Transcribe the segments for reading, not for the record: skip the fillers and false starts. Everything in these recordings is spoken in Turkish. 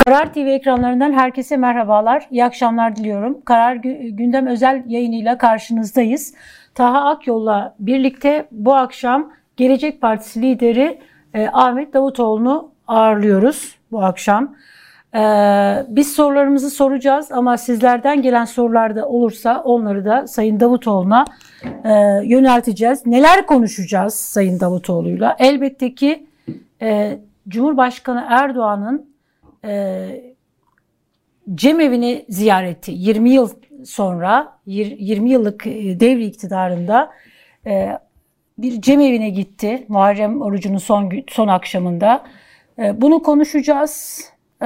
Karar TV ekranlarından herkese merhabalar, iyi akşamlar diliyorum. Karar Gündem özel yayınıyla karşınızdayız. Taha Akyol'la birlikte bu akşam Gelecek Partisi lideri Ahmet Davutoğlu'nu ağırlıyoruz bu akşam. Biz sorularımızı soracağız ama sizlerden gelen sorular da olursa onları da Sayın Davutoğlu'na yönelteceğiz. Neler konuşacağız Sayın Davutoğlu'yla? Elbette ki Cumhurbaşkanı Erdoğan'ın cemeviini ziyareti 20 yıl sonra 20 yıllık devri iktidarında bir cemevine gitti Muharrem orucunun son akşamında. Bunu konuşacağız.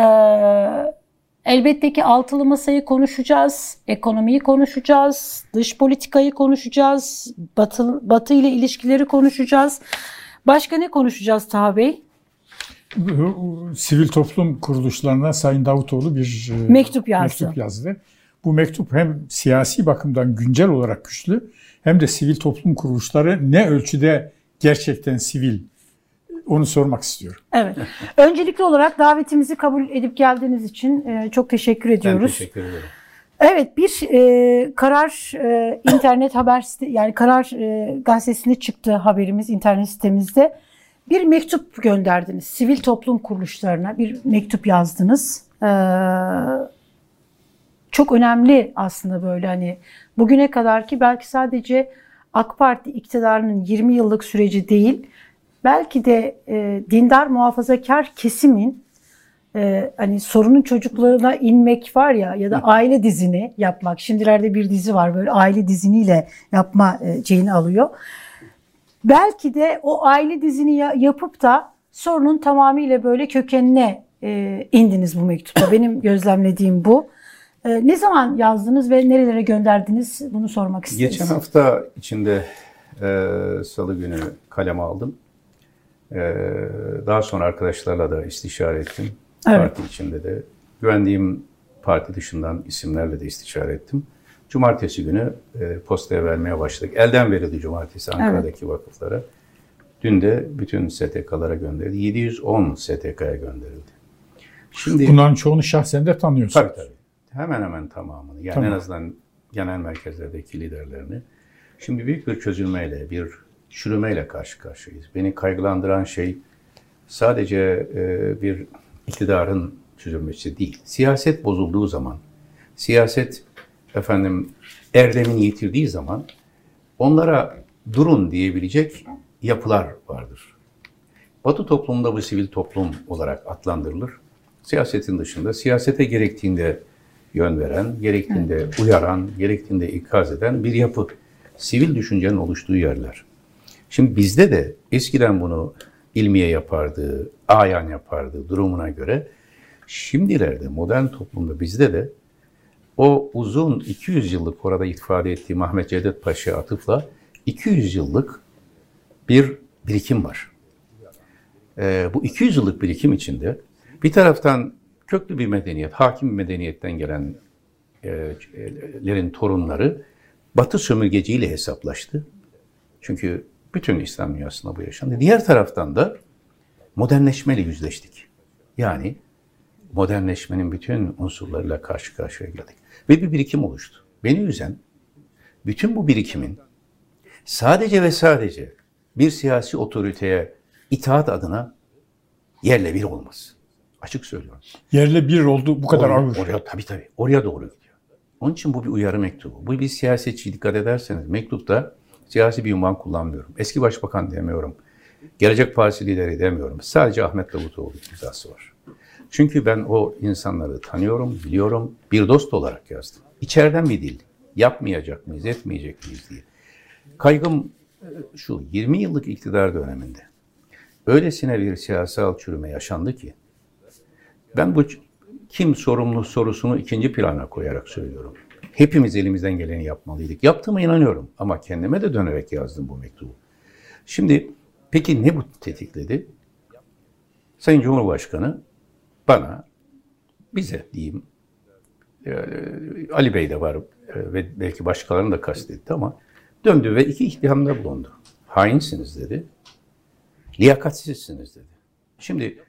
Elbette ki altılı masayı konuşacağız, ekonomiyi konuşacağız, dış politikayı konuşacağız, Batı ile ilişkileri konuşacağız. Başka ne konuşacağız Taha Bey? Sivil toplum kuruluşlarına Sayın Davutoğlu bir mektup yazdı. Bu mektup hem siyasi bakımdan güncel olarak güçlü hem de sivil toplum kuruluşları ne ölçüde gerçekten sivil, onu sormak istiyorum. Evet. Öncelikli olarak davetimizi kabul edip geldiğiniz için çok teşekkür ediyoruz. Ben teşekkür ederim. Evet, bir Karar internet haber yani Karar gazetesinde çıktı haberimiz internet sitemizde. Bir mektup gönderdiniz. Sivil toplum kuruluşlarına bir mektup yazdınız. Çok önemli aslında böyle hani bugüne kadar ki belki sadece AK Parti iktidarının 20 yıllık süreci değil, belki de dindar muhafazakar kesimin hani sorunun çocuklarına inmek var ya da aile dizini yapmak. Şimdilerde bir dizi var böyle aile diziniyle yapma şeyini alıyor. Belki de o aile dizini yapıp da sorunun tamamıyla böyle kökenine indiniz bu mektupta. Benim gözlemlediğim bu. Ne zaman yazdınız ve nerelere gönderdiniz bunu sormak isteriz. Geçen hafta içinde Salı günü kaleme aldım. Daha sonra arkadaşlarla da istişare ettim. Evet. Parti içinde de. Güvendiğim parti dışından isimlerle de istişare ettim. Cumartesi günü postaya vermeye başladık. Elden verildi cumartesi Ankara'daki vakıflara. Dün de bütün STK'lara gönderildi. 710 STK'ya gönderildi. Şimdi bunların çoğunu şahsen de tanıyorsunuz. Tabii. Hemen hemen tamamını. Yani tamam. En azından genel merkezlerdeki liderlerini. Şimdi büyük bir çözülmeyle, bir çürümeyle karşı karşıyayız. Beni kaygılandıran şey sadece bir iktidarın çözülmesi değil. Siyaset bozulduğu zaman, siyaset erdemini yitirdiği zaman onlara durun diyebilecek yapılar vardır. Batı toplumunda bu sivil toplum olarak adlandırılır. Siyasetin dışında siyasete gerektiğinde yön veren, gerektiğinde uyaran, gerektiğinde ikaz eden bir yapı. Sivil düşüncenin oluştuğu yerler. Şimdi bizde de eskiden bunu ilmiye yapardı, ayan yapardı durumuna göre. Şimdilerde modern toplumda bizde de o uzun 200 yıllık orada ifade ettiğim Ahmet Cevdet Paşa'ya atıfla 200 yıllık bir birikim var. Bu 200 yıllık birikim içinde bir taraftan köklü bir medeniyet, hakim bir medeniyetten gelenlerin torunları Batı sömürgeciyle hesaplaştı. Çünkü bütün İslam dünyasında bu yaşandı. Diğer taraftan da modernleşmeyle yüzleştik. Yani modernleşmenin bütün unsurlarıyla karşı karşıya geldik. Ve bir birikim oluştu. Beni üzen, bütün bu birikimin sadece ve sadece bir siyasi otoriteye itaat adına yerle bir olması. Açık söylüyorum. Yerle bir oldu bu kadar ağır. Tabii. Oraya doğru gidiyor. Onun için bu bir uyarı mektubu. Bu bir siyasetçi, dikkat ederseniz mektupta siyasi bir unvan kullanmıyorum. Eski başbakan demiyorum. Gelecek Partisi lideri demiyorum. Sadece Ahmet Davutoğlu imzası var. Çünkü ben o insanları tanıyorum, biliyorum. Bir dost olarak yazdım. İçeriden bir dil. Yapmayacak mıyız, etmeyecek miyiz diye. Kaygım şu, 20 yıllık iktidar döneminde öylesine bir siyasal çürüme yaşandı ki ben bu kim sorumlu sorusunu ikinci plana koyarak söylüyorum. Hepimiz elimizden geleni yapmalıydık. Yaptığıma inanıyorum ama kendime de dönerek yazdım bu mektubu. Şimdi peki ne bu tetikledi? Sayın Cumhurbaşkanı bana, bize diyeyim, Ali Bey de var ve belki başkalarını da kastetti ama döndü ve iki ittihamda bulundu. Hainsiniz dedi, liyakatsizsiniz dedi. Şimdi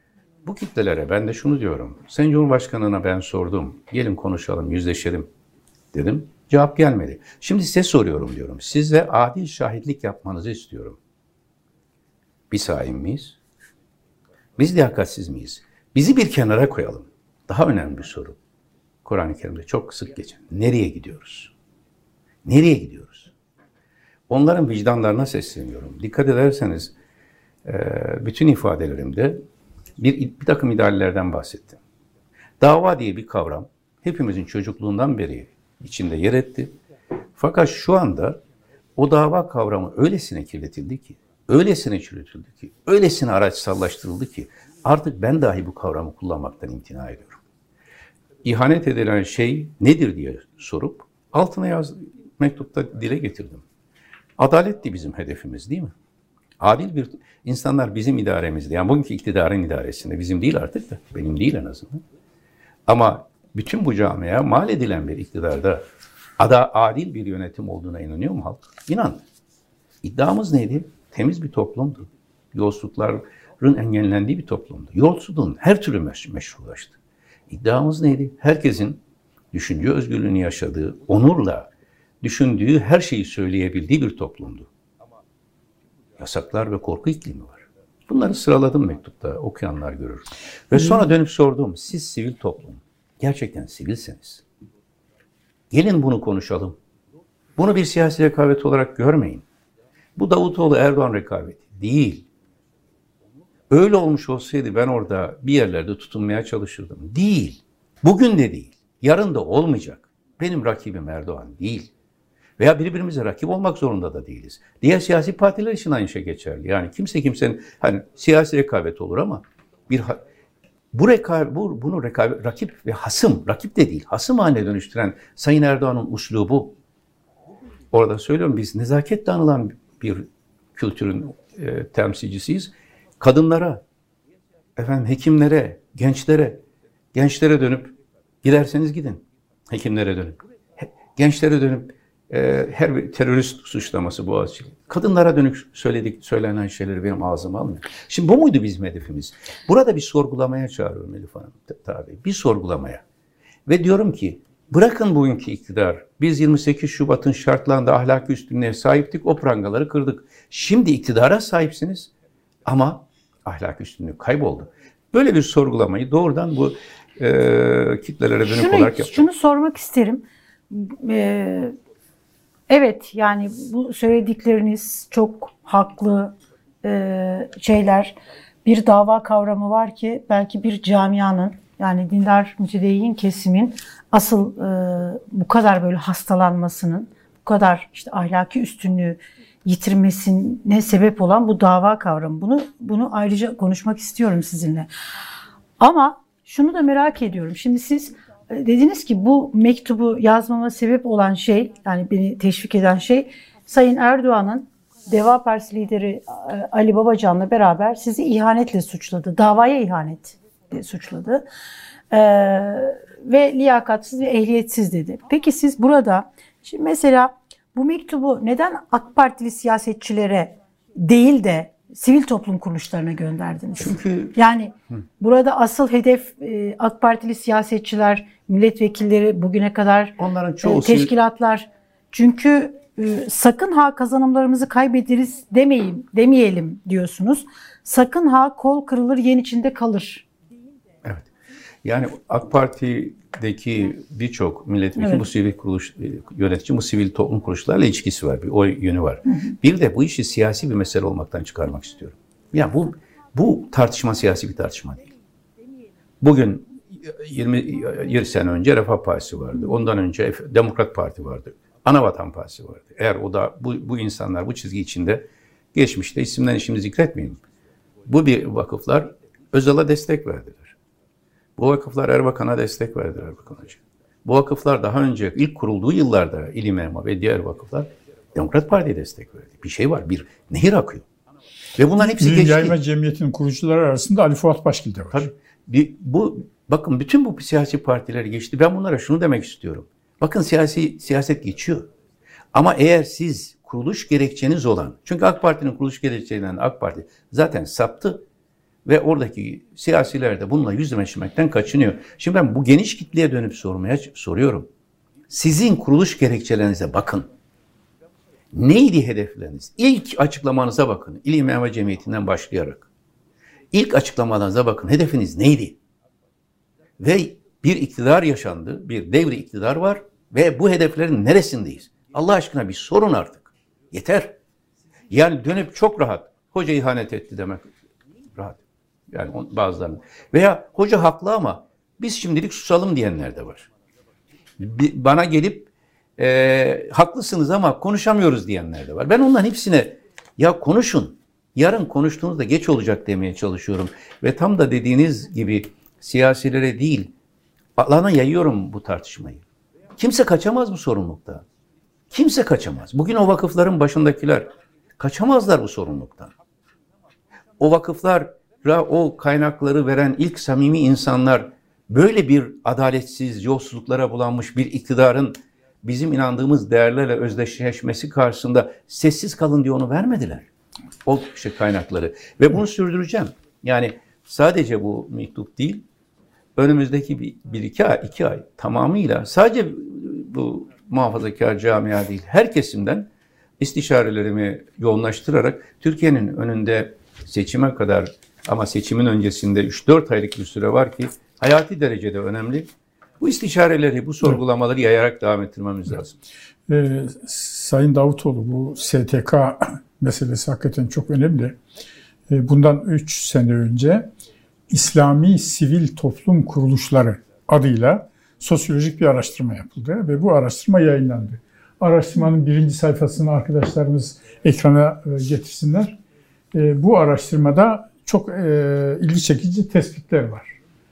bu kitlelere ben de şunu diyorum. Sayın Cumhurbaşkanı'na ben sordum. Gelin konuşalım, yüzleşelim dedim. Cevap gelmedi. Şimdi size soruyorum diyorum. Size adil şahitlik yapmanızı istiyorum. Biz hain miyiz? Biz liyakatsiz miyiz? Bizi bir kenara koyalım. Daha önemli bir soru. Kur'an-ı Kerim'de çok sık geçen. Nereye gidiyoruz? Nereye gidiyoruz? Onların vicdanlarına sesleniyorum. Dikkat ederseniz bütün ifadelerimde bir takım ideallerden bahsettim. Dava diye bir kavram hepimizin çocukluğundan beri içinde yer etti. Fakat şu anda o dava kavramı öylesine kirletildi ki, öylesine çürütüldü ki, öylesine araçsallaştırıldı ki artık ben dahi bu kavramı kullanmaktan imtina ediyorum. İhanet edilen şey nedir diye sorup altına mektupta dile getirdim. Adaletti bizim hedefimiz, değil mi? Adil bir insanlar bizim idaremizde, yani bugünkü iktidarın idaresinde, bizim değil artık da, benim değil en azından. Ama bütün bu camiaya mal edilen bir iktidarda adil bir yönetim olduğuna inanıyor mu halk? İnandı. İddiamız neydi? Temiz bir toplumdu. Yolsuzlukların engellendiği bir toplumdu. Yolsuzluğun her türlü meşrulaştı. İddiamız neydi? Herkesin düşünce özgürlüğünü yaşadığı, onurla düşündüğü her şeyi söyleyebildiği bir toplumdu. Yasaklar ve korku iklimi var. Bunları sıraladım mektupta, okuyanlar görür. Ve sonra dönüp sordum, siz sivil toplum, gerçekten sivilseniz, gelin bunu konuşalım. Bunu bir siyasi rekabet olarak görmeyin. Bu Davutoğlu-Erdoğan rekabeti değil. Öyle olmuş olsaydı ben orada bir yerlerde tutunmaya çalışırdım. Değil. Bugün de değil. Yarın da olmayacak. Benim rakibim Erdoğan değil. Veya birbirimize rakip olmak zorunda da değiliz. Diğer siyasi partiler için aynı şey geçerli. Yani kimsenin hani siyasi rekabet olur ama bunu rakip ve hasım, rakip de değil, hasım haline dönüştüren Sayın Erdoğan'ın uslubu. Orada söylüyorum, biz nezaketle anılan bir kültürün temsilcisiyiz. Kadınlara, hekimlere, gençlere dönüp giderseniz gidin. Hekimlere dönüp, gençlere dönüp her bir terörist suçlaması Boğaziçi. Kadınlara dönük söylenen şeyleri benim ağzıma almıyor. Şimdi bu muydu bizim hedefimiz? Burada bir sorgulamaya çağırıyorum Elif Hanım tabii. Bir sorgulamaya. Ve diyorum ki bırakın bugünkü iktidar. Biz 28 Şubat'ın şartlarında ahlaki üstünlüğe sahiptik. O prangaları kırdık. Şimdi iktidara sahipsiniz ama ahlaki üstünlük kayboldu. Böyle bir sorgulamayı doğrudan bu kitlelere dönük olarak yaptık. Şunu sormak isterim. Evet, yani bu söyledikleriniz çok haklı şeyler. Bir dava kavramı var ki belki bir camianın, yani dindar mütedeyyin kesimin asıl bu kadar böyle hastalanmasının, bu kadar işte ahlaki üstünlüğü yitirmesine sebep olan bu dava kavramı. Bunu ayrıca konuşmak istiyorum sizinle. Ama şunu da merak ediyorum. Şimdi siz dediniz ki bu mektubu yazmama sebep olan şey, yani beni teşvik eden şey, Sayın Erdoğan'ın Deva Partisi lideri Ali Babacan'la beraber sizi ihanetle suçladı. Davaya ihanetle suçladı. Ve liyakatsiz ve ehliyetsiz dedi. Peki siz burada, şimdi mesela bu mektubu neden AK Partili siyasetçilere değil de sivil toplum kuruluşlarına gönderdiniz? Çünkü yani burada asıl hedef AK Partili siyasetçiler, milletvekilleri, bugüne kadar onların çoğu teşkilatlar. Çünkü sakın ha kazanımlarımızı kaybederiz demeyelim diyorsunuz. Sakın ha kol kırılır yen içinde kalır. Evet. Yani AK Parti'deki birçok milletvekili, evet, bu sivil kuruluş yönetici, bu sivil toplum kuruluşlarla ilişkisi var. O yönü var. Bir de bu işi siyasi bir mesele olmaktan çıkarmak istiyorum. Ya bu tartışma siyasi bir tartışma değil. Bugün 20 sene önce Refah Partisi vardı. Ondan önce Demokrat Parti vardı. Anavatan Partisi vardı. Eğer o da bu insanlar bu çizgi içinde geçmişte, isimlerini şimdi zikretmeyeyim. Bu bir vakıflar Özal'a destek verdiler. Bu vakıflar Erbakan'a destek verdiler Erbakan Hoca. Bu vakıflar daha önce ilk kurulduğu yıllarda İlim Erma ve diğer vakıflar Demokrat Parti'ye destek verdi. Bir şey var, bir nehir akıyor. Ve bunların hepsi geçti. Yayma Cemiyeti'nin kurucuları arasında Ali Fuat Başkil de var. Tabii. Bakın bütün bu siyasi partiler geçti. Ben bunlara şunu demek istiyorum. Bakın siyaset geçiyor. Ama eğer siz kuruluş gerekçeniz olan, çünkü AK Parti'nin kuruluş gerekçelerinden AK Parti zaten saptı. Ve oradaki siyasiler de bununla yüzleşmekten kaçınıyor. Şimdi ben bu geniş kitleye dönüp soruyorum. Sizin kuruluş gerekçelerinize bakın. Neydi hedefleriniz? İlk açıklamanıza bakın. İlim ve Cemiyeti'nden başlayarak. İlk açıklamalarınıza bakın. Hedefiniz neydi? Ve bir iktidar yaşandı. Bir devri iktidar var. Ve bu hedeflerin neresindeyiz? Allah aşkına bir sorun artık. Yeter. Yani dönüp çok rahat. Hoca ihanet etti demek rahat. Yani bazılarının. Veya hoca haklı ama biz şimdilik susalım diyenler de var. Bana gelip haklısınız ama konuşamıyoruz diyenler de var. Ben onların hepsine ya konuşun. Yarın konuştuğunuzda geç olacak demeye çalışıyorum. Ve tam da dediğiniz gibi siyasilere değil, alana yayıyorum bu tartışmayı. Kimse kaçamaz bu sorumluluktan. Kimse kaçamaz. Bugün o vakıfların başındakiler kaçamazlar bu sorumluluktan. O vakıflara o kaynakları veren ilk samimi insanlar böyle bir adaletsiz, yolsuzluklara bulanmış bir iktidarın bizim inandığımız değerlerle özdeşleşmesi karşısında sessiz kalın diye onu vermediler. O kaynakları. Ve bunu sürdüreceğim. Yani sadece bu mektup değil, önümüzdeki iki ay tamamıyla sadece bu muhafazakar camia değil, her kesimden istişarelerimi yoğunlaştırarak Türkiye'nin önünde seçime kadar ama seçimin öncesinde 3-4 aylık bir süre var ki hayati derecede önemli. Bu istişareleri, bu sorgulamaları yayarak devam ettirmemiz lazım. Sayın Davutoğlu, bu STK meselesi hakikaten çok önemli. Bundan 3 sene önce İslami Sivil Toplum Kuruluşları adıyla sosyolojik bir araştırma yapıldı ve bu araştırma yayınlandı. Araştırmanın 1. sayfasını arkadaşlarımız ekrana getirsinler. Bu araştırmada çok ilgi çekici tespitler var.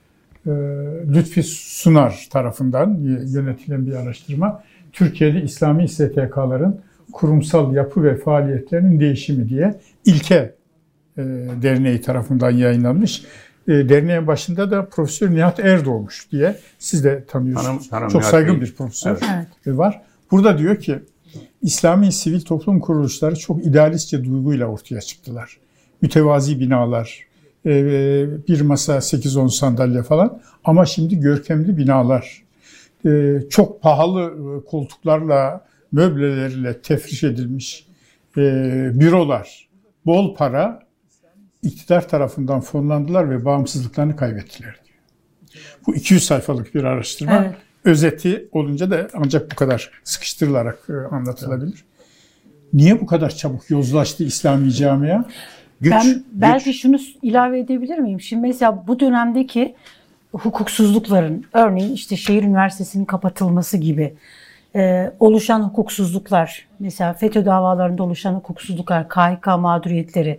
Lütfi Sunar tarafından yönetilen bir araştırma. Türkiye'de İslami STK'ların kurumsal yapı ve faaliyetlerinin değişimi diye İlke Derneği tarafından yayınlanmış. Derneğin başında da Profesör Nihat Erdoğmuş diye, siz de tanıyorsunuz. Çok saygın bir profesör var. Burada diyor ki İslami sivil toplum kuruluşları çok idealistçe duyguyla ortaya çıktılar. Mütevazi binalar, bir masa 8-10 sandalye falan, ama şimdi görkemli binalar, çok pahalı koltuklarla, möblelerle tefriş edilmiş bürolar, bol para iktidar tarafından fonlandılar ve bağımsızlıklarını kaybettiler diyor. Bu 200 sayfalık bir araştırma. Evet. Özeti olunca da ancak bu kadar sıkıştırılarak anlatılabilir. Niye bu kadar çabuk yozlaştı İslami camia? Ben belki şunu ilave edebilir miyim? Şimdi mesela bu dönemdeki hukuksuzlukların, örneğin işte şehir üniversitesinin kapatılması gibi oluşan hukuksuzluklar, mesela FETÖ davalarında oluşan hukuksuzluklar, KHK mağduriyetleri,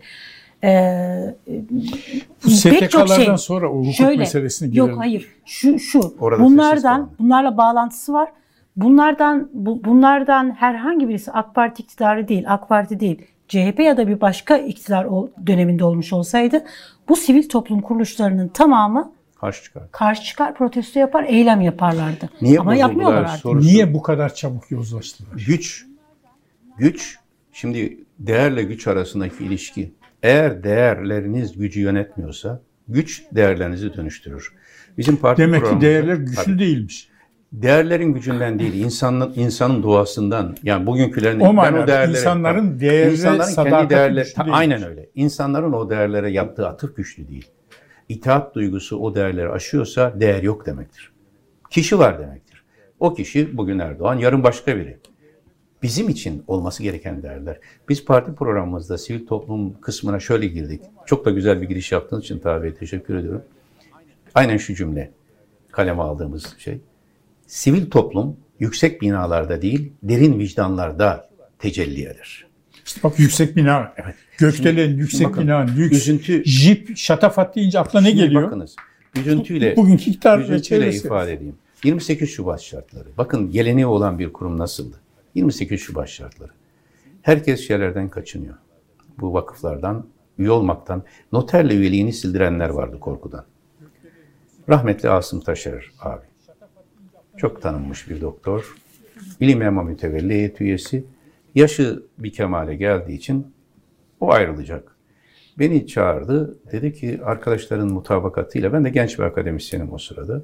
bu STK'lardan sonra o hukuk meselesine girelim. Yok, hayır. Bunlarla bağlantısı var. Bunlardan herhangi birisi AK Parti iktidarı değil, AK Parti değil, CHP ya da bir başka iktidar döneminde olmuş olsaydı bu sivil toplum kuruluşlarının tamamı karşı çıkar, protesto yapar, eylem yaparlardı. Ama yapmıyorlar artık. Niye bu kadar çabuk yozlaştılar? Güç, şimdi değerle güç arasındaki ilişki. Eğer değerleriniz gücü yönetmiyorsa güç değerlerinizi dönüştürür. Bizim parti demek ki değerler güçlü değilmiş. Değerlerin gücünden değil, insanın doğasından. Yani bugünkülerin insanların kendi değerleri aynen öyle. İnsanların o değerlere yaptığı atıf güçlü değil. İtaat duygusu o değerleri aşıyorsa değer yok demektir. Kişi var demektir. O kişi bugün Erdoğan, yarın başka biri. Bizim için olması gereken değerler. Biz parti programımızda sivil toplum kısmına şöyle girdik. Çok da güzel bir giriş yaptığınız için tabii teşekkür ediyorum. Aynen şu cümle kaleme aldığımız şey. Sivil toplum yüksek binalarda değil, derin vicdanlarda tecelli eder. İşte bak, yüksek bina, evet. Gökdelen, yüksek bina, lüks, jip, şatafat deyince akla ne geliyor? Bakınız, üzüntüyle ifade edeyim. 28 Şubat şartları. Bakın geleneği olan bir kurum nasıldı? 28 Şubat şartları. Herkes şeylerden kaçınıyor. Bu vakıflardan, üye olmaktan, noterle üyeliğini sildirenler vardı korkudan. Rahmetli Asım Taşer abi. Çok tanınmış bir doktor. İlim Ema Mütevelli Heyet üyesi. Yaşı bir kemale geldiği için o ayrılacak. beni çağırdı. Dedi ki arkadaşların mutabakatıyla, ben de genç bir akademisyenim o sırada.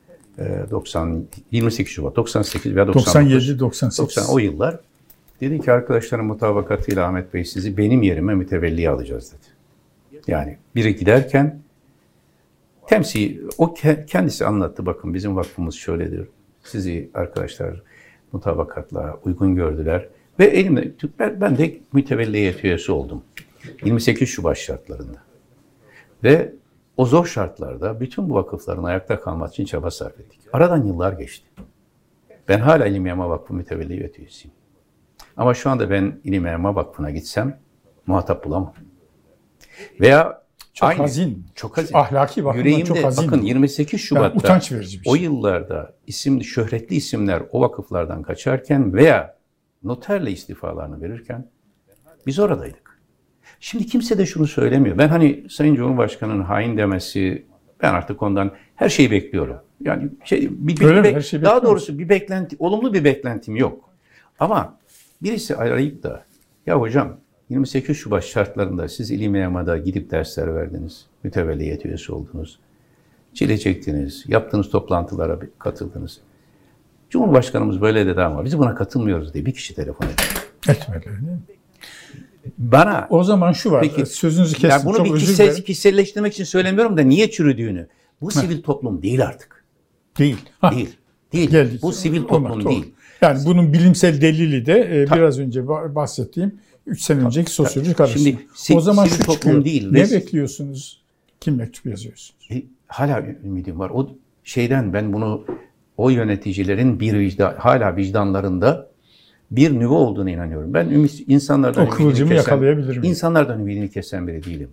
28 Şubat 98 veya 97 98 90 o yıllar. Dedi ki arkadaşların mutabakatıyla Ahmet Bey sizi benim yerime mütevelli alacağız dedi. Yani biri giderken o kendisi anlattı, bakın bizim vakfımız şöyledir. Sizi arkadaşlar mutabakatla uygun gördüler ve elimde ben de mütevelli heyet üyesi oldum. 28 Şubat şartlarında. Ve o zor şartlarda bütün bu vakıfların ayakta kalması için çaba sarf ettik. Aradan yıllar geçti. Ben hala İlim Yayma Vakfı mütevelli heyet üyesiyim. Ama şu anda ben İlim Yayma Vakfı'na gitsem muhatap bulamam. Veya çok hazin. Çok hazin. Ahlaki bakımdan yüreğimde, çok hazin. Bakın 28 Şubat'ta yani utanç verici bir şey. O yıllarda şöhretli isimler o vakıflardan kaçarken veya noterle istifalarını verirken biz oradaydık. Şimdi kimse de şunu söylemiyor. Ben hani Sayın Cumhurbaşkanı'nın hain demesi, ben artık ondan her şeyi bekliyorum. Yani daha doğrusu bir beklenti, olumlu bir beklentim yok. Ama birisi arayıp da ya hocam 28 Şubat şartlarında siz İlim Yayma'da gidip dersler verdiniz, mütevelli heyet üyesi oldunuz, çile çektiniz, yaptığınız toplantılara katıldınız. Cumhurbaşkanımız böyle dedi ama biz buna katılmıyoruz diye bir kişi telefon etti. Etmedi değil mi? Bana o zaman şu var. Peki, sözünüzü kestim. Yani bunu bir kişiselleştirmek için söylemiyorum da niye çürüdüğünü. Bu sivil toplum değil artık. Değil. Değil. Geldik. Bu sivil toplum değil. Yani bunun bilimsel delili de biraz önce bahsettiğim 3 sene önceki sosyolojik araştırma. Şimdi o zaman sivil şu toplum çıkıyor. değil. Ne bekliyorsunuz? Kim mektup yazıyorsunuz? Hala ümidim var. O şeyden ben bunu o yöneticilerin hala vicdanlarında bir nüve olduğuna inanıyorum. Ben insanlardan o kıvılcımı yakalayabilirim. İnsanlardan ümidini kesen biri değilim.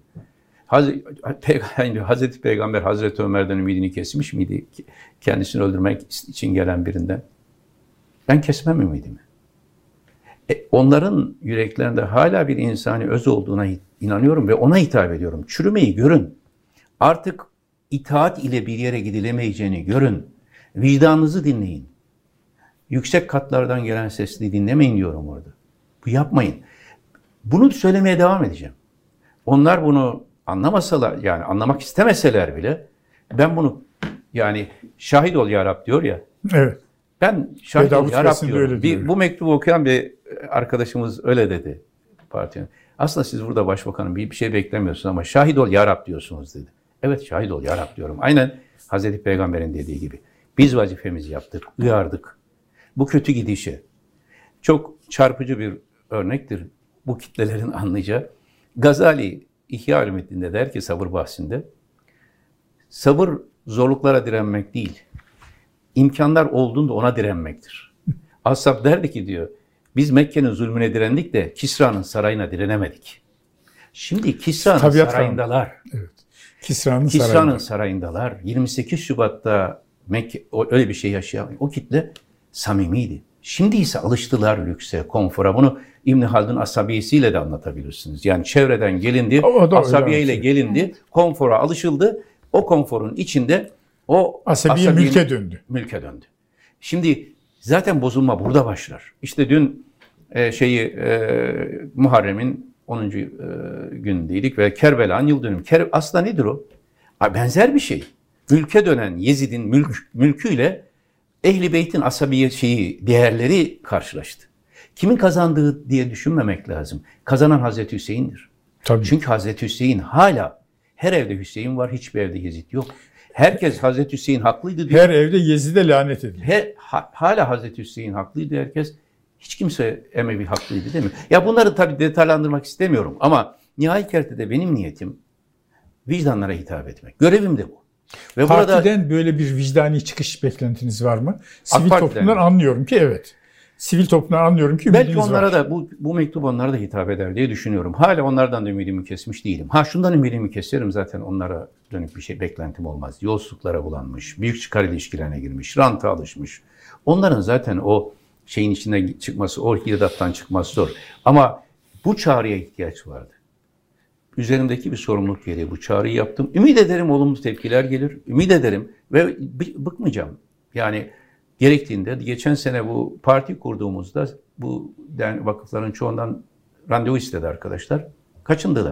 Hazreti Peygamber Hazreti Ömer'den ümidini kesmiş miydi? Kendisini öldürmek için gelen birinden. Ben kesmem ümidimi. Onların yüreklerinde hala bir insani öz olduğuna inanıyorum ve ona hitap ediyorum. Çürümeyi görün. Artık itaat ile bir yere gidilemeyeceğini görün. Vicdanınızı dinleyin. Yüksek katlardan gelen sesli dinlemeyin diyorum orada. Bu yapmayın. Bunu söylemeye devam edeceğim. Onlar bunu anlamasalar, yani anlamak istemeseler bile ben bunu, yani şahit ol ya Rab diyor ya. Evet. Ben şahit ol ya Rab diyorum. Bu mektubu okuyan bir arkadaşımız öyle dedi partinin. Aslında siz burada başbakanın bir şey beklemiyorsunuz ama şahit ol ya Rab diyorsunuz dedi. Evet, şahit ol ya Rab diyorum. Aynen Hazreti Peygamber'in dediği gibi. Biz vazifemizi yaptık, uyardık. Bu kötü gidişe. Çok çarpıcı bir örnektir bu kitlelerin anlayacağı. Gazali İhya Ulumuddin'de der ki sabır bahsinde, sabır zorluklara direnmek değil, imkanlar olduğunda ona direnmektir. Ashab derdi ki diyor, biz Mekke'nin zulmüne direndik de Kisra'nın sarayına direnemedik. Şimdi Kisra'nın sarayındalar. Evet. Kisra'nın sarayındalar. 28 Şubat'ta Mekke öyle bir şey yaşayan o kitle samimiydi. Şimdi ise alıştılar lükse, konfora. Bunu İbn Haldun asabiyesiyle de anlatabilirsiniz. Yani çevreden gelindi, asabiyeyle gelindi, konfora alışıldı. O konforun içinde o asabiye mülke döndü. Şimdi zaten bozulma burada başlar. İşte dün Muharrem'in 10. günündeydik ve Kerbela'nın yıl dönümü. Aslında nedir o? Benzer bir şey. Mülke dönen Yezid'in mülküyle Ehl-i Beyt'in asabiye değerleri karşılaştı. Kimin kazandığı diye düşünmemek lazım. Kazanan Hazreti Hüseyin'dir. Tabii. Çünkü Hazreti Hüseyin hala, her evde Hüseyin var, hiçbir evde Yezid yok. Herkes Hazreti Hüseyin haklıydı diyor. Her evde Yezid'e lanet ediliyor. Hala Hazreti Hüseyin haklıydı herkes. Hiç kimse Emevi haklıydı değil mi? Ya bunları tabii detaylandırmak istemiyorum ama nihai kertede benim niyetim vicdanlara hitap etmek. Görevim de bu. Ve partiden böyle bir vicdani çıkış beklentiniz var mı? Sivil toplumdan anlıyorum ki evet. Sivil toplumdan anlıyorum ki belki onlara da bu mektup onlara da hitap eder diye düşünüyorum. Hala onlardan da ümidimi kesmiş değilim. Şundan ümidimi keserim, zaten onlara dönük bir şey beklentim olmaz. Yolsuzluklara bulanmış, büyük çıkar ilişkilerine girmiş, ranta alışmış. Onların zaten o şeyin içine çıkması, o hidattan çıkması zor. Ama bu çağrıya ihtiyaç vardı. Üzerimdeki bir sorumluluk gereği bu çağrıyı yaptım. Ümit ederim olumlu tepkiler gelir. Ümit ederim ve bıkmayacağım. Yani gerektiğinde geçen sene bu parti kurduğumuzda bu vakıfların çoğundan randevu istedi arkadaşlar. Kaçındılar.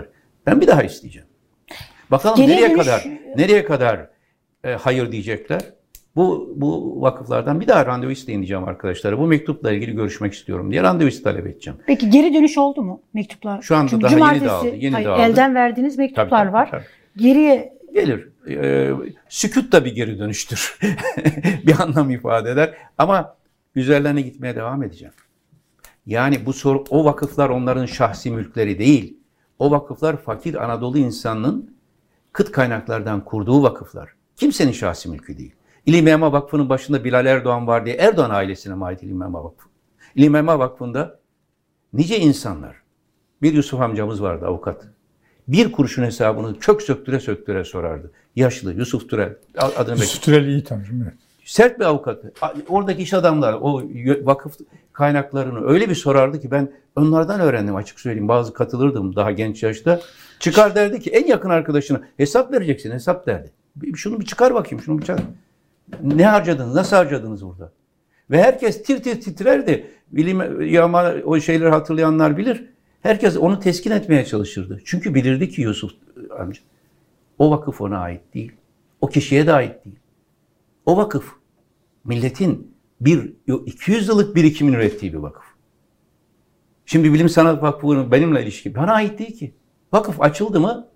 Ben bir daha isteyeceğim. Bakalım Geri nereye kadar hayır diyecekler. Bu vakıflardan bir daha randevu isteyin diyeceğim arkadaşlara. Bu mektupla ilgili görüşmek istiyorum diye randevu talep edeceğim. Peki geri dönüş oldu mu mektuplar? Şu anda çünkü daha yeni dağıldı. Elden verdiğiniz mektuplar var. Tabii. Geriye gelir. Sükût da bir geri dönüştür. Bir anlam ifade eder. Ama üzerlerine gitmeye devam edeceğim. Yani o vakıflar onların şahsi mülkleri değil. O vakıflar fakir Anadolu insanının kıt kaynaklardan kurduğu vakıflar. Kimsenin şahsi mülkü değil. İlim İmam Vakfı'nın başında Bilal Erdoğan var diye Erdoğan ailesine ait İlim İmam Vakfı. İlim İmam Vakfı'nda nice insanlar. Bir Yusuf amcamız vardı, avukat. Bir kuruşun hesabını kök söktüre sorardı. Yaşlı Yusuf Türel. Yusuf Türel'i iyi tanırım. Evet. Sert bir avukat. Oradaki iş adamları o vakıf kaynaklarını öyle bir sorardı ki ben onlardan öğrendim, açık söyleyeyim. Bazı katılırdım daha genç yaşta. Çıkar derdi ki en yakın arkadaşına hesap vereceksin, hesap derdi. Şunu bir çıkar bakayım, şunu bir çıkar. Ne harcadınız, nasıl harcadınız burada? Ve herkes titrerdi. O şeyleri hatırlayanlar bilir. Herkes onu teskin etmeye çalışırdı. Çünkü bilirdi ki Yusuf amca, o vakıf ona ait değil. O kişiye de ait değil. O vakıf milletin 200 yıllık birikimini ürettiği bir vakıf. Şimdi Bilim Sanat Vakfı'nın benimle ilişki bana ait değil ki. Vakıf açıldı mı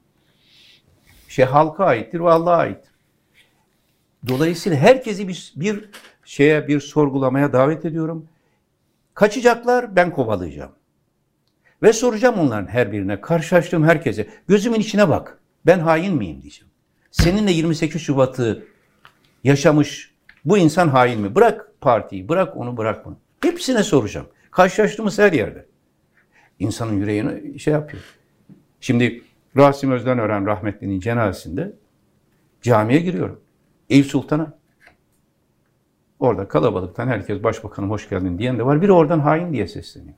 halka aittir ve Allah'a aittir. Dolayısıyla herkesi bir sorgulamaya davet ediyorum. Kaçacaklar, ben kovalayacağım. Ve soracağım onların her birine, karşılaştığım herkese, gözümün içine bak, ben hain miyim diyeceğim. Seninle 28 Şubat'ı yaşamış bu insan hain mi? Bırak partiyi, bırak onu, bırak bunu. Hepsine soracağım. Karşılaştığımız her yerde. İnsanın yüreğini yapıyor. Şimdi Rasim Özdenören rahmetlinin cenazesinde camiye giriyorum. Eyüp Sultan'a. Orada kalabalıktan herkes başbakanım hoş geldin diyen de var. Biri oradan hain diye sesleniyor.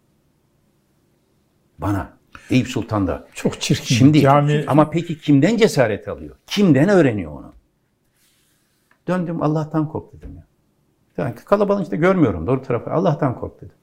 Bana. Eyüp Sultan'da. Çok çirkin. Şimdi, ama peki kimden cesaret alıyor? Kimden öğreniyor onu? Döndüm, Allah'tan kork dedim ya. Yani kalabalığın işte görmüyorum doğru tarafı. Allah'tan kork dedim.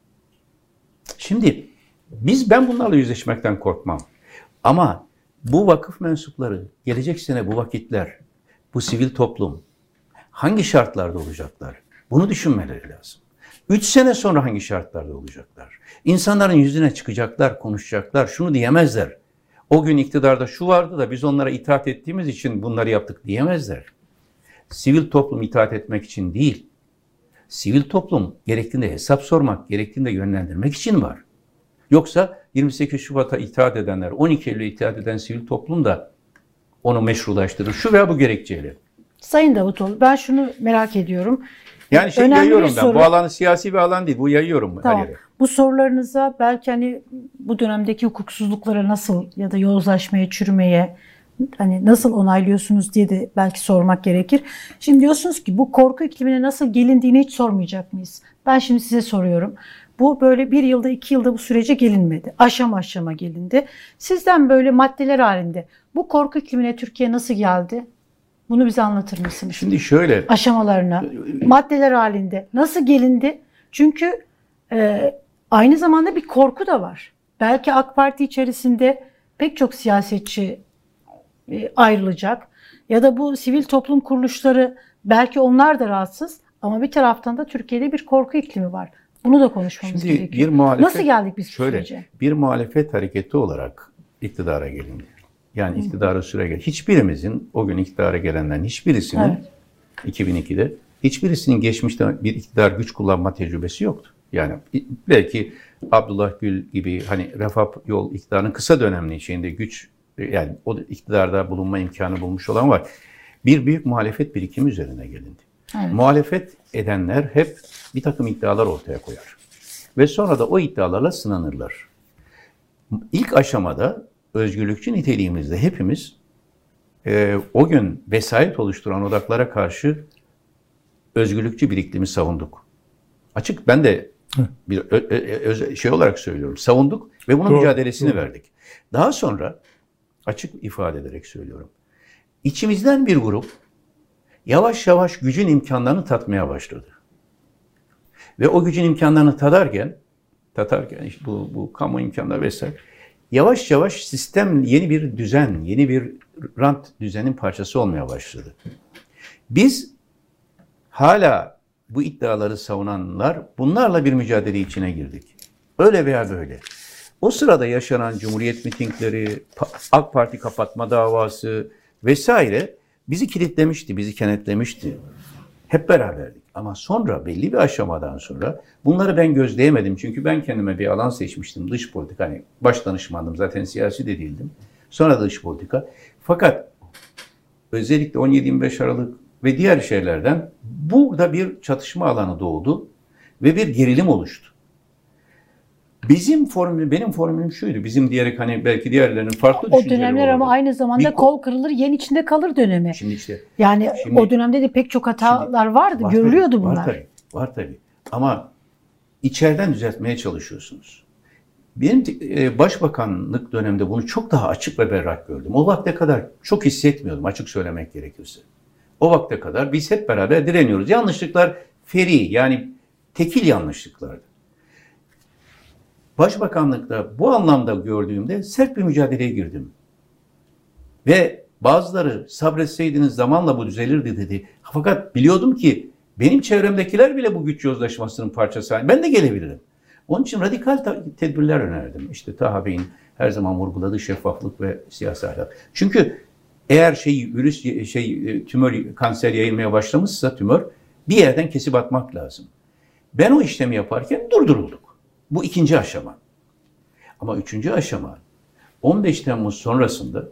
Şimdi ben bunlarla yüzleşmekten korkmam. Ama bu vakıf mensupları gelecek sene bu vakitler, bu sivil toplum hangi şartlarda olacaklar? Bunu düşünmeleri lazım. 3 sene sonra hangi şartlarda olacaklar? İnsanların yüzüne çıkacaklar, konuşacaklar, şunu diyemezler. O gün iktidarda şu vardı da biz onlara itaat ettiğimiz için bunları yaptık diyemezler. Sivil toplum itaat etmek için değil. Sivil toplum gerektiğinde hesap sormak, gerektiğinde yönlendirmek için var. Yoksa 28 Şubat'a itaat edenler, 12 Eylül'e itaat eden sivil toplum da onu meşrulaştırır. Şu veya bu gerekçeyle. Sayın Davutoğlu, ben şunu merak ediyorum. Yani yayıyorum ben. Bu alan siyasi bir alan değil. Bu yayıyorum tamam. her yere. Bu sorularınıza belki bu dönemdeki hukuksuzluklara nasıl ya da yozlaşmaya, çürümeye nasıl onaylıyorsunuz diye de belki sormak gerekir. Şimdi diyorsunuz ki bu korku iklimine nasıl gelindiğini hiç sormayacak mıyız? Ben şimdi size soruyorum. Bu böyle 1 yılda 2 yılda bu sürece gelinmedi. Aşama aşama gelindi. Sizden böyle maddeler halinde bu korku iklimine Türkiye nasıl geldi? Bunu bize anlatır mısınız? Şimdi şöyle. Aşamalarına, maddeler halinde nasıl gelindi? Çünkü aynı zamanda bir korku da var. Belki AK Parti içerisinde pek çok siyasetçi ayrılacak. Ya da bu sivil toplum kuruluşları belki onlar da rahatsız. Ama bir taraftan da Türkiye'de bir korku iklimi var. Bunu da konuşmamız gerekiyor. Nasıl geldik biz bu sürece? Bir muhalefet hareketi olarak iktidara gelindi. Yani iktidara süre geldi. Hiçbirimizin o gün iktidara gelenlerin hiçbirisinin 2002'de hiçbirisinin geçmişte bir iktidar güç kullanma tecrübesi yoktu. Yani belki Abdullah Gül gibi Refah Yol iktidarının kısa dönemli şeyinde güç yani o iktidarda bulunma imkanı bulmuş olan var. Bir büyük muhalefet birikimi üzerine gelindi. Evet. Muhalefet edenler hep bir takım iddialar ortaya koyar. Ve sonra da o iddialarla sınanırlar. İlk aşamada özgürlükçü niteliğimizde hepimiz o gün vesayet oluşturan odaklara karşı özgürlükçü bir iklimi savunduk. Açık ben de bir olarak söylüyorum. Savunduk ve bunun mücadelesini verdik. Daha sonra açık ifade ederek söylüyorum. İçimizden bir grup yavaş yavaş gücün imkanlarını tatmaya başladı. Ve o gücün imkanlarını tadarken işte bu kamu imkanları vesaire yavaş yavaş sistem yeni bir düzen, yeni bir rant düzenin parçası olmaya başladı. Biz hala bu iddiaları savunanlar bunlarla bir mücadele içine girdik. Öyle veya böyle. O sırada yaşanan Cumhuriyet mitingleri, AK Parti kapatma davası vesaire bizi kilitlemişti, bizi kenetlemişti. Hep beraberdik. Ama sonra belli bir aşamadan sonra bunları ben gözleyemedim. Çünkü ben kendime bir alan seçmiştim. Dış politika. Hani baş danışmandım. Zaten siyasi de değildim. Sonra dış politika. Fakat özellikle 17-25 Aralık ve diğer şeylerden burada bir çatışma alanı doğdu ve bir gerilim oluştu. Benim formülüm şuydu. Bizim diyerek hani belki diğerlerinin farklı düşünceleri O dönemler olurdu. ama aynı zamanda kol kırılır, yen içinde kalır dönemi. Şimdi işte. Yani o dönemde de pek çok hatalar vardı. Görülüyordu bunlar. Var tabii. Ama içeriden düzeltmeye çalışıyorsunuz. Benim başbakanlık döneminde bunu çok daha açık ve berrak gördüm. O vakte kadar çok hissetmiyordum, açık söylemek gerekirse. O vakte kadar biz hep beraber direniyoruz. Yanlışlıklar feri, yani tekil yanlışlıklardı. Başbakanlıkta bu anlamda gördüğümde sert bir mücadeleye girdim. Ve bazıları sabretseydiniz zamanla bu düzelirdi dedi. Fakat biliyordum ki benim çevremdekiler bile bu güç yozlaşmasının parçası. Ben de gelebilirim. Onun için radikal tedbirler önerdim. İşte Taha Bey'in her zaman vurguladığı şeffaflık ve siyasi ahlak. Çünkü eğer virüs tümör, kanser yayılmaya başlamışsa bir yerden kesip atmak lazım. Ben o işlemi yaparken durdurulduk. Bu ikinci aşama. Ama üçüncü aşama 15 Temmuz sonrasında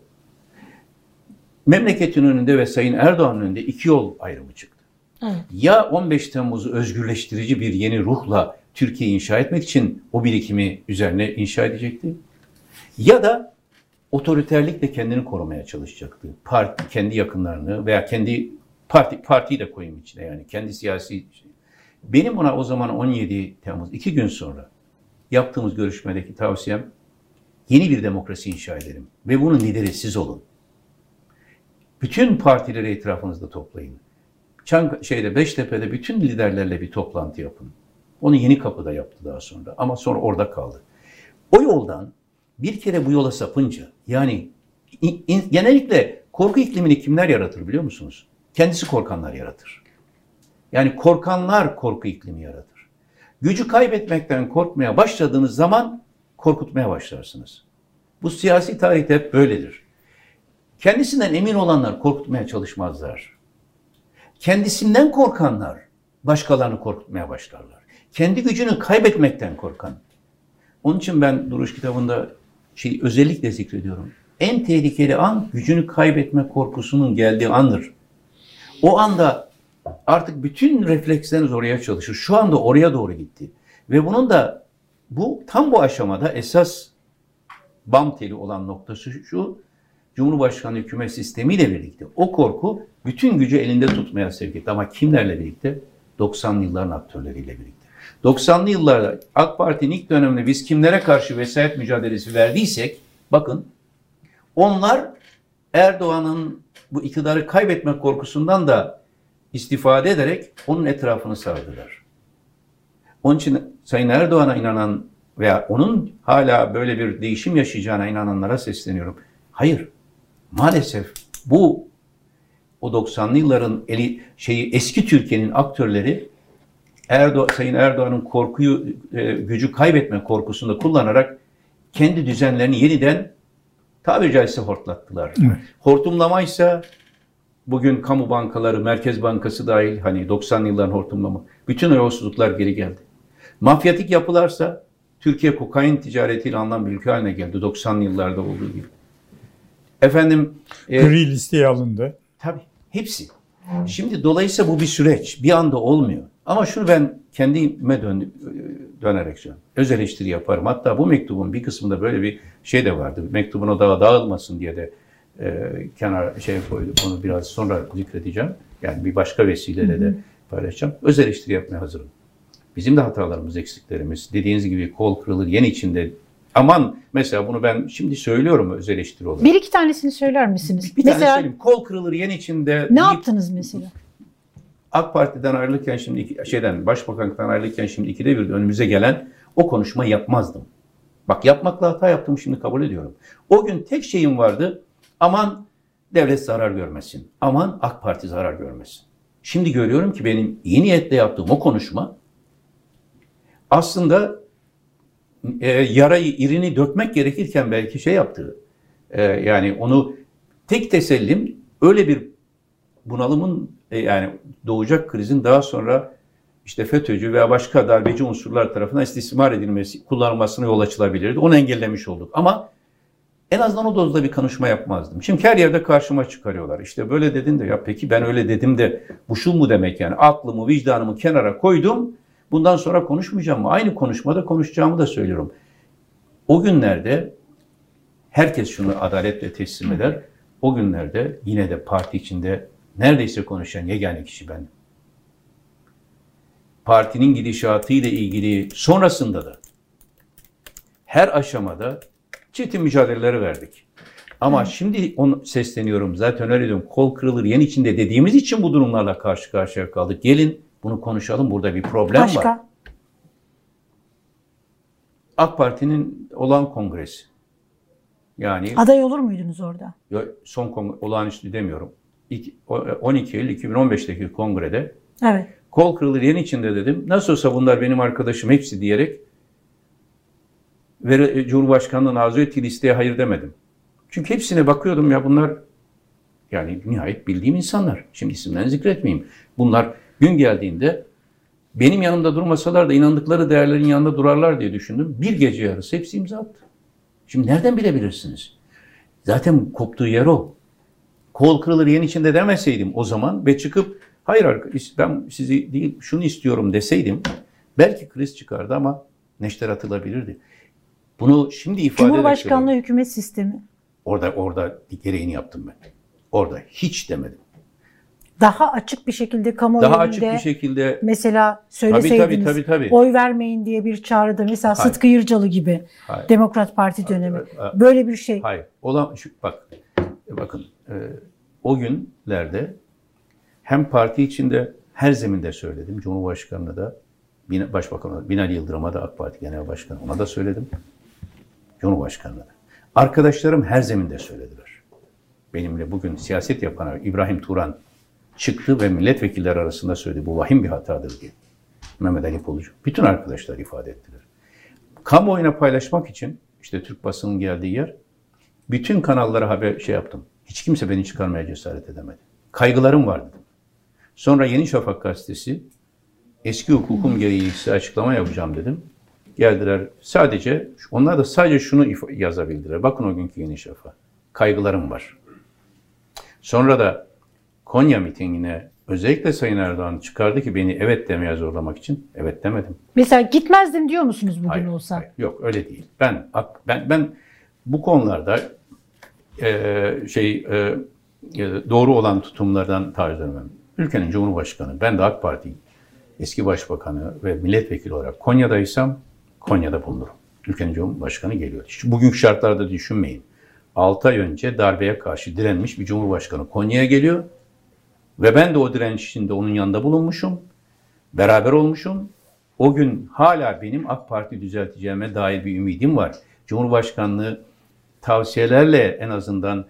memleketin önünde ve Sayın Erdoğan'ın önünde iki yol ayrımı çıktı. Evet. Ya 15 Temmuz'u özgürleştirici bir yeni ruhla Türkiye'yi inşa etmek için o birikimi üzerine inşa edecekti. Ya da otoriterlikle kendini korumaya çalışacaktı. Kendi yakınlarını veya kendi partiyi de koyayım içine, yani kendi siyasi. Benim ona o zaman 17 Temmuz 2 gün sonra yaptığımız görüşmedeki tavsiyem yeni bir demokrasi inşa edelim ve bunun lideri siz olun. Bütün partileri etrafınızda toplayın. Beştepe'de bütün liderlerle bir toplantı yapın. Onu Yenikapı'da yaptı daha sonra ama sonra orada kaldı. O yoldan bir kere bu yola sapınca, yani genellikle korku iklimini kimler yaratır biliyor musunuz? Kendisi korkanlar yaratır. Yani korkanlar korku iklimi yaratır. Gücü kaybetmekten korkmaya başladığınız zaman korkutmaya başlarsınız. Bu siyasi tarihte hep böyledir. Kendisinden emin olanlar korkutmaya çalışmazlar. Kendisinden korkanlar başkalarını korkutmaya başlarlar. Kendi gücünü kaybetmekten korkan. Onun için ben Duruş kitabında özellikle zikrediyorum. En tehlikeli an gücünü kaybetme korkusunun geldiği andır. O anda artık bütün refleksleriniz oraya çalışır. Şu anda oraya doğru gitti. Ve bunun da tam bu aşamada esas bam teli olan noktası şu: Cumhurbaşkanı hükümet sistemiyle birlikte o korku bütün gücü elinde tutmaya sevk etti. Ama kimlerle birlikte? 90'lı yılların aktörleriyle birlikte. 90'lı yıllarda AK Parti'nin ilk döneminde biz kimlere karşı vesayet mücadelesi verdiysek, bakın onlar Erdoğan'ın bu iktidarı kaybetme korkusundan da istifade ederek onun etrafını sardılar. Onun için Sayın Erdoğan'a inanan veya onun hala böyle bir değişim yaşayacağına inananlara sesleniyorum. Hayır, maalesef o 90'lı yılların eski Türkiye'nin aktörleri Sayın Erdoğan'ın gücü kaybetme korkusunu kullanarak kendi düzenlerini yeniden tabiri caizse hortlattılar. Evet. Hortumlamaysa bugün kamu bankaları, Merkez Bankası dahil, hani 90'lı yılların hortumlama, bütün o yolsuzluklar geri geldi. Mafyatik yapılarsa Türkiye kokain ticaretiyle anlam bir ülke haline geldi 90'lı yıllarda olduğu gibi. Gri listeye alındı. Tabii, hepsi. Şimdi dolayısıyla bu bir süreç. Bir anda olmuyor. Ama şunu ben kendime dönerek söylüyorum. Öz eleştiri yaparım. Hatta bu mektubun bir kısmında böyle bir şey de vardı. Mektubun o dağılmasın diye de kenar koyduk. Onu biraz sonra zikredeceğim. Yani bir başka vesileyle de paylaşacağım. Öz eleştiri yapmaya hazırım. Bizim de hatalarımız, eksiklerimiz. Dediğiniz gibi kol kırılır, yen içinde. Aman, mesela bunu ben şimdi söylüyorum öz eleştiri olarak. Bir iki tanesini söyler misiniz? Bir tane söyleyeyim. Kol kırılır, yen içinde. Ne yaptınız mesela? AK Parti'den ayrılırken şimdi başbakanlıktan ayrılırken şimdi 2'de 1'de önümüze gelen o konuşma yapmazdım. Bak yapmakla hata yaptım, şimdi kabul ediyorum. O gün tek şeyim vardı. Aman devlet zarar görmesin. Aman AK Parti zarar görmesin. Şimdi görüyorum ki benim iyi niyetle yaptığım o konuşma aslında yarayı, irini dökmek gerekirken belki şey yaptı. Yani onu tek tesellim öyle bir bunalımın yani doğacak krizin daha sonra işte FETÖ'cü veya başka darbeci unsurlar tarafından istismar edilmesi, kullanılmasına yol açılabilirdi. Onu engellemiş olduk. Ama en azından o dozda bir konuşma yapmazdım. Şimdi her yerde karşıma çıkarıyorlar. İşte böyle dedin de ya peki ben öyle dedim de bu şu mu demek yani? Aklımı, vicdanımı kenara koydum. Bundan sonra konuşmayacağım mı? Aynı konuşmada konuşacağımı da söylüyorum. O günlerde herkes şunu adaletle teslim eder. O günlerde yine de parti içinde neredeyse konuşan yegane kişi bendim. Partinin gidişatıyla ilgili sonrasında da her aşamada ciddi mücadeleleri verdik. Ama şimdi onu sesleniyorum. Zaten öyle diyorum. Kol kırılır yen içinde dediğimiz için bu durumlarla karşı karşıya kaldık. Gelin bunu konuşalım. Burada bir problem var. AK Parti'nin olağan kongresi. Yani aday olur muydunuz orada? Son kongre, olağanüstü demiyorum. 12 Eylül 2015'teki kongrede evet. Kol kırılır yen içinde dedim. Nasıl olsa bunlar benim arkadaşım hepsi diyerek ve Cumhurbaşkanlığı'nın arzu ettiği listeye hayır demedim. Çünkü hepsine bakıyordum ya bunlar yani nihayet bildiğim insanlar. Şimdi isimlerini zikretmeyeyim. Bunlar gün geldiğinde benim yanımda durmasalar da inandıkları değerlerin yanında durarlar diye düşündüm. Bir gece yarısı hepsi imza attı. Şimdi nereden bilebilirsiniz? Zaten koptuğu yer o. Kol kırılır yen içinde demeseydim o zaman ve çıkıp hayır arkadaş ben sizi değil şunu istiyorum deseydim belki kriz çıkardı ama neşter atılabilirdi. Bunu şimdi ifade Cumhurbaşkanlığı hükümet sistemi. Orada gereğini yaptım ben. Orada hiç demedim. Daha açık bir şekilde kamuoyunda daha açık bir şekilde mesela söyleseydiniz tabii. Oy vermeyin diye bir çağrıda mesela hayır. Sıtkı Yırcalı gibi hayır. Demokrat Parti dönemi böyle bir şey. Hayır. Bakın o günlerde hem parti içinde her zeminde söyledim. Cumhurbaşkanı'na da Başbakanı Binali Yıldırım'a da AK Parti Genel Başkanı ona da söyledim. Cumhurbaşkanı'na da. Arkadaşlarım her zeminde söylediler. Benimle bugün siyaset yapan İbrahim Turan çıktı ve milletvekilleri arasında söyledi. Bu vahim bir hatadır diye. Mehmet Ali Pulucu. Bütün arkadaşlar ifade ettiler. Kamuoyuna paylaşmak için işte Türk basının geldiği yer bütün kanallara haber yaptım. Hiç kimse beni çıkarmaya cesaret edemedi. Kaygılarım var dedim. Sonra Yeni Şafak gazetesi eski hukukum gereği size açıklama yapacağım dedim. Geldiler onlar da sadece şunu yazabildiler. Bakın o günkü Yeni Şafak. Kaygılarım var. Sonra da Konya mitingine özellikle Sayın Erdoğan çıkardı ki beni evet demeye zorlamak için evet demedim. Mesela gitmezdim diyor musunuz bugün hayır, olsa? Hayır, yok öyle değil. Ben bu konularda doğru olan tutumlardan taviz vermem. Ülkenin Cumhurbaşkanı, ben de AK Parti eski başbakanı ve milletvekili olarak Konya'daysam Konya'da bulunurum. Ülkenin Cumhurbaşkanı geliyor. İşte bugünkü şartlarda düşünmeyin. 6 ay önce darbeye karşı direnmiş bir Cumhurbaşkanı Konya'ya geliyor. Ve ben de o direnç içinde onun yanında bulunmuşum. Beraber olmuşum. O gün hala benim AK Parti düzelteceğime dair bir ümidim var. Cumhurbaşkanlığı tavsiyelerle en azından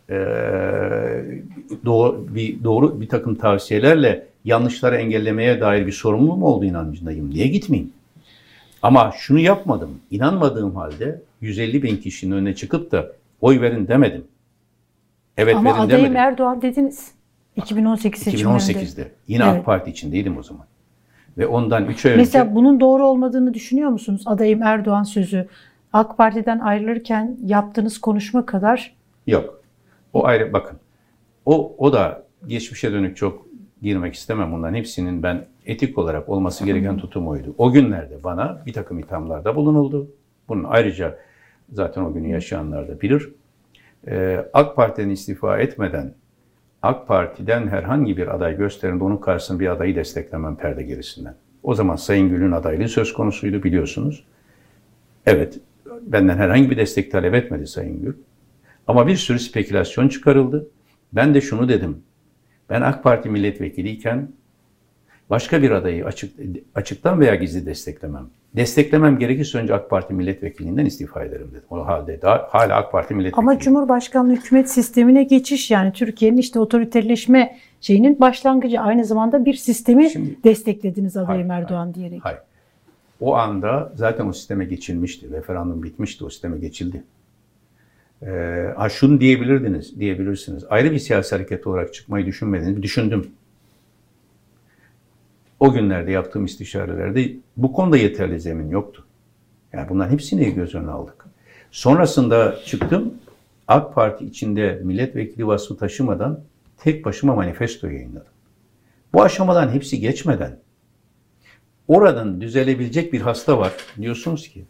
doğru bir takım tavsiyelerle yanlışları engellemeye dair bir sorumluluğum olduğu inancındayım. Niye gitmeyeyim? Ama şunu yapmadım. İnanmadığım halde 150 bin kişinin önüne çıkıp da oy verin demedim. Evet ama verin demedim. Ama adayım Erdoğan dediniz. 2018 seçimlerinde. 2018'de. Yine evet. AK Parti içindeydim o zaman. Ve ondan 3 ay Mesela önce... bunun doğru olmadığını düşünüyor musunuz? Adayım Erdoğan sözü AK Parti'den ayrılırken yaptığınız konuşma kadar... Yok. O ayrı bakın. O da geçmişe dönük çok girmek istemem bunların hepsinin ben etik olarak olması gereken tutum oydu. O günlerde bana bir takım ithamlarda bulunuldu. Bunun ayrıca zaten o günü yaşayanlar da bilir. AK Parti'den istifa etmeden AK Parti'den herhangi bir aday gösterildiğinde onun karşısında bir adayı desteklemem perde gerisinden. O zaman Sayın Gül'ün adaylığı söz konusuydu biliyorsunuz. Evet, benden herhangi bir destek talep etmedi Sayın Gül. Ama bir sürü spekülasyon çıkarıldı. Ben de şunu dedim. Ben AK Parti milletvekiliyken başka bir adayı açıktan veya gizli desteklemem. Desteklemem gerekirse önce AK Parti milletvekilinden istifa ederim dedim. O halde hala AK Parti milletvekili. Ama Cumhurbaşkanlığı hükümet sistemine geçiş, yani Türkiye'nin işte otoriterleşme şeyinin başlangıcı, aynı zamanda bir sistemi desteklediniz adayım Erdoğan diyerek. Hayır. O anda zaten o sisteme geçilmişti. Referandum bitmişti, o sisteme geçildi. Şunu diyebilirsiniz. Ayrı bir siyasi hareket olarak çıkmayı düşünmediniz. Düşündüm. O günlerde yaptığım istişarelerde bu konuda yeterli zemin yoktu. Yani bunların hepsini göz önüne aldık. Sonrasında çıktım, AK Parti içinde milletvekili vasfı taşımadan tek başıma manifesto yayınladım. Bu aşamadan hepsi geçmeden oradan düzelebilecek bir hasta var. Diyorsunuz ki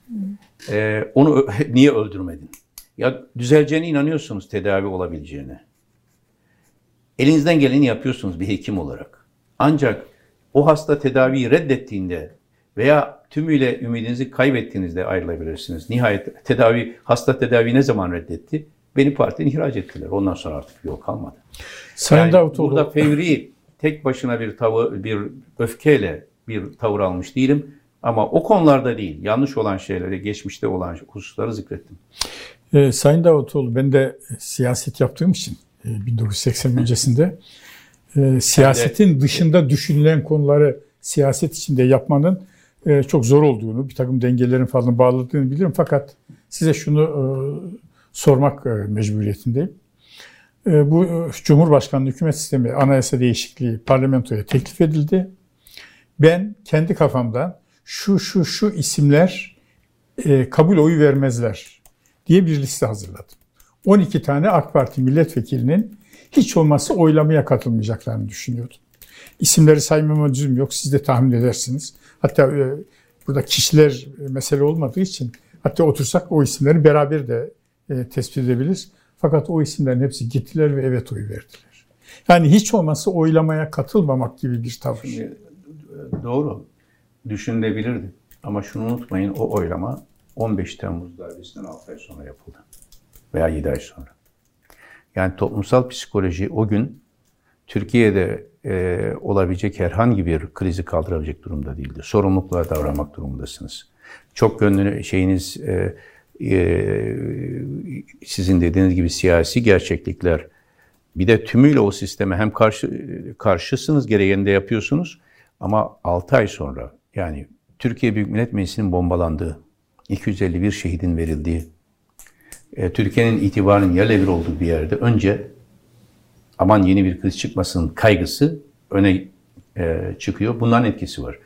onu niye öldürmedin? Ya düzeleceğine inanıyorsunuz, tedavi olabileceğine. Elinizden geleni yapıyorsunuz bir hekim olarak. Ancak o hasta tedaviyi reddettiğinde veya tümüyle ümidinizi kaybettiğinizde ayrılabilirsiniz. Nihayet hasta tedavi ne zaman reddetti? Beni partiden ihraç ettiler. Ondan sonra artık yol kalmadı. Sayın Davutoğlu, burada fevri, tek başına bir öfkeyle bir tavır almış değilim. Ama o konularda değil, yanlış olan şeyleri, geçmişte olan hususları zikrettim. Sayın Davutoğlu, ben de siyaset yaptığım için 1980 öncesinde siyasetin dışında düşünülen konuları siyaset içinde yapmanın çok zor olduğunu, bir takım dengelerin falan bağladığını bilirim. Fakat size şunu sormak mecburiyetindeyim. Bu Cumhurbaşkanlığı hükümet sistemi anayasa değişikliği parlamentoya teklif edildi. Ben kendi kafamdan şu isimler kabul oyu vermezler diye bir liste hazırladım. 12 tane AK Parti milletvekilinin hiç olmazsa oylamaya katılmayacaklarını düşünüyordum. İsimleri saymama lüzum yok, siz de tahmin edersiniz. Hatta burada kişiler mesele olmadığı için hatta otursak o isimleri beraber de tespit edebiliriz. Fakat o isimlerin hepsi gittiler ve evet oyu verdiler. Yani hiç olmazsa oylamaya katılmamak gibi bir tavır. Şimdi, doğru, düşünülebilirdi. Ama şunu unutmayın, o oylama 15 Temmuz darbesinden 6 ay sonra yapıldı. Veya 7 ay sonra. Yani toplumsal psikoloji o gün Türkiye'de olabilecek herhangi bir krizi kaldırabilecek durumda değildi. Sorumlulukla davranmak durumundasınız. Çok gönlünü sizin dediğiniz gibi siyasi gerçeklikler, bir de tümüyle o sisteme hem karşısınız, gereğini de yapıyorsunuz, ama 6 ay sonra, yani Türkiye Büyük Millet Meclisi'nin bombalandığı, 251 şehidin verildiği, Türkiye'nin itibarının yerle bir olduğu bir yerde önce aman yeni bir kriz çıkmasının kaygısı öne çıkıyor. Bunların etkisi var.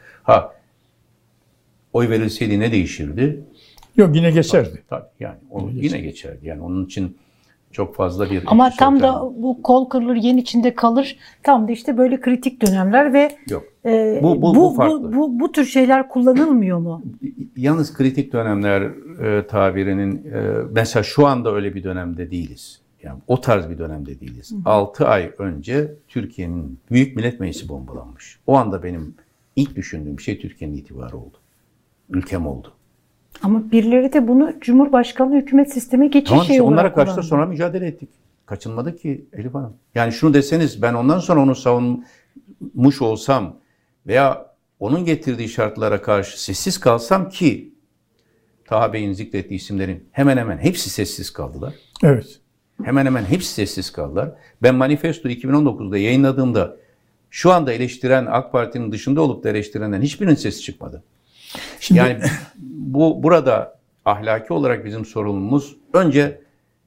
Oy verilseydi ne değişirdi? Yok, yine geçerdi. Tabii yani yine geçerdi. Yani onun için çok fazla bir... Ama tam da bu kol kırılır yen içinde kalır. Tam da işte böyle kritik dönemler ve yok. Bu farklı. Bu tür şeyler kullanılmıyor mu? Yalnız kritik dönemler tabirinin mesela şu anda öyle bir dönemde değiliz. Yani o tarz bir dönemde değiliz. 6 ay önce Türkiye'nin Büyük Millet Meclisi bombalanmış. O anda benim ilk düşündüğüm şey Türkiye'nin itibarı oldu. Ülkem oldu. Ama birileri de bunu Cumhurbaşkanlığı hükümet sistemi geçiş tamam, şeyi olarak onlara karşı da kullandı. sonra mücadele ettik. Kaçınmadı ki Elif Hanım. Yani şunu deseniz, ben ondan sonra onu savunmuş olsam veya onun getirdiği şartlara karşı sessiz kalsam, ki Taha Bey'in zikrettiği isimlerin hemen hemen hepsi sessiz kaldılar. Evet. Hemen hemen hepsi sessiz kaldılar. Ben manifesto 2019'da yayınladığımda şu anda eleştiren, AK Parti'nin dışında olup da eleştirenden hiçbirinin sesi çıkmadı. Şimdi, yani burada ahlaki olarak bizim sorunumuz önce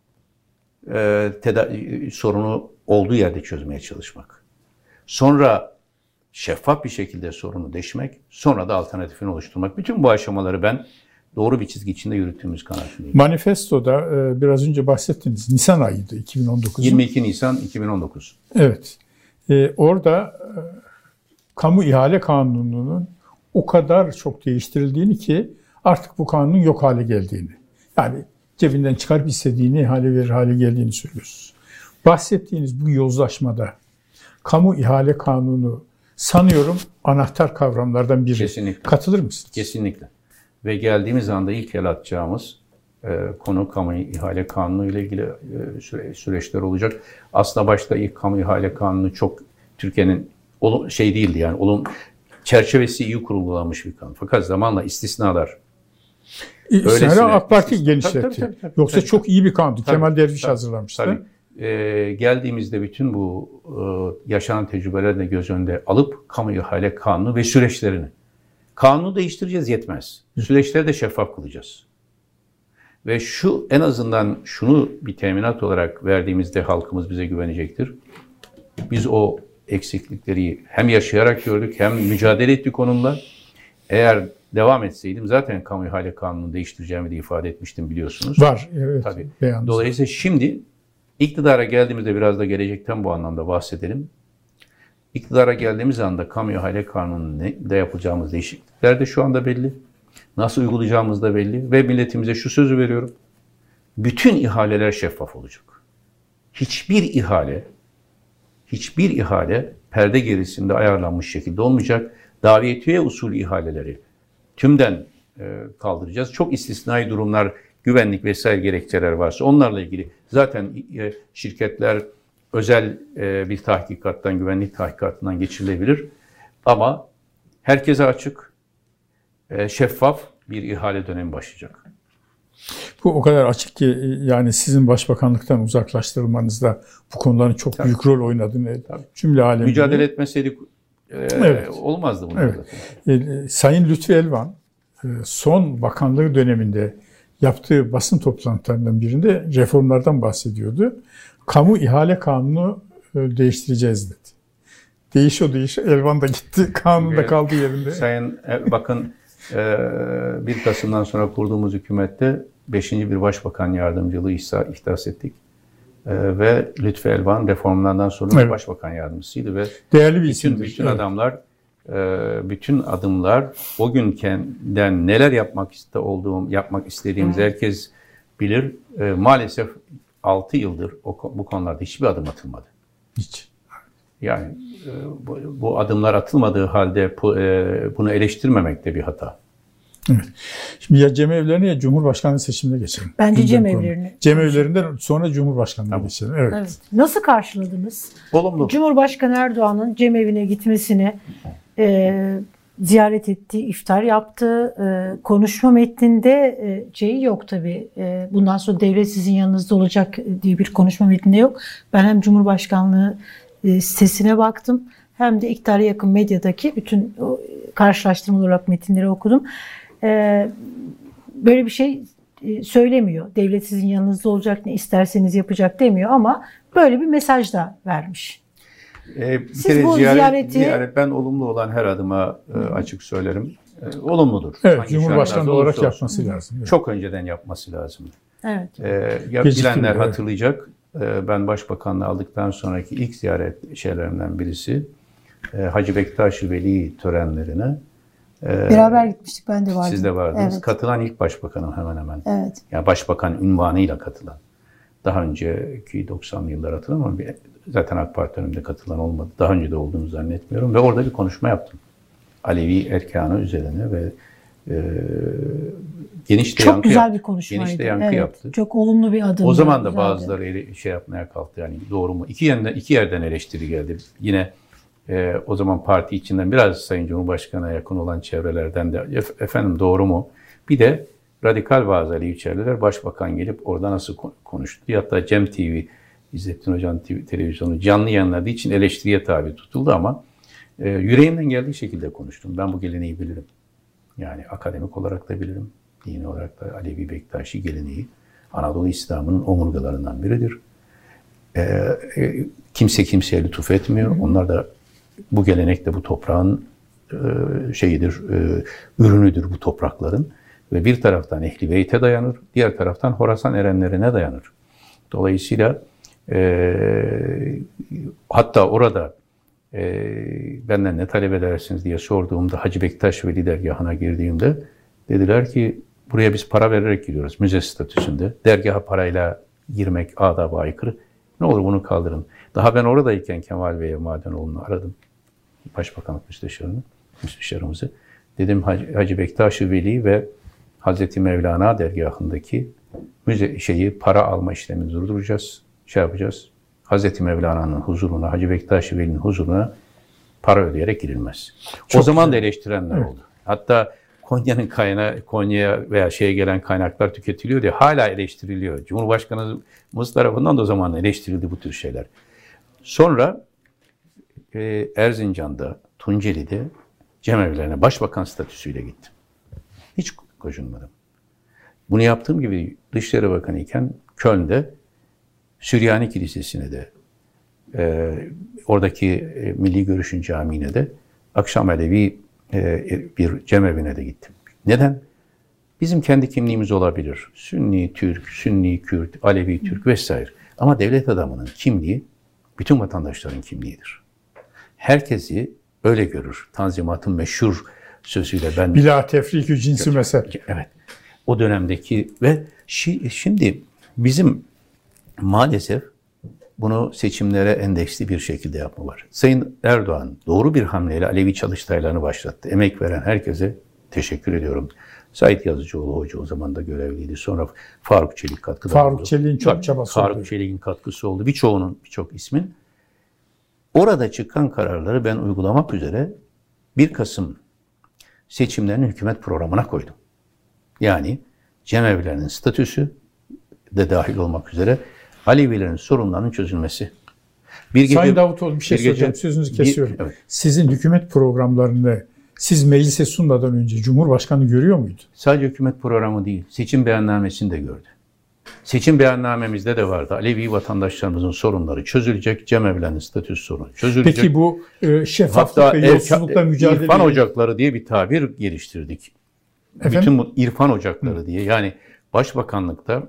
sorunu olduğu yerde çözmeye çalışmak. Sonra şeffaf bir şekilde sorunu deşmek, sonra da alternatifini oluşturmak. Bütün bu aşamaları ben doğru bir çizgi içinde yürüttüğümüz kanaatindeyim. Manifestoda biraz önce bahsettiniz, Nisan ayıydı 2019. 22 Nisan 2019. Evet. Orada kamu ihale kanununun o kadar çok değiştirildiğini ki artık bu kanunun yok hale geldiğini, yani cebinden çıkarıp istediğini ihale verir hale geldiğini söylüyorsunuz. Bahsettiğiniz bu yozlaşmada kamu ihale kanunu sanıyorum anahtar kavramlardan biri. Kesinlikle. Katılır mısınız? Kesinlikle. Ve geldiğimiz anda ilk el atacağımız konu kamu ihale kanunu ile ilgili süreçler olacak. Aslında başta ilk kamu ihale kanunu çok Türkiye'nin şey değildi yani çerçevesi iyi kurgulanmış bir kanun. Fakat zamanla istisnalar. Sonra AK Parti genişletti. Tabii. Yoksa çok iyi bir kanundu. Kemal Derviş hazırlamıştı. Tabii. Geldiğimizde bütün bu yaşanan tecrübeleri de göz önünde alıp kamu ihale kanunu ve süreçlerini. Kanunu değiştireceğiz yetmez. Süreçleri de şeffaf kılacağız. Ve en azından şunu bir teminat olarak verdiğimizde halkımız bize güvenecektir. Biz o eksiklikleri hem yaşayarak gördük hem mücadele ettik onunla. Eğer devam etseydim zaten kamu ihale kanunu değiştireceğimi de ifade etmiştim biliyorsunuz. Var, evet. Tabii. Beyanınız. Dolayısıyla şimdi iktidara geldiğimizde biraz da gelecekten bu anlamda bahsedelim. İktidara geldiğimiz anda kamu ihale kanununda yapacağımız değişiklikler de şu anda belli. Nasıl uygulayacağımız da belli. Ve milletimize şu sözü veriyorum. Bütün ihaleler şeffaf olacak. Hiçbir ihale perde gerisinde ayarlanmış şekilde olmayacak. Davetiye usulü ihaleleri tümden kaldıracağız. Çok istisnai durumlar, güvenlik vesaire gerekçeler varsa onlarla ilgili zaten şirketler özel bir tahkikattan, güvenlik tahkikatından geçirilebilir. Ama herkese açık, şeffaf bir ihale dönemi başlayacak. Bu o kadar açık ki yani sizin başbakanlıktan uzaklaştırılmanızda bu konuların çok büyük rol oynadığını cümle aleminde. Mücadele etmeseydik olmazdı bunlar zaten. Sayın Lütfü Elvan son bakanlığı döneminde yaptığı basın toplantılarından birinde reformlardan bahsediyordu. Kamu ihale kanunu değiştireceğiz dedi. Değiş Elvan da gitti. Kanun da kaldı yerinde. Sayın bakın 1 Kasım'dan sonra kurduğumuz hükümette 5. bir başbakan yardımcılığı ihdas ettik. Ve Lütfü Elvan reformlardan sonra başbakan yardımcısıydı ve değerli bir isimdir. Bütün adımlar o günden neler yapmak istediğimiz herkes bilir. Maalesef 6 yıldır bu konularda hiçbir adım atılmadı. Hiç. Yani bu adımlar atılmadığı halde bunu eleştirmemek de bir hata. Evet. Şimdi ya cemevlerine ya Cumhurbaşkanlığı seçimine geçelim. Bence cemevlerine. Cemevlerinden sonra Cumhurbaşkanlığına geçelim. Evet. Nasıl karşıladınız? Olumlu. Cumhurbaşkanı Erdoğan'ın cemevine gitmesini ziyaret etti, iftar yaptı. Konuşma metninde şeyi yok tabii. Bundan sonra devlet sizin yanınızda olacak diye bir konuşma metninde yok. Ben hem Cumhurbaşkanlığı sitesine baktım hem de iktidara yakın medyadaki bütün karşılaştırmalı olarak metinleri okudum. Böyle bir şey söylemiyor. Devlet sizin yanınızda olacak, ne isterseniz yapacak demiyor ama böyle bir mesaj da vermiş. Siz bu ziyareti... Ben olumlu olan her adıma açık söylerim. Olumludur. Evet, Cumhurbaşkanı olarak yapması lazım. Evet. Çok önceden yapması lazım. Evet. Bilenler hatırlayacak. Ben başbakanlığı aldıktan sonraki ilk ziyaret şeylerinden birisi Hacı Bektaş-ı Veli törenlerine. Beraber gitmiştik, ben de vardım. Siz de vardınız. Evet. Katılan ilk başbakanım hemen hemen. Evet. Yani başbakan unvanıyla katılan. Daha önceki 90'lı yıllar hatırlamam ama zaten AK Parti döneminde katılan olmadı. Daha önce de olduğunu zannetmiyorum ve orada bir konuşma yaptım. Alevi erkanı üzerine ve geniş de çok güzel bir konuşmaydı. Geniş de yankı yaptı. Çok olumlu bir adım. O zaman da bazıları yapmaya kalktı. Yani doğru mu? İki yerden eleştiri geldi. Yine o zaman parti içinden biraz Sayın Cumhurbaşkanı'na yakın olan çevrelerden de efendim doğru mu? Bir de radikal bazı Alevi çevreler başbakan gelip orada nasıl konuştu? Hatta Cem TV, İzzettin Hoca'nın televizyonu canlı yayınladığı için eleştiriye tabi tutuldu ama yüreğimden geldiği şekilde konuştum. Ben bu geleneği bilirim. Yani akademik olarak da bilirim. Dini olarak da Alevi Bektaşi geleneği Anadolu İslam'ının omurgalarından biridir. Kimse kimseye lütuf etmiyor. Onlar da bu gelenek de bu toprağın ürünüdür bu toprakların. Ve bir taraftan Ehl-i Beyt'e dayanır, diğer taraftan Horasan erenlerine dayanır. Dolayısıyla hatta orada benden ne talep edersiniz diye sorduğumda Hacı Bektaş Veli dergahına girdiğimde dediler ki buraya biz para vererek giriyoruz müze statüsünde. Dergaha parayla girmek adaba aykırı. Ne olur bunu kaldırın. Daha ben oradayken Kemal Bey'e Madenoğlu'nu aradım. Başbakanlık müsteşarımızı. Dedim Hacı Bektaş-ı Veli ve Hazreti Mevlana dergahındaki para alma işlemini durduracağız. Yapacağız. Hazreti Mevlana'nın huzuruna, Hacı Bektaş-ı Veli'nin huzuruna Para ödeyerek girilmez. Çok o zaman güzel. da eleştirenler Evet. oldu. Hatta Konya'nın Konya'ya veya şeye gelen kaynaklar tüketiliyor diye hala eleştiriliyor. Cumhurbaşkanımız tarafından da o zaman eleştirildi bu tür şeyler. Sonra Erzincan'da, Tunceli'de cemevlerine başbakan statüsüyle gittim. Hiç gocunmadım. Bunu yaptığım gibi Dışişleri Bakanı iken Köln'de Süryani Kilisesi'ne de oradaki Milli Görüş'ün camiine de akşam Alevi bir cemevine de gittim. Neden? Bizim kendi kimliğimiz olabilir. Sünni Türk, Sünni Kürt, Alevi Türk vesaire. Ama devlet adamının kimliği bütün vatandaşların kimliğidir. Herkesi öyle görür. Tanzimat'ın meşhur sözüyle ben... Bila tefrikü cinsi mezhep. Evet. O dönemdeki ve şimdi bizim maalesef bunu seçimlere endeksli bir şekilde yapma var. Sayın Erdoğan doğru bir hamleyle Alevi çalıştaylarını başlattı. Emek veren herkese teşekkür ediyorum. Sait Yazıcıoğlu Hoca o zaman da görevliydi. Sonra Faruk Çelik katkıda oldu. Faruk Çelik'in çok çabası oldu. Faruk Çelik'in katkısı oldu. Birçok ismin. Orada çıkan kararları ben uygulamak üzere 1 Kasım seçimlerinin hükümet programına koydum. Yani cemevlerinin statüsü de dahil olmak üzere Alevilerin sorunlarının çözülmesi. Sayın Davutoğlu bir şey soracağım. Sözünüzü kesiyorum. Evet. Sizin hükümet programlarını siz meclise sunmadan önce Cumhurbaşkanı görüyor muydu? Sadece hükümet programı değil, seçim beyannamesini de gördü. Seçim beyannamemizde de vardı. Alevi vatandaşlarımızın sorunları çözülecek, cemevlerinin statüsü sorunu çözülecek. Peki bu şeffaflık ve yolsuzlukla mücadele... İrfan ocakları diye bir tabir geliştirdik. Efendim? Bütün bu irfan ocakları diye. Yani Başbakanlıkta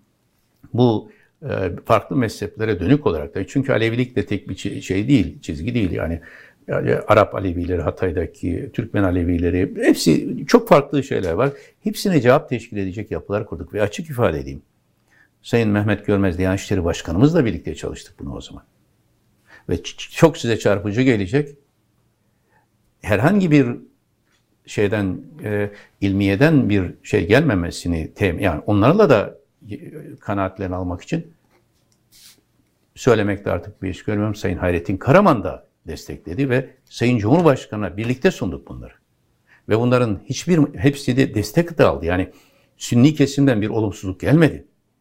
bu farklı mezheplere dönük olarak da, çünkü Alevilik de tek bir şey değil, çizgi değil yani Arap Alevileri, Hatay'daki Türkmen Alevileri, hepsi çok farklı şeyler var. Hepsine cevap teşkil edecek yapılar kurduk ve açık ifade edeyim. Sayın Mehmet Görmez Diyanet İşleri Başkanımızla birlikte çalıştık bunu o zaman. Ve çok size çarpıcı gelecek. Herhangi bir şeyden, ilmiyeden bir şey gelmemesini, yani onlarla da kanaatlerini almak için söylemekte artık bir iş görmüyorum. Sayın Hayrettin Karaman da destekledi ve Sayın Cumhurbaşkanı'na birlikte sunduk bunları. Ve bunların hepsi de destek de aldı. Yani Sünni kesimden bir olumsuzluk gelmedi.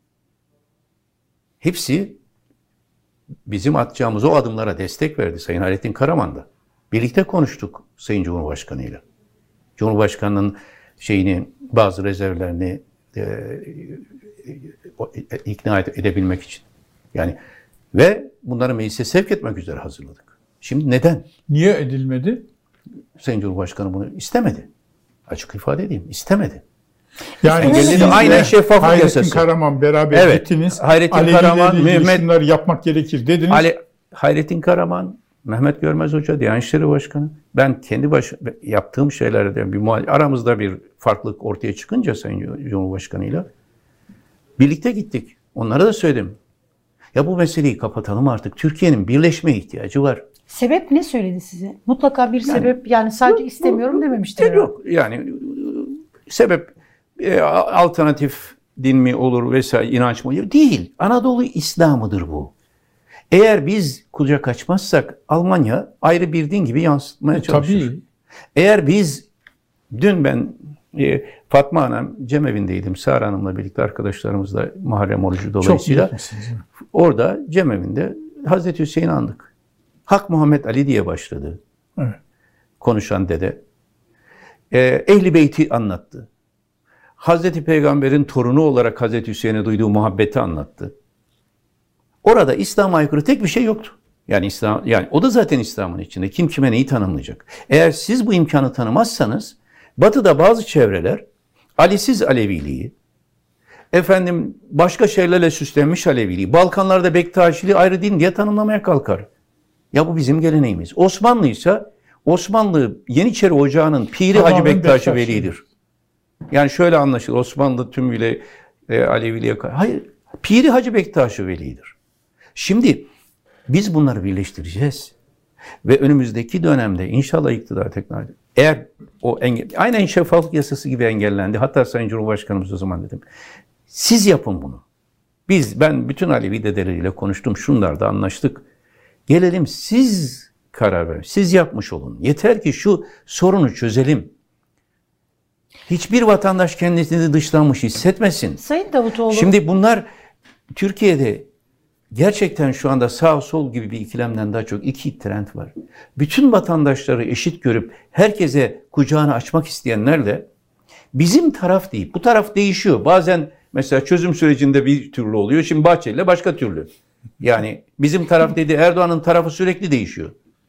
Hepsi bizim atacağımız o adımlara destek verdi Sayın Hayrettin Karaman da. Birlikte konuştuk Sayın Cumhurbaşkanı'yla. Cumhurbaşkanı'nın bazı rezervlerini ikna edebilmek için. Yani ve bunları meclise sevk etmek üzere hazırladık. Şimdi neden? Niye edilmedi? Sayın Cumhurbaşkanı bunu istemedi. Açık ifade edeyim, istemedi. Yani siz aynen şeffaflık Hayrettin yasası. Karaman beraber gittiniz. Hayrettin Karaman, şunları yapmak gerekir dediniz. Hayrettin Karaman, Mehmet Görmez Hoca, Diyanet İşleri Başkanı. Ben kendi yaptığım şeylerden aramızda bir farklılık ortaya çıkınca Sayın Cumhurbaşkanı'yla birlikte gittik. Onlara da söyledim. Ya bu meseleyi kapatalım artık. Türkiye'nin birleşmeye ihtiyacı var. Sebep ne söyledi size? Mutlaka bir sebep, yani sadece istemiyorum dememiştir. Yok. Yani sebep alternatif din mi olur vesaire, inanç mı olur? Değil. Anadolu İslam'ıdır bu. Eğer biz kucak açmazsak Almanya ayrı bir din gibi yansıtmaya çalışır. Tabii. Eğer biz, dün ben Fatma Hanım cemevindeydim. Sara Hanım'la birlikte arkadaşlarımızla Muharrem orucu dolayısıyla. Orada cemevinde Hazreti Hüseyin'i andık. Hak Muhammed Ali diye başladı. Evet. Konuşan dede. Ehl-i Beyt'i anlattı. Hazreti Peygamber'in torunu olarak Hazreti Hüseyin'e duyduğu muhabbeti anlattı. Orada İslam'a aykırı tek bir şey yoktu. Yani o da zaten İslam'ın içinde. Kim kime neyi tanımlayacak? Eğer siz bu imkanı tanımazsanız, Batı'da bazı çevreler Ali'siz Aleviliği, başka şeylerle süslenmiş Aleviliği, Balkanlarda Bektaşiliği ayrı din diye tanımlamaya kalkar. Ya bu bizim geleneğimiz. Osmanlı Yeniçeri Ocağı'nın piri Hacı Bektaş Veli'dir. Yani şöyle anlaşılır. Osmanlı tümüyle Aleviliğe... Hayır. Piri Hacı Bektaş Veli'dir. Şimdi biz bunları birleştireceğiz. Ve önümüzdeki dönemde inşallah iktidar tekrar... Eğer aynen şeffaflık yasası gibi engellendi. Hatta Sayın Cumhurbaşkanımız o zaman dedim. Siz yapın bunu. Ben bütün Alevi dedeleriyle konuştum. Şunlarda anlaştık. Gelelim siz karar verin. Siz yapmış olun. Yeter ki şu sorunu çözelim. Hiçbir vatandaş kendisini dışlanmış hissetmesin. Sayın Davutoğlu. Şimdi bunlar Türkiye'de gerçekten şu anda sağ sol gibi bir ikilemden daha çok iki trend var. Bütün vatandaşları eşit görüp herkese kucağını açmak isteyenlerle bizim taraf değil. Bu taraf değişiyor. Bazen mesela çözüm sürecinde bir türlü oluyor. Şimdi Bahçeli'yle başka türlü. Yani bizim taraf dedi, Erdoğan'ın tarafı sürekli değişiyor.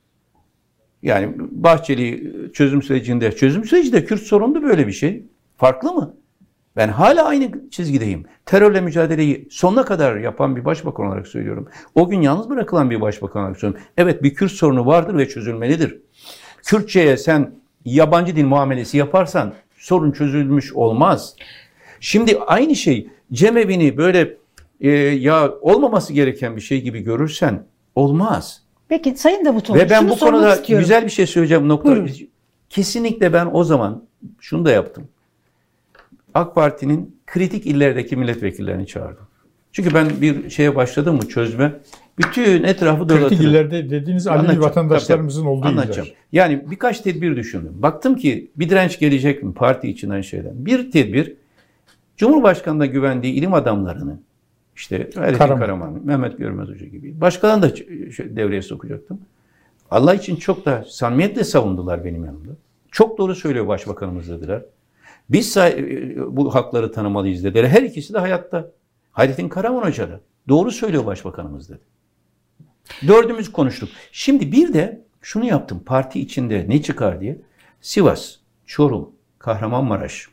Yani Bahçeli çözüm süreci de Kürt sorunu da böyle bir şey. Farklı mı? Ben hala aynı çizgideyim. Terörle mücadeleyi sonuna kadar yapan bir başbakan olarak söylüyorum. O gün yalnız bırakılan bir başbakan olarak söylüyorum. Evet, bir Kürt sorunu vardır ve çözülmelidir. Kürtçe'ye sen yabancı dil muamelesi yaparsan sorun çözülmüş olmaz. Şimdi aynı şey cemevi'ni böyle ya olmaması gereken bir şey gibi görürsen olmaz. Peki Sayın Davutoğlu, ve ben şunu bu konuda istiyorum. güzel bir şey söyleyeceğim. Buyurun. Kesinlikle ben o zaman şunu da yaptım. AK Parti'nin kritik illerdeki milletvekillerini çağırdım. Çünkü ben bir şeye başladım mı çözme, bütün etrafı dolatırım. Kritik illerde dediğiniz Alevi vatandaşlarımızın olduğu iller. Yani birkaç tedbir düşündüm. Baktım ki bir direnç gelecek mi parti içinden şeyden. Bir tedbir, Cumhurbaşkanı'na güvendiği ilim adamlarını, işte Karaman, Mehmet Görmez Hoca gibi başkalarını da devreye sokacaktım. Allah için çok da samimiyetle savundular benim yanımda. Çok doğru söylüyor Başbakanımız dediler. Biz bu hakları tanımalıyız dediler. Her ikisi de hayatta. Hayrettin Karaman Hoca da. Doğru söylüyor Başbakanımız dedi. Dördümüz konuştuk. Şimdi bir de şunu yaptım. Parti içinde ne çıkar diye. Sivas, Çorum, Kahramanmaraş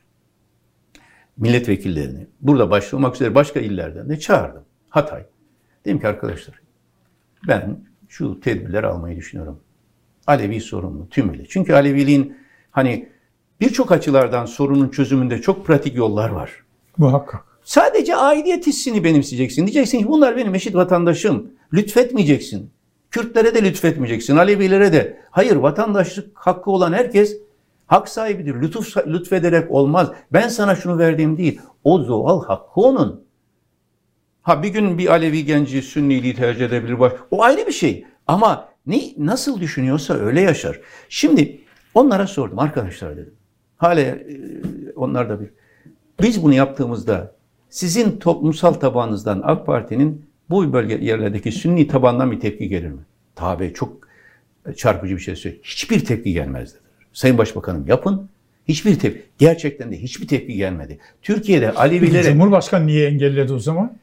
milletvekillerini burada başta olmak üzere başka illerden de çağırdım. Hatay. Dedim ki arkadaşlar ben şu tedbirleri almayı düşünüyorum. Alevi sorununu tümüyle. Çünkü Aleviliğin hani birçok açılardan sorunun çözümünde çok pratik yollar var. Muhakkak. Sadece aidiyet hissini benimseyeceksin. Diyeceksin ki bunlar benim eşit vatandaşım. Lütfetmeyeceksin. Kürtlere de lütfetmeyeceksin. Alevilere de. Hayır, vatandaşlık hakkı olan herkes hak sahibidir. Lütfederek olmaz. Ben sana şunu verdiğim değil. O doğal hakkı onun. Ha bir gün bir Alevi genci Sünniliği tercih edebilir. O ayrı bir şey. Ama nasıl düşünüyorsa öyle yaşar. Şimdi onlara sordum. Arkadaşlar dedim. Hala onlar da biz bunu yaptığımızda sizin toplumsal tabanınızdan AK Parti'nin bu yerlerdeki Sünni tabandan bir tepki gelir mi? Tabii çok çarpıcı bir şey söylüyor. Hiçbir tepki gelmez dediler. Sayın Başbakanım yapın. Hiçbir tepki. Gerçekten de hiçbir tepki gelmedi. Türkiye'de Alevilere... Cumhurbaşkanı niye engelledi o zaman?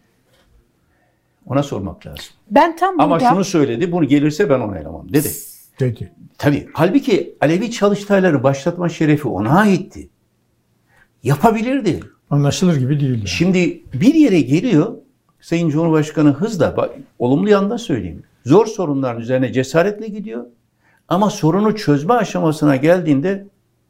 Ona sormak lazım. Ben tam burada... Ama şunu söyledi. Bunu gelirse ben onaylamam dedi. Dedi. Tabii. Halbuki Alevi çalıştayları başlatma şerefi ona aitti. Yapabilirdi. Anlaşılır gibi değil. Yani. Şimdi bir yere geliyor, Sayın Cumhurbaşkanı hızla, olumlu yanda söyleyeyim, zor sorunların üzerine cesaretle gidiyor. Ama sorunu çözme aşamasına geldiğinde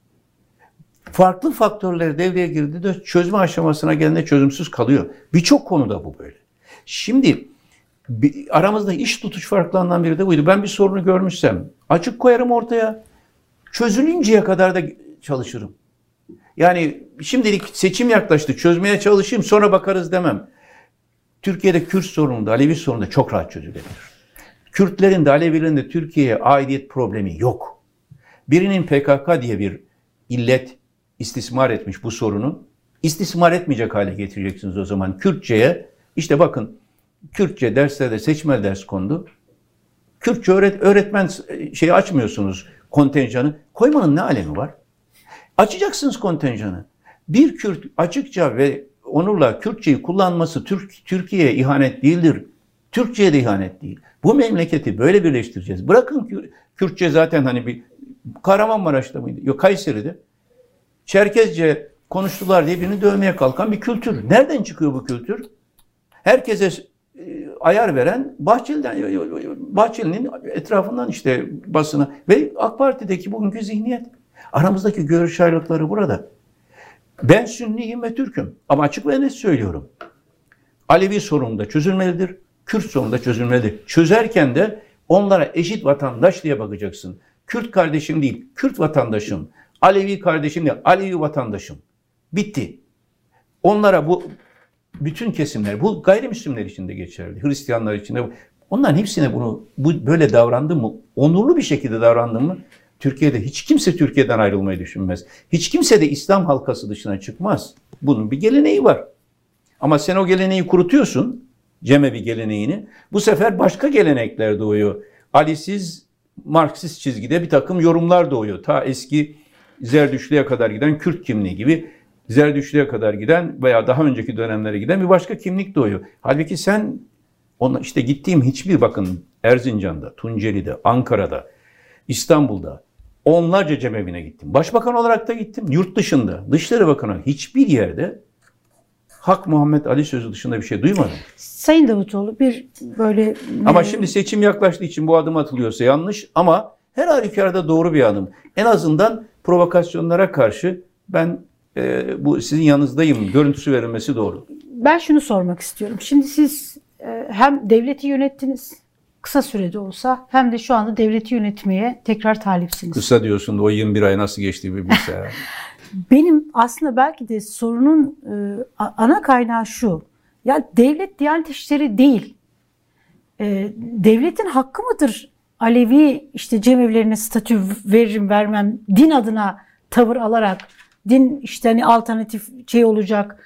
farklı faktörler devreye girdi de çözme aşamasına geldiğinde çözümsüz kalıyor. Birçok konuda bu böyle. Şimdi aramızda iş tutuş farklarından biri de buydu. Ben bir sorunu görmüşsem açık koyarım ortaya, çözülünceye kadar da çalışırım. Yani şimdilik seçim yaklaştı, çözmeye çalışayım, sonra bakarız demem. Türkiye'de Kürt sorunu da, Alevi sorunu da çok rahat çözülebilir. Kürtlerin de, Alevilerin de Türkiye'ye aidiyet problemi yok. Birinin PKK diye bir illet istismar etmiş bu sorunu. İstismar etmeyecek hale getireceksiniz o zaman. Kürtçe'ye, işte bakın, Kürtçe derslerde seçmeli ders kondu. Kürtçe öğretmen açmıyorsunuz kontenjanı. Koymanın ne alemi var? Açacaksınız kontenjanı. Bir Kürt açıkça ve onurla Kürtçeyi kullanması Türkiye'ye ihanet değildir. Türkçe'ye de ihanet değil. Bu memleketi böyle birleştireceğiz. Bırakın Kürtçe zaten hani bir Kahramanmaraş'ta mıydı? Yok, Kayseri'de. Çerkezce konuştular diye birini dövmeye kalkan bir kültür. Nereden çıkıyor bu kültür? Herkese ayar veren Bahçeli'nin etrafından işte basına ve AK Parti'deki bugünkü zihniyet. Aramızdaki görüş ayrılıkları burada. Ben Sünniyim ve Türk'üm. Ama açık ve net söylüyorum. Alevi sorunu da çözülmelidir. Kürt sorunu da çözülmelidir. Çözerken de onlara eşit vatandaş diye bakacaksın. Kürt kardeşim değil, Kürt vatandaşım. Alevi kardeşim değil, Alevi vatandaşım. Bitti. Onlara bu bütün kesimler, bu gayrimüslimler için de geçerli. Hristiyanlar için de Onların hepsine böyle davrandı mı, onurlu bir şekilde davrandı mı, Türkiye'de hiç kimse Türkiye'den ayrılmayı düşünmez. Hiç kimse de İslam halkası dışına çıkmaz. Bunun bir geleneği var. Ama sen o geleneği kurutuyorsun, Cemevi geleneğini. Bu sefer başka gelenekler doğuyor. Ali'siz, Marksist çizgide bir takım yorumlar doğuyor. Ta eski Zerdüştlüğe kadar giden Kürt kimliği gibi Zerdüştlüğe kadar giden veya daha önceki dönemlere giden bir başka kimlik doğuyor. Halbuki sen işte gittiğim hiçbir, bakın Erzincan'da, Tunceli'de, Ankara'da, İstanbul'da onlarca cemevine gittim. Başbakan olarak da gittim. Yurt dışında, Dışişleri Bakanı, hiçbir yerde Hak Muhammed Ali sözü dışında bir şey duymadım. Sayın Davutoğlu bir böyle... Ama şimdi seçim yaklaştığı için bu adım atılıyorsa yanlış, ama her halükarda doğru bir adım. En azından provokasyonlara karşı ben bu sizin yanınızdayım görüntüsü verilmesi doğru. Ben şunu sormak istiyorum. Şimdi siz hem devleti yönettiniz kısa sürede olsa, hem de şu anda devleti yönetmeye tekrar talipsiniz. Kısa diyorsun da o 21 ay nasıl geçti bir bilse. Benim aslında belki de sorunun ana kaynağı şu. Ya devlet Diyanet İşleri değil. Devletin hakkı mıdır Alevi işte cemevlerine statü veririm vermem, din adına tavır alarak, din işte hani alternatif şey olacak.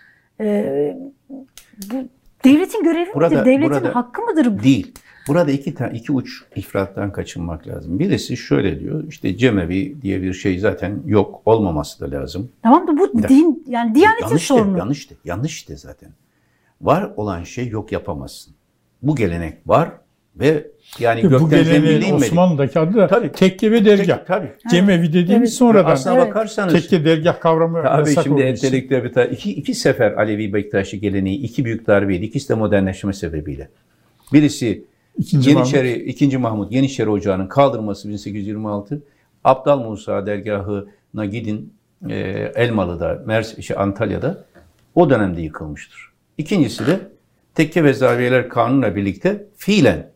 Bu devletin görevi midir? Devletin hakkı mıdır? Değil. Burada iki uç ifrattan kaçınmak lazım. Birisi şöyle diyor, işte Cemevi diye bir şey zaten yok, olmaması da lazım. Tamam da bu din, yani Diyanet'in sorunu. Yanlış de zaten. Var olan şey yok yapamazsın. Bu gelenek var ve yani bu geleneğin Osmanlı'daki adı da tekke ve dergah. Tabii. Cemevi dediğimiz sonradan. Aslına bakarsanız tekke dergah kavramı tabii şimdi entelektüel iki sefer Alevi Bektaşi geleneği, iki büyük darbeydi. İkisi de modernleşme sebebiyle. Birisi İkinci Mahmut Yeniçeri Ocağı'nın kaldırılması 1826. Abdal Musa dergahına gidin, Elmalı'da, Antalya'da o dönemde yıkılmıştır. İkincisi de Tekke ve Zaviyeler Kanunu'yla birlikte fiilen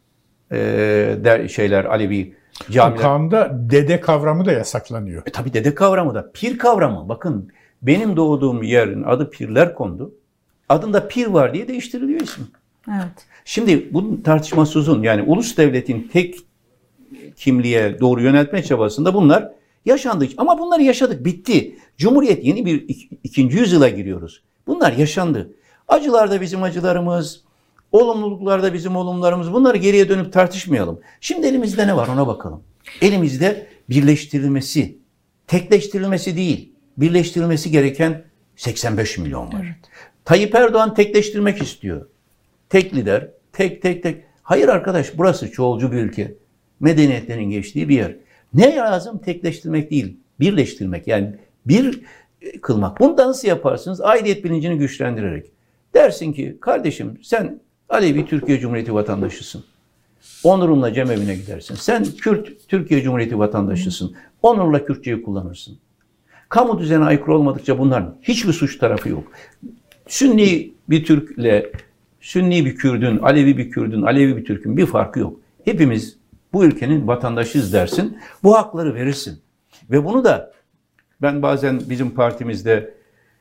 Alevi camiler. Kanunda dede kavramı da yasaklanıyor. Tabii dede kavramı da, pir kavramı. Bakın benim doğduğum yerin adı Pirler kondu. Adında pir var diye değiştiriliyor ismi. Evet. Şimdi bunun tartışması uzun. Yani ulus devletin tek kimliğe doğru yöneltme çabasında bunlar yaşandı. Ama bunları yaşadık, bitti. Cumhuriyet yeni bir ikinci yüzyıla giriyoruz. Bunlar yaşandı. Acılar da bizim acılarımız, olumluluklar da bizim olumlarımız. Bunları geriye dönüp tartışmayalım. Şimdi elimizde ne var ona bakalım. Elimizde birleştirilmesi, tekleştirilmesi değil, birleştirilmesi gereken 85 milyon var. Evet. Tayyip Erdoğan tekleştirmek istiyor. Tek lider, tek. Hayır arkadaş, burası çoğulcu bir ülke. Medeniyetlerin geçtiği bir yer. Ne lazım? Tekleştirmek değil, birleştirmek. Yani bir kılmak. Bunu da nasıl yaparsınız? Aidiyet bilincini güçlendirerek. Dersin ki kardeşim sen Alevi Türkiye Cumhuriyeti vatandaşısın. Onurunla cemevine gidersin. Sen Kürt Türkiye Cumhuriyeti vatandaşısın. Onurla Kürtçeyi kullanırsın. Kamu düzeni aykırı olmadıkça bunların hiçbir suç tarafı yok. Sünni bir Türk'le Sünni bir Kürdün, Alevi bir Kürdün, Alevi bir Türk'ün bir farkı yok. Hepimiz bu ülkenin vatandaşıyız dersin. Bu hakları verirsin. Ve bunu da ben bazen bizim partimizde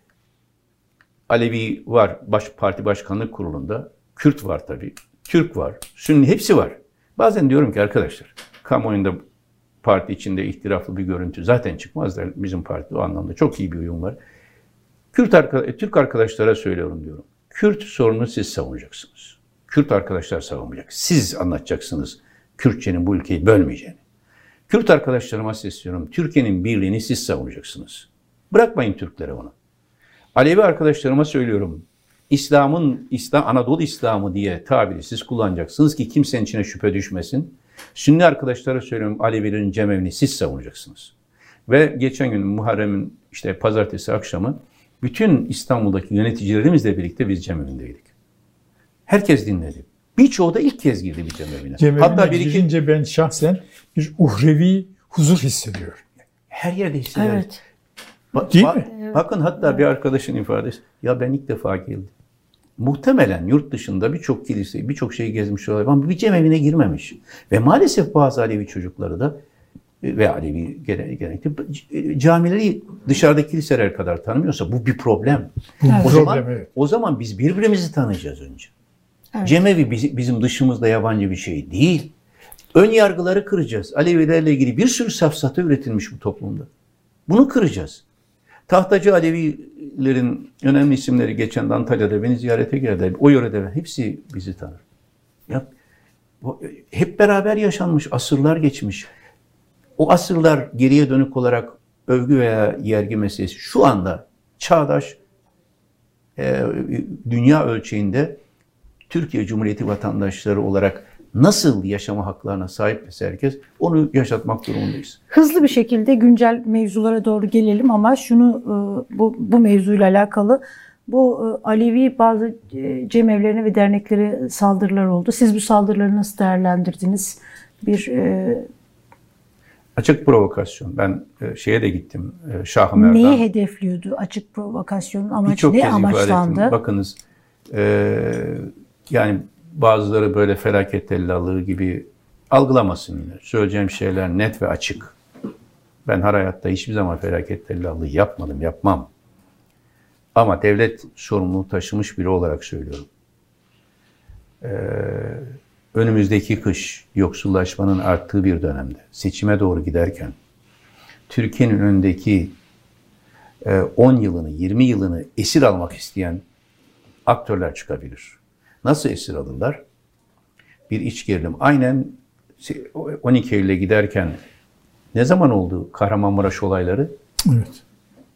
Alevi var, parti başkanlık kurulunda. Kürt var tabii. Türk var. Sünni hepsi var. Bazen diyorum ki arkadaşlar, kamuoyunda parti içinde ihtilaflı bir görüntü zaten çıkmaz da bizim parti o anlamda çok iyi bir uyum var. Türk arkadaşlara söylüyorum diyorum. Kürt sorunu siz savunacaksınız. Kürt arkadaşlar savunmayacak. Siz anlatacaksınız Kürtçenin bu ülkeyi bölmeyeceğini. Kürt arkadaşlarıma sesleniyorum. Türkiye'nin birliğini siz savunacaksınız. Bırakmayın Türklere onu. Alevi arkadaşlarıma söylüyorum. Anadolu İslamı diye tabiri siz kullanacaksınız ki kimsenin içine şüphe düşmesin. Sünni arkadaşlara söylüyorum, Alevilerin cemevini siz savunacaksınız. Ve geçen gün Muharrem'in pazartesi akşamı bütün İstanbul'daki yöneticilerimizle birlikte biz cemevindeydik. Herkes dinledi. Birçoğu da ilk kez girdi bir cemevine. Hatta girince ben şahsen bir uhrevi huzur hissediyorum. Her yerde hissediyorum. Evet. Değil mi? Bakın hatta bir arkadaşın ifadesi. Ya ben ilk defa geldim. Muhtemelen yurt dışında birçok kilise, birçok şey gezmiş olabilir ama bir cemevine girmemiş. Ve maalesef bazı Alevi çocukları da ve Alevi genellikle camileri dışarıdaki kiliseler kadar tanımıyorsa bu bir problem. Evet. O zaman biz birbirimizi tanıyacağız önce. Evet. Cemevi bizim dışımızda yabancı bir şey değil. Ön yargıları kıracağız. Alevilerle ilgili bir sürü safsata üretilmiş bu toplumda. Bunu kıracağız. Tahtacı Alevilerin önemli isimleri geçen Antalya'da beni ziyarete geldi. O yörede hepsi bizi tanır. Ya, hep beraber yaşanmış, asırlar geçmiş. O asırlar geriye dönük olarak övgü veya yergi meselesi şu anda çağdaş dünya ölçeğinde Türkiye Cumhuriyeti vatandaşları olarak nasıl yaşama haklarına sahipse herkes onu yaşatmak durumundayız. Hızlı bir şekilde güncel mevzulara doğru gelelim ama şunu bu mevzuyla alakalı bu Alevi bazı cemevlerine ve derneklere saldırılar oldu. Siz bu saldırıları nasıl değerlendirdiniz? Açık provokasyon. Ben şeye de gittim. Şah-ı Merdan. Neyi hedefliyordu açık provokasyonun amacı? Ne amaçlandı? Bakınız yani bazıları böyle felaket tellallığı gibi algılamasın yine. Söyleyeceğim şeyler net ve açık. Ben her hayatta hiçbir zaman felaket tellallığı yapmadım, yapmam. Ama devlet sorumluluğu taşımış biri olarak söylüyorum. Önümüzdeki kış yoksullaşmanın arttığı bir dönemde, seçime doğru giderken, Türkiye'nin önündeki 10 yılını, 20 yılını esir almak isteyen aktörler çıkabilir. Nasıl esir alırlar? Bir iç gerilim. Aynen 12 Eylül'e giderken ne zaman oldu Kahramanmaraş olayları? Evet.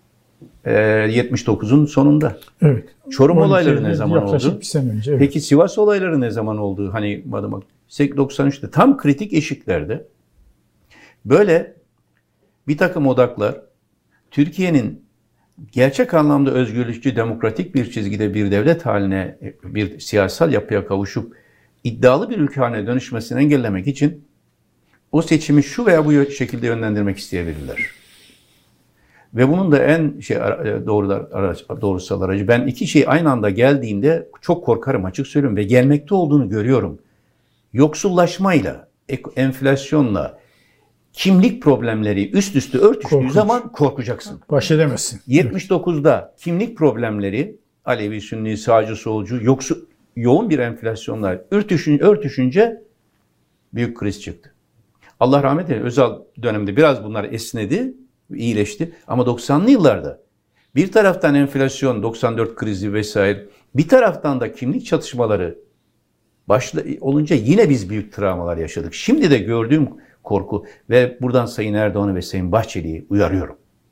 79'un sonunda. Evet. Çorum olayları ne zaman oldu? Yaklaşık bir sene önce. Evet. Peki Sivas olayları ne zaman oldu? Hani Madımak 93'te tam kritik eşiklerde böyle bir takım odaklar Türkiye'nin gerçek anlamda özgürlükçü, demokratik bir çizgide bir devlet haline, bir siyasal yapıya kavuşup iddialı bir ülke haline dönüşmesini engellemek için o seçimi şu veya bu şekilde yönlendirmek isteyebilirler. Ve bunun da en doğrusal aracı. Ben iki şey aynı anda geldiğinde çok korkarım, açık söylüyorum, ve gelmekte olduğunu görüyorum. Yoksullaşmayla, enflasyonla, kimlik problemleri üst üste örtüştüğü zaman korkacaksın. Baş edemezsin. 79'da kimlik problemleri, Alevi, Sünni, sağcı, solcu, yoğun bir enflasyonla örtüşünce büyük kriz çıktı. Allah rahmet eylesin, Özal döneminde biraz bunlar esnedi, iyileşti. Ama 90'lı yıllarda bir taraftan enflasyon, 94 krizi vesaire, bir taraftan da kimlik çatışmaları olunca yine biz büyük travmalar yaşadık. Şimdi de gördüğüm korku ve buradan Sayın Erdoğan'ı ve Sayın Bahçeli'yi uyarıyorum.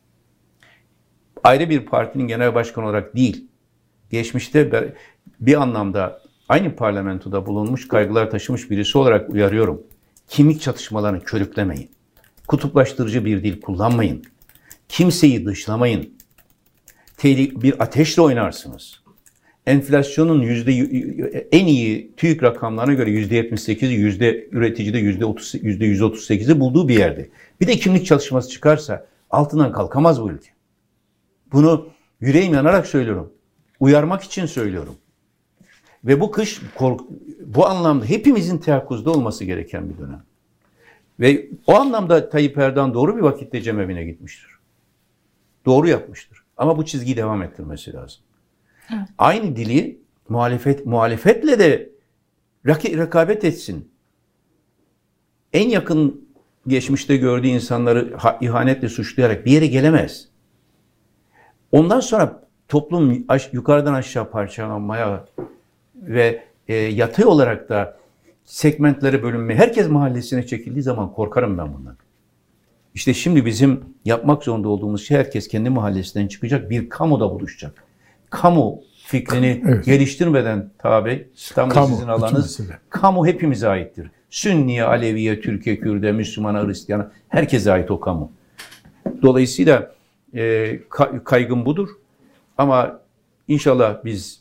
Ayrı bir partinin genel başkanı olarak değil, geçmişte bir anlamda aynı parlamentoda bulunmuş, kaygılar taşımış birisi olarak uyarıyorum. Kimlik çatışmalarını körüklemeyin. Kutuplaştırıcı bir dil kullanmayın. Kimseyi dışlamayın. Bir ateşle oynarsınız. Enflasyonun en iyi TÜİK rakamlarına göre %78'i, üreticide %138'i bulduğu bir yerde. Bir de kimlik çalışması çıkarsa altından kalkamaz bu ülke. Bunu yüreğim yanarak söylüyorum. Uyarmak için söylüyorum. Ve bu kış bu anlamda hepimizin teyakkuzda olması gereken bir dönem. Ve o anlamda Tayyip Erdoğan doğru bir vakitte cemevine gitmiştir. Doğru yapmıştır. Ama bu çizgiyi devam ettirmesi lazım. Evet. Aynı dili muhalefetle de rekabet etsin. En yakın geçmişte gördüğü insanları ihanetle suçlayarak bir yere gelemez. Ondan sonra toplum yukarıdan aşağı parçalanmaya ve yatay olarak da segmentlere bölünmeye, herkes mahallesine çekildiği zaman korkarım ben bundan. İşte şimdi bizim yapmak zorunda olduğumuz şey, herkes kendi mahallesinden çıkacak, bir kamuda buluşacak. Kamu fikrini geliştirmeden tabi, tam sizin alanınız, kamu hepimize aittir. Sünniye, Aleviye, Türkiye, Kürt'e, Müslümana, Hristiyan'a, herkese ait o kamu. Dolayısıyla kaygım budur. Ama inşallah biz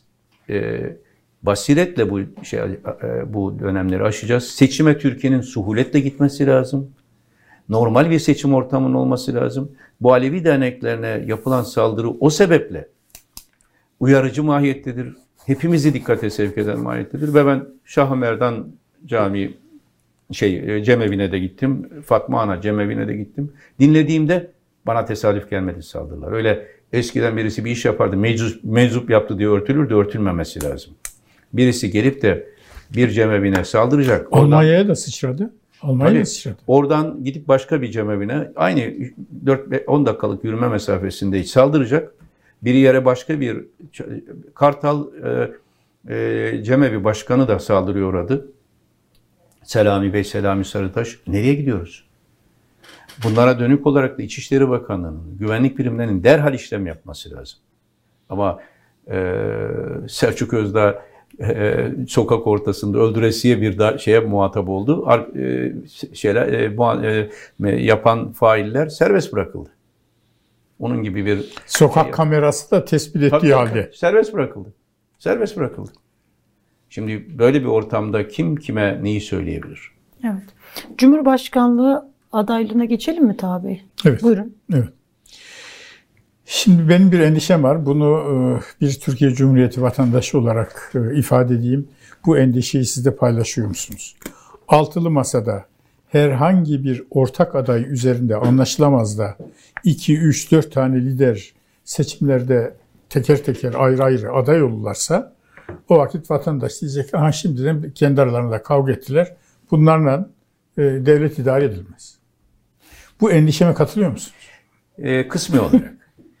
basiretle bu dönemleri aşacağız. Seçime Türkiye'nin suhuletle gitmesi lazım. Normal bir seçim ortamının olması lazım. Bu Alevi derneklerine yapılan saldırı o sebeple uyarıcı mahiyettedir. Hepimizi dikkate sevk eden mahiyettedir. Ve ben Şah-ı Merdan Camii cemevine de gittim. Fatma Ana cemevine de gittim. Dinlediğimde bana tesadüf gelmedi saldırılar. Öyle eskiden birisi bir iş yapardı, meczup yaptı diye örtülürdü, örtülmemesi lazım. Birisi gelip de bir cemevine saldıracak. Almanya'ya da sıçradı. Almanya'ya sıçradı. Oradan gidip başka bir cemevine aynı 4-10 dakikalık yürüme mesafesinde saldıracak. Bir yere başka bir Kartal cemevi başkanı da saldırıya uğradı. Selami Bey, Selami Sarıtaş. Nereye gidiyoruz? Bunlara dönük olarak da İçişleri Bakanlığı'nın, güvenlik birimlerinin derhal işlem yapması lazım. Ama Selçuk Özdağ sokak ortasında öldüresiye bir şeye muhatap oldu. Yapan failler serbest bırakıldı. Onun gibi bir sokak kamerası da tespit ettiği halde serbest bırakıldı. Serbest bırakıldı. Şimdi böyle bir ortamda kim kime neyi söyleyebilir? Evet. Cumhurbaşkanlığı adaylığına geçelim mi Taha Bey? Evet. Buyurun. Evet. Şimdi benim bir endişem var. Bunu bir Türkiye Cumhuriyeti vatandaşı olarak ifade edeyim. Bu endişeyi siz de paylaşıyor musunuz? Altılı Masa'da herhangi bir ortak aday üzerinde anlaşılamaz da 2, 3, 4 tane lider seçimlerde teker teker ayrı ayrı aday olurlarsa o vakit vatandaş diyecek aha şimdiden kendi aralarında kavga ettiler. Bunlarla devlet idare edilmez. Bu endişeme katılıyor musunuz? Kısmi olarak.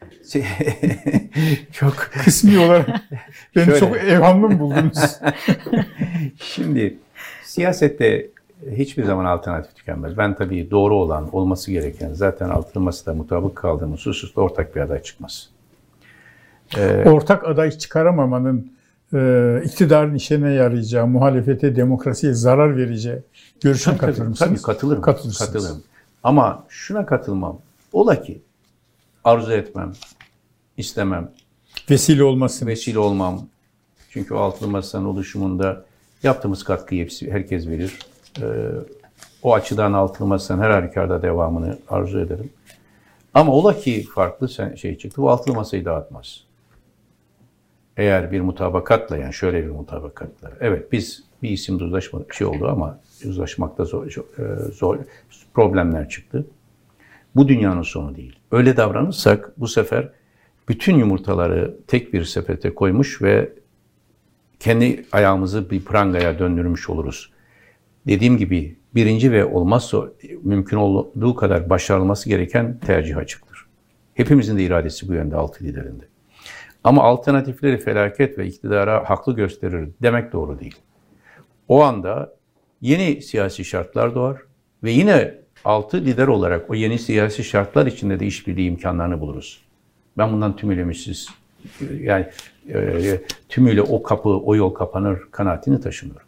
Çok kısmi olarak beni şöyle, çok evhamlı mı buldunuz? Şimdi siyasette hiçbir zaman alternatif tükenmez. Ben tabii doğru olan, olması gereken zaten altılı masada mutabık kaldığımız hususta ortak bir aday çıkmaz. Ortak aday çıkaramamanın iktidarın işine yarayacağı, muhalefete, demokrasiye zarar vereceği görüşüne katılır mısınız? Tabii katılırım. Ama şuna katılmam. Ola ki arzu etmem, istemem. Vesile olmasın. Vesile olmam. Çünkü o altılı masanın oluşumunda yaptığımız katkıyı herkes verir. O açıdan altılı masanın her halükarda devamını arzu ederim. Ama ola ki farklı şey çıktı, bu altılı masayı dağıtmaz. Eğer bir mutabakatla, yani şöyle bir mutabakatla, evet biz bir isimde uzlaşmadık bir şey oldu ama uzlaşmakta zor problemler çıktı. Bu dünyanın sonu değil. Öyle davranırsak bu sefer bütün yumurtaları tek bir sepete koymuş ve kendi ayağımızı bir prangaya döndürmüş oluruz. Dediğim gibi birinci ve olmazsa mümkün olduğu kadar başarılması gereken tercih açıktır. Hepimizin de iradesi bu yönde, altı liderinde. Ama alternatifleri felaket ve iktidara haklı gösterir demek doğru değil. O anda yeni siyasi şartlar doğar ve yine altı lider olarak o yeni siyasi şartlar içinde de işbirliği imkanlarını buluruz. Ben bundan tümüyle ümitsiz, yani tümüyle o yol kapanır kanaatini taşımıyorum.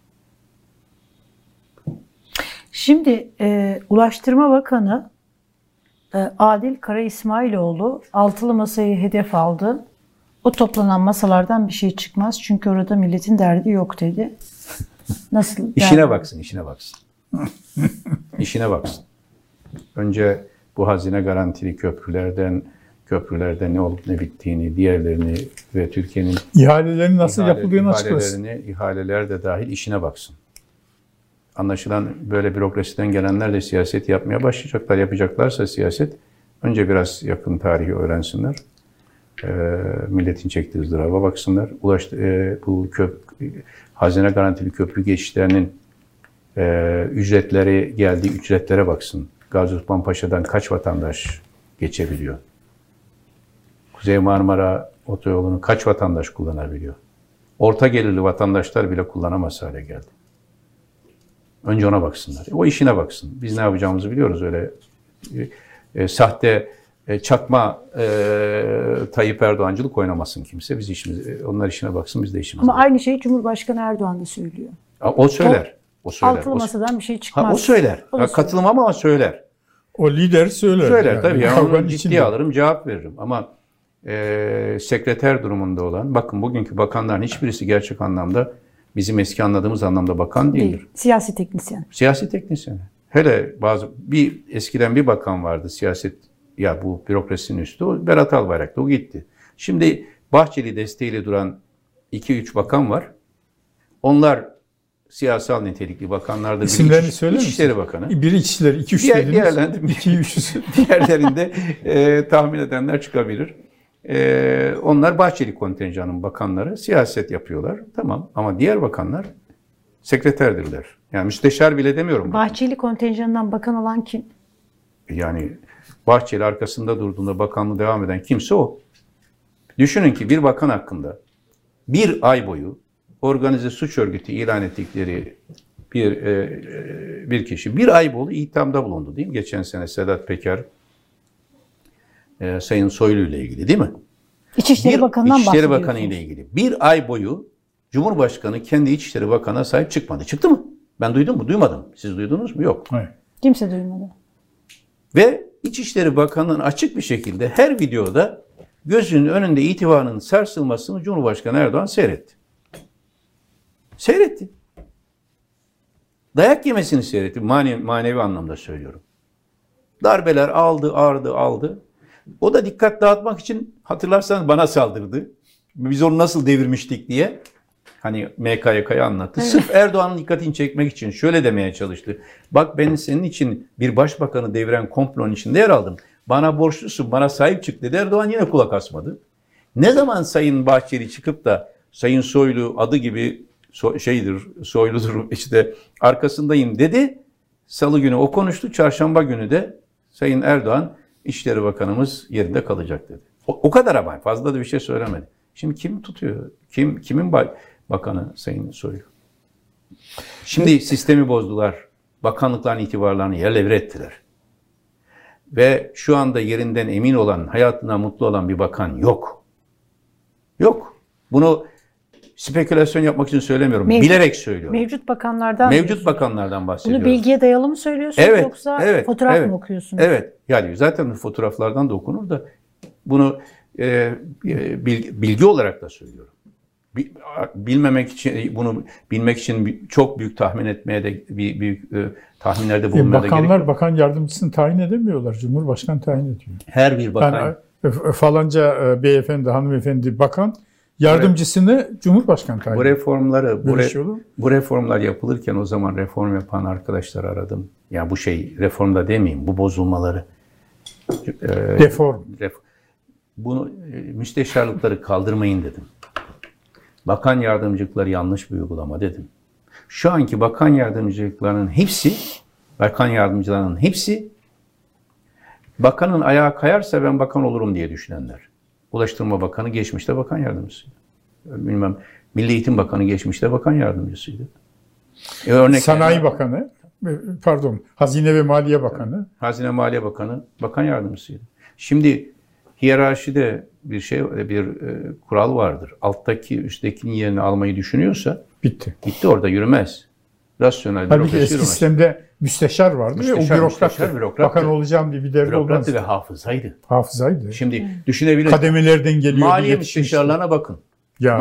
Şimdi Ulaştırma Bakanı Adil Kara İsmailoğlu altılı masayı hedef aldı. O toplanan masalardan bir şey çıkmaz çünkü orada milletin derdi yok dedi. Nasıl? İşine baksın. İşine baksın. Önce bu hazine garantili köprülerde ne olup ne bittiğini, diğerlerini ve Türkiye'nin ihalelerin nasıl yapıldığını açıklasın. İhaleler de dahil işine baksın. Anlaşılan böyle bürokrasiden gelenler de siyaset yapmaya başlayacaklar. Yapacaklarsa siyaset önce biraz yakın tarihi öğrensinler. Milletin çektiği ızdıraba baksınlar. Bu hazine garantili köprü geçişlerinin ücretleri geldiği ücretlere baksın. Gazi Osman Paşa'dan kaç vatandaş geçebiliyor? Kuzey Marmara otoyolunu kaç vatandaş kullanabiliyor? Orta gelirli vatandaşlar bile kullanamaz hale geldi. Önce ona baksınlar. O işine baksın. Biz ne yapacağımızı biliyoruz. Öyle sahte çakma Tayyip Erdoğancılık oynamasın kimse. Biz onlar işine baksın, biz de işimize. Ama aynı şeyi Cumhurbaşkanı Erdoğan da söylüyor. O söyler. Altılı masadan bir şey çıkmaz. O söyler. Katılmam ama söyler. O lider söyler. Söyler yani. Tabii. Yani onu ciddiye alırım, cevap veririm. Ama sekreter durumunda olan, bakın bugünkü bakanların hiçbirisi gerçek anlamda bizim eski anladığımız anlamda bakan değildir. Değil. Siyasi teknisyen. Siyasi teknisyen. Hele eskiden bir bakan vardı siyaset, ya bu bürokrasinin üstü, o Berat Albayrak'ta, o gitti. Şimdi Bahçeli desteğiyle duran 2-3 bakan var. Onlar siyasal nitelikli bakanlardır. İsimlerini söyler misin? İçişleri Bakanı. Biri İçişleri, 2-3 dediniz. 2-3'üsü. Diğerlerinde tahmin edenler çıkabilir. Onlar Bahçeli kontenjanının bakanları, siyaset yapıyorlar. Tamam, ama diğer bakanlar sekreterdirler. Yani müsteşar bile demiyorum. Bahçeli kontenjanından bakan olan kim? Yani Bahçeli arkasında durduğunda bakanlığı devam eden kimse o. Düşünün ki bir bakan hakkında bir ay boyu organize suç örgütü ilan ettikleri bir kişi bir ay boyu ithamda bulundu değil mi? Geçen sene Sedat Peker Sayın Soylu ile ilgili değil mi? İçişleri Bakanı'ndan bahsediyorsunuz. İçişleri Bakanı ile ilgili. Bir ay boyu Cumhurbaşkanı kendi İçişleri Bakanı'na sahip çıkmadı. Çıktı mı? Ben duydum mu? Duymadım. Siz duydunuz mu? Yok. Hayır. Kimse duymadı. Ve İçişleri Bakanı'nın açık bir şekilde her videoda gözünün önünde itibarının sarsılmasını Cumhurbaşkanı Erdoğan seyretti. Seyretti. Dayak yemesini seyretti. Manevi anlamda söylüyorum. Darbeler aldı. O da dikkat dağıtmak için hatırlarsanız bana saldırdı. Biz onu nasıl devirmiştik diye. Hani MKYK'yı anlattı. Evet. Sırf Erdoğan'ın dikkatini çekmek için şöyle demeye çalıştı. Bak ben senin için bir başbakanı deviren komplonun içinde yer aldım. Bana borçlusun, bana sahip çık dedi. Erdoğan yine kulak asmadı. Ne zaman Sayın Bahçeli çıkıp da Sayın Soylu adı gibi Soyludur işte arkasındayım dedi. Salı günü o konuştu. Çarşamba günü de Sayın Erdoğan İçişleri Bakanımız yerinde kalacak dedi. O kadar ama fazla da bir şey söylemedi. Şimdi kim tutuyor? Kimin bakanı Sayın Soylu? Şimdi sistemi bozdular. Bakanlıkların itibarlarını yerle bir ettiler. Ve şu anda yerinden emin olan, hayatına mutlu olan bir bakan yok. Yok. Bunu spekülasyon yapmak için söylemiyorum. Bilerek söylüyorum. Mevcut bakanlardan bahsediyorum. Bunu bilgiye dayalı mı söylüyorsunuz yoksa fotoğraf mı okuyorsunuz? Evet. Yani zaten fotoğraflardan da okunur da bunu bilgi olarak da söylüyorum. Bunu bilmek için çok büyük tahmin etmeye de büyük tahminlerde bulunmaya da gerek yok. Bakanlar bakan yardımcısını tayin edemiyorlar. Cumhurbaşkanı tayin ediyor. Her bir bakan. Falanca beyefendi, hanımefendi bakan yardımcısını Cumhurbaşkanı tayin ediyor. Bu reformlar yapılırken o zaman reform yapan arkadaşlar aradım. Ya bu reformda demeyeyim, bu bozulmaları. Deform. Bunu müsteşarlıkları kaldırmayın dedim. Bakan yardımcılıkları yanlış bir uygulama dedim. Şu anki bakan yardımcılıklarının hepsi bakanın ayağı kayarsa ben bakan olurum diye düşünenler. Ulaştırma Bakanı geçmişte bakan yardımcısıydı. Bilmem, Milli Eğitim Bakanı geçmişte bakan yardımcısıydı. Sanayi Bakanı, Hazine ve Maliye Bakanı. Hazine Maliye Bakanı bakan yardımcısıydı. Şimdi hiyerarşide bir kural vardır. Alttaki üsttekinin yerini almayı düşünüyorsa bitti orada yürümez. Rasyonel bürokrasi yürümez. Eski sistemde müsteşar vardı ve o bürokrat bakan olacağım diye bir derdi olmaz. Bürokrattı ve hafızaydı. Şimdi düşünebilirsiniz. Kademelerden geliyor. Maliye müsteşarlarına bakın. Ya.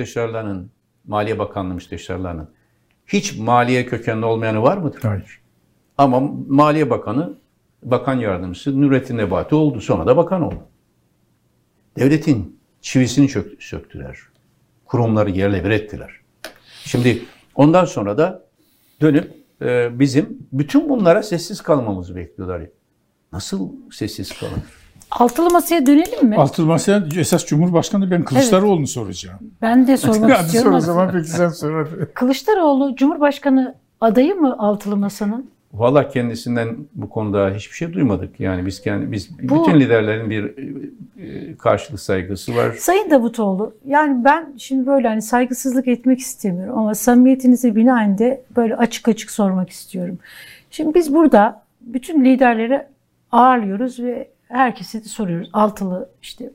Maliye Bakanlığı müsteşarlarının hiç maliye kökenli olmayanı var mıdır? Hayır. Ama Maliye Bakanı, Bakan Yardımcısı Nurettin Nebati oldu. Sonra da bakan oldu. Devletin çivisini söktüler. Kurumları yerle bir ettiler. Şimdi ondan sonra da dönüp bizim bütün bunlara sessiz kalmamızı bekliyorlar. Nasıl sessiz kalır? Altılı masaya dönelim mi? Altılı masaya esas Cumhurbaşkanı ben Kılıçdaroğlu'nu soracağım. Ben de sormak istiyorum. O zaman peki sen sor. Kılıçdaroğlu Cumhurbaşkanı adayı mı altılı masanın? Valla kendisinden bu konuda hiçbir şey duymadık. Yani bütün liderlerin bir karşılık saygısı var. Sayın Davutoğlu, yani ben şimdi böyle saygısızlık etmek istemiyorum ama samimiyetinize binaen de böyle açık açık sormak istiyorum. Şimdi biz burada bütün liderleri ağırlıyoruz ve herkese de soruyoruz. Altılı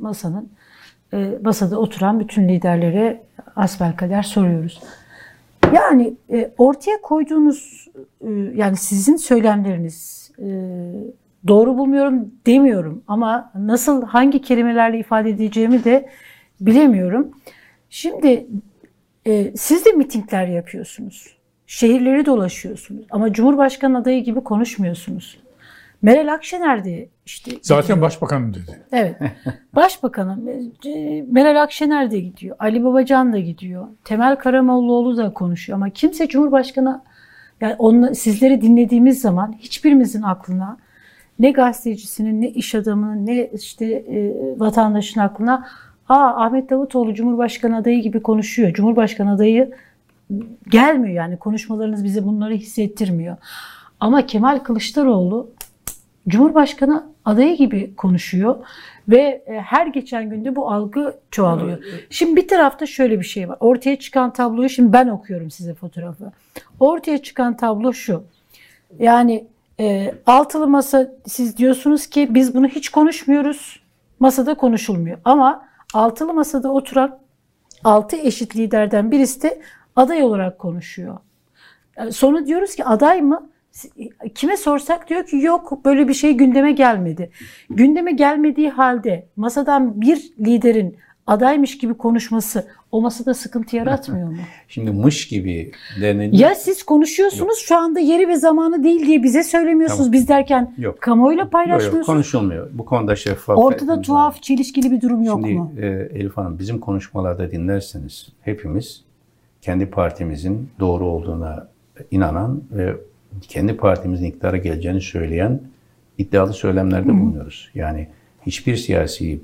masada oturan bütün liderlere asbelkader soruyoruz. Yani ortaya koyduğunuz yani sizin söylemleriniz doğru bulmuyorum demiyorum ama hangi kelimelerle ifade edeceğimi de bilemiyorum. Şimdi siz de mitingler yapıyorsunuz. Şehirleri dolaşıyorsunuz ama Cumhurbaşkanı adayı gibi konuşmuyorsunuz. Meral Akşener de zaten başbakanım dedi. Evet. Başbakanım Meral Akşener de gidiyor. Ali Babacan da gidiyor. Temel Karamollaoğlu da konuşuyor ama kimse Cumhurbaşkanı sizleri dinlediğimiz zaman hiçbirimizin aklına ne gazetecisinin ne iş adamının ne vatandaşın aklına Ahmet Davutoğlu Cumhurbaşkanı adayı gibi konuşuyor. Cumhurbaşkanı adayı gelmiyor yani, konuşmalarınız bize bunları hissettirmiyor. Ama Kemal Kılıçdaroğlu Cumhurbaşkanı adayı gibi konuşuyor ve her geçen günde bu algı çoğalıyor. Şimdi bir tarafta şöyle bir şey var. Ortaya çıkan tabloyu şimdi ben okuyorum size fotoğrafı. Ortaya çıkan tablo şu. Yani altılı masa, siz diyorsunuz ki biz bunu hiç konuşmuyoruz. Masada konuşulmuyor. Ama altılı masada oturan 6 eşit liderden birisi de aday olarak konuşuyor. Sonra diyoruz ki aday mı? Kime sorsak diyor ki yok, böyle bir şey gündeme gelmedi. Gündeme gelmediği halde masadan bir liderin adaymış gibi konuşması o masada sıkıntı yaratmıyor mu? Şimdi mış gibi denilen... Ya siz konuşuyorsunuz, yok, şu anda yeri ve zamanı değil diye bize söylemiyorsunuz. Tamam. Biz derken yok, kamuoyuyla paylaşmıyorsunuz. Yok, konuşulmuyor. Bu konuda şeffaf. Ortada tuhaf, çelişkili bir durum yok mu? Şimdi Elif Hanım, bizim konuşmalarda dinlerseniz hepimiz kendi partimizin doğru olduğuna inanan ve kendi partimizin iktidara geleceğini söyleyen iddialı söylemlerde bulunuyoruz. Yani hiçbir siyasi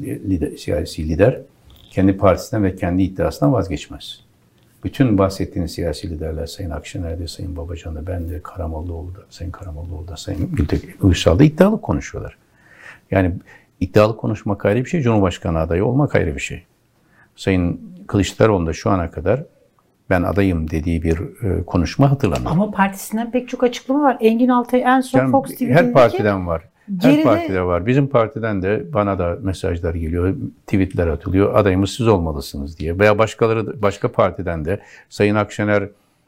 lider kendi partisinden ve kendi iddiasından vazgeçmez. Bütün bahsettiğiniz siyasi liderler, Sayın Akşener'de, Sayın Babacan'da, ben de, Karamollaoğlu'da, Sayın Karamollaoğlu'da, Sayın Uysal'da iddialı konuşuyorlar. Yani iddialı konuşmak ayrı bir şey, Cumhurbaşkanı adayı olmak ayrı bir şey. Sayın Kılıçdaroğlu'nun da şu ana kadar ben adayım dediği bir konuşma hatırlamıyorum. Ama partisinden pek çok açıklama var. Engin Altay en son yani Fox TV'de her partiden var. Her partide var. Bizim partiden de bana da mesajlar geliyor, tweetler atılıyor. Adayımız siz olmalısınız diye. Veya başka partiden de Sayın Akşener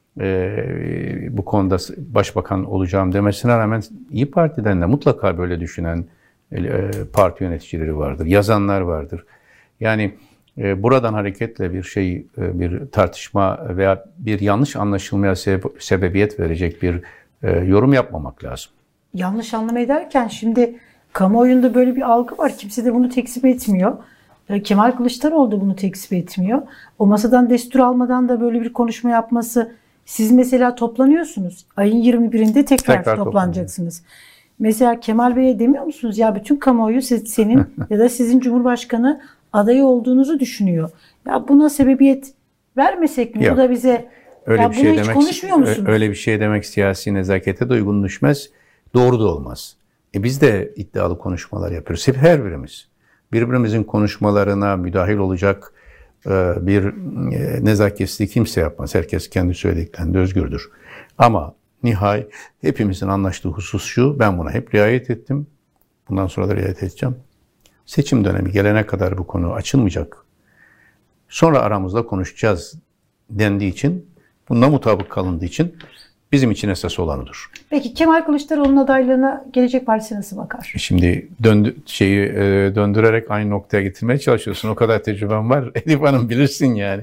bu konuda başbakan olacağım demesine rağmen İYİ Parti'den de mutlaka böyle düşünen parti yöneticileri vardır. Yazanlar vardır. Yani buradan hareketle bir tartışma veya bir yanlış anlaşılmaya sebebiyet verecek bir yorum yapmamak lazım. Yanlış anlama ederken şimdi kamuoyunda böyle bir algı var. Kimse de bunu tekzip etmiyor. Kemal Kılıçdaroğlu da bunu tekzip etmiyor. O masadan destur almadan da böyle bir konuşma yapması. Siz mesela toplanıyorsunuz. Ayın 21'inde tekrar toplanacaksınız. Mesela Kemal Bey'e demiyor musunuz? Ya bütün kamuoyu senin ya da sizin Cumhurbaşkanı adayı olduğunuzu düşünüyor. Ya buna sebebiyet vermesek mi? Yok. Bu da bize öyle ya bir bunu şey hiç demek, konuşmuyor musunuz? Öyle bir şey demek siyasi nezakete de uygun düşmez. Doğru da olmaz. Biz de iddialı konuşmalar yapıyoruz. Hep her birimiz. Birbirimizin konuşmalarına müdahil olacak bir nezaketsizliği kimse yapmaz. Herkes kendi söylediklerinde özgürdür. Ama nihai hepimizin anlaştığı husus şu. Ben buna hep riayet ettim. Bundan sonra da riayet edeceğim. Seçim dönemi gelene kadar bu konu açılmayacak. Sonra aramızda konuşacağız dendiği için, bununla mutabık kalındığı için bizim için esas olanıdır. Peki Kemal Kılıçdaroğlu'nun adaylığına Gelecek Partisi nasıl bakar? Şimdi döndürerek aynı noktaya getirmeye çalışıyorsun. O kadar tecrübem var. Elif Hanım bilirsin yani.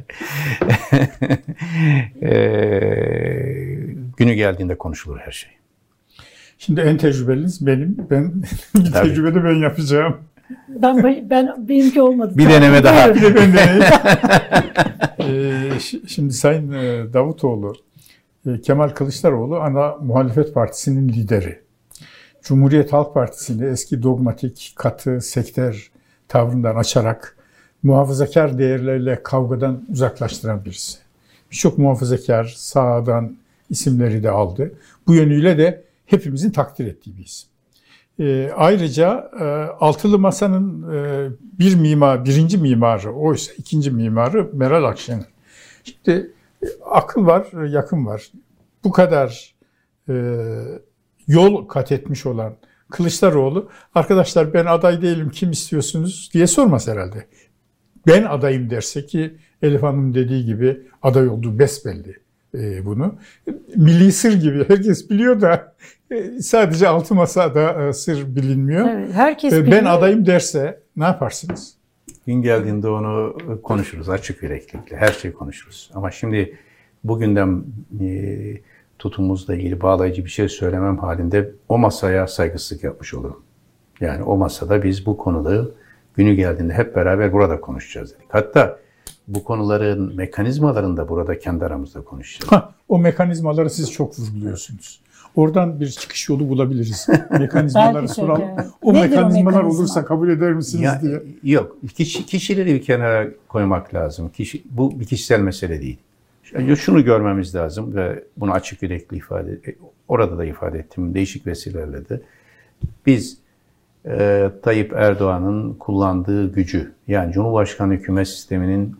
Günü geldiğinde konuşulur her şey. Şimdi en tecrübeliniz benim. Ben bir tecrübede ben yapacağım. Benimki olmadı. Bir deneme daha. Bir de ben deneyim. Şimdi Sayın Davutoğlu, Kemal Kılıçdaroğlu ana muhalefet partisinin lideri. Cumhuriyet Halk Partisi'ni eski dogmatik, katı, sekter tavrından açarak muhafazakar değerlerle kavgadan uzaklaştıran birisi. Birçok muhafazakar sağdan isimleri de aldı. Bu yönüyle de hepimizin takdir ettiği bir isim. Ayrıca Altılı Masa'nın birinci mimarı, oysa ikinci mimarı Meral Akşener. Şimdi akıl var, yakın var. Bu kadar yol kat etmiş olan Kılıçdaroğlu, arkadaşlar ben aday değilim, kim istiyorsunuz diye sormaz herhalde. Ben adayım derse, ki Elif Hanım dediği gibi aday olduğu besbelli bunu. Milli sır gibi herkes biliyor da sadece altı masada sır bilinmiyor. Evet, herkes biliyor. Ben adayım derse ne yaparsınız? Gün geldiğinde onu konuşuruz açık yüreklilikle. Her şeyi konuşuruz. Ama şimdi bugünden tutumumuzla ilgili bağlayıcı bir şey söylemem halinde o masaya saygısızlık yapmış olurum. Yani o masada biz bu konuları günü geldiğinde hep beraber burada konuşacağız dedik. Hatta bu konuların mekanizmalarını da burada kendi aramızda konuşacağız. O mekanizmaları siz çok vurguluyorsunuz. Oradan bir çıkış yolu bulabiliriz. Mekanizmaları soralım. O mekanizmalar olursa kabul eder misiniz diye. Yok. Kişileri bir kenara koymak lazım. Bu bir kişisel mesele değil. Şunu görmemiz lazım ve bunu açık yürekli orada da ifade ettim değişik vesilelerle de. Biz Tayyip Erdoğan'ın kullandığı gücü, yani Cumhurbaşkanı hükümet sisteminin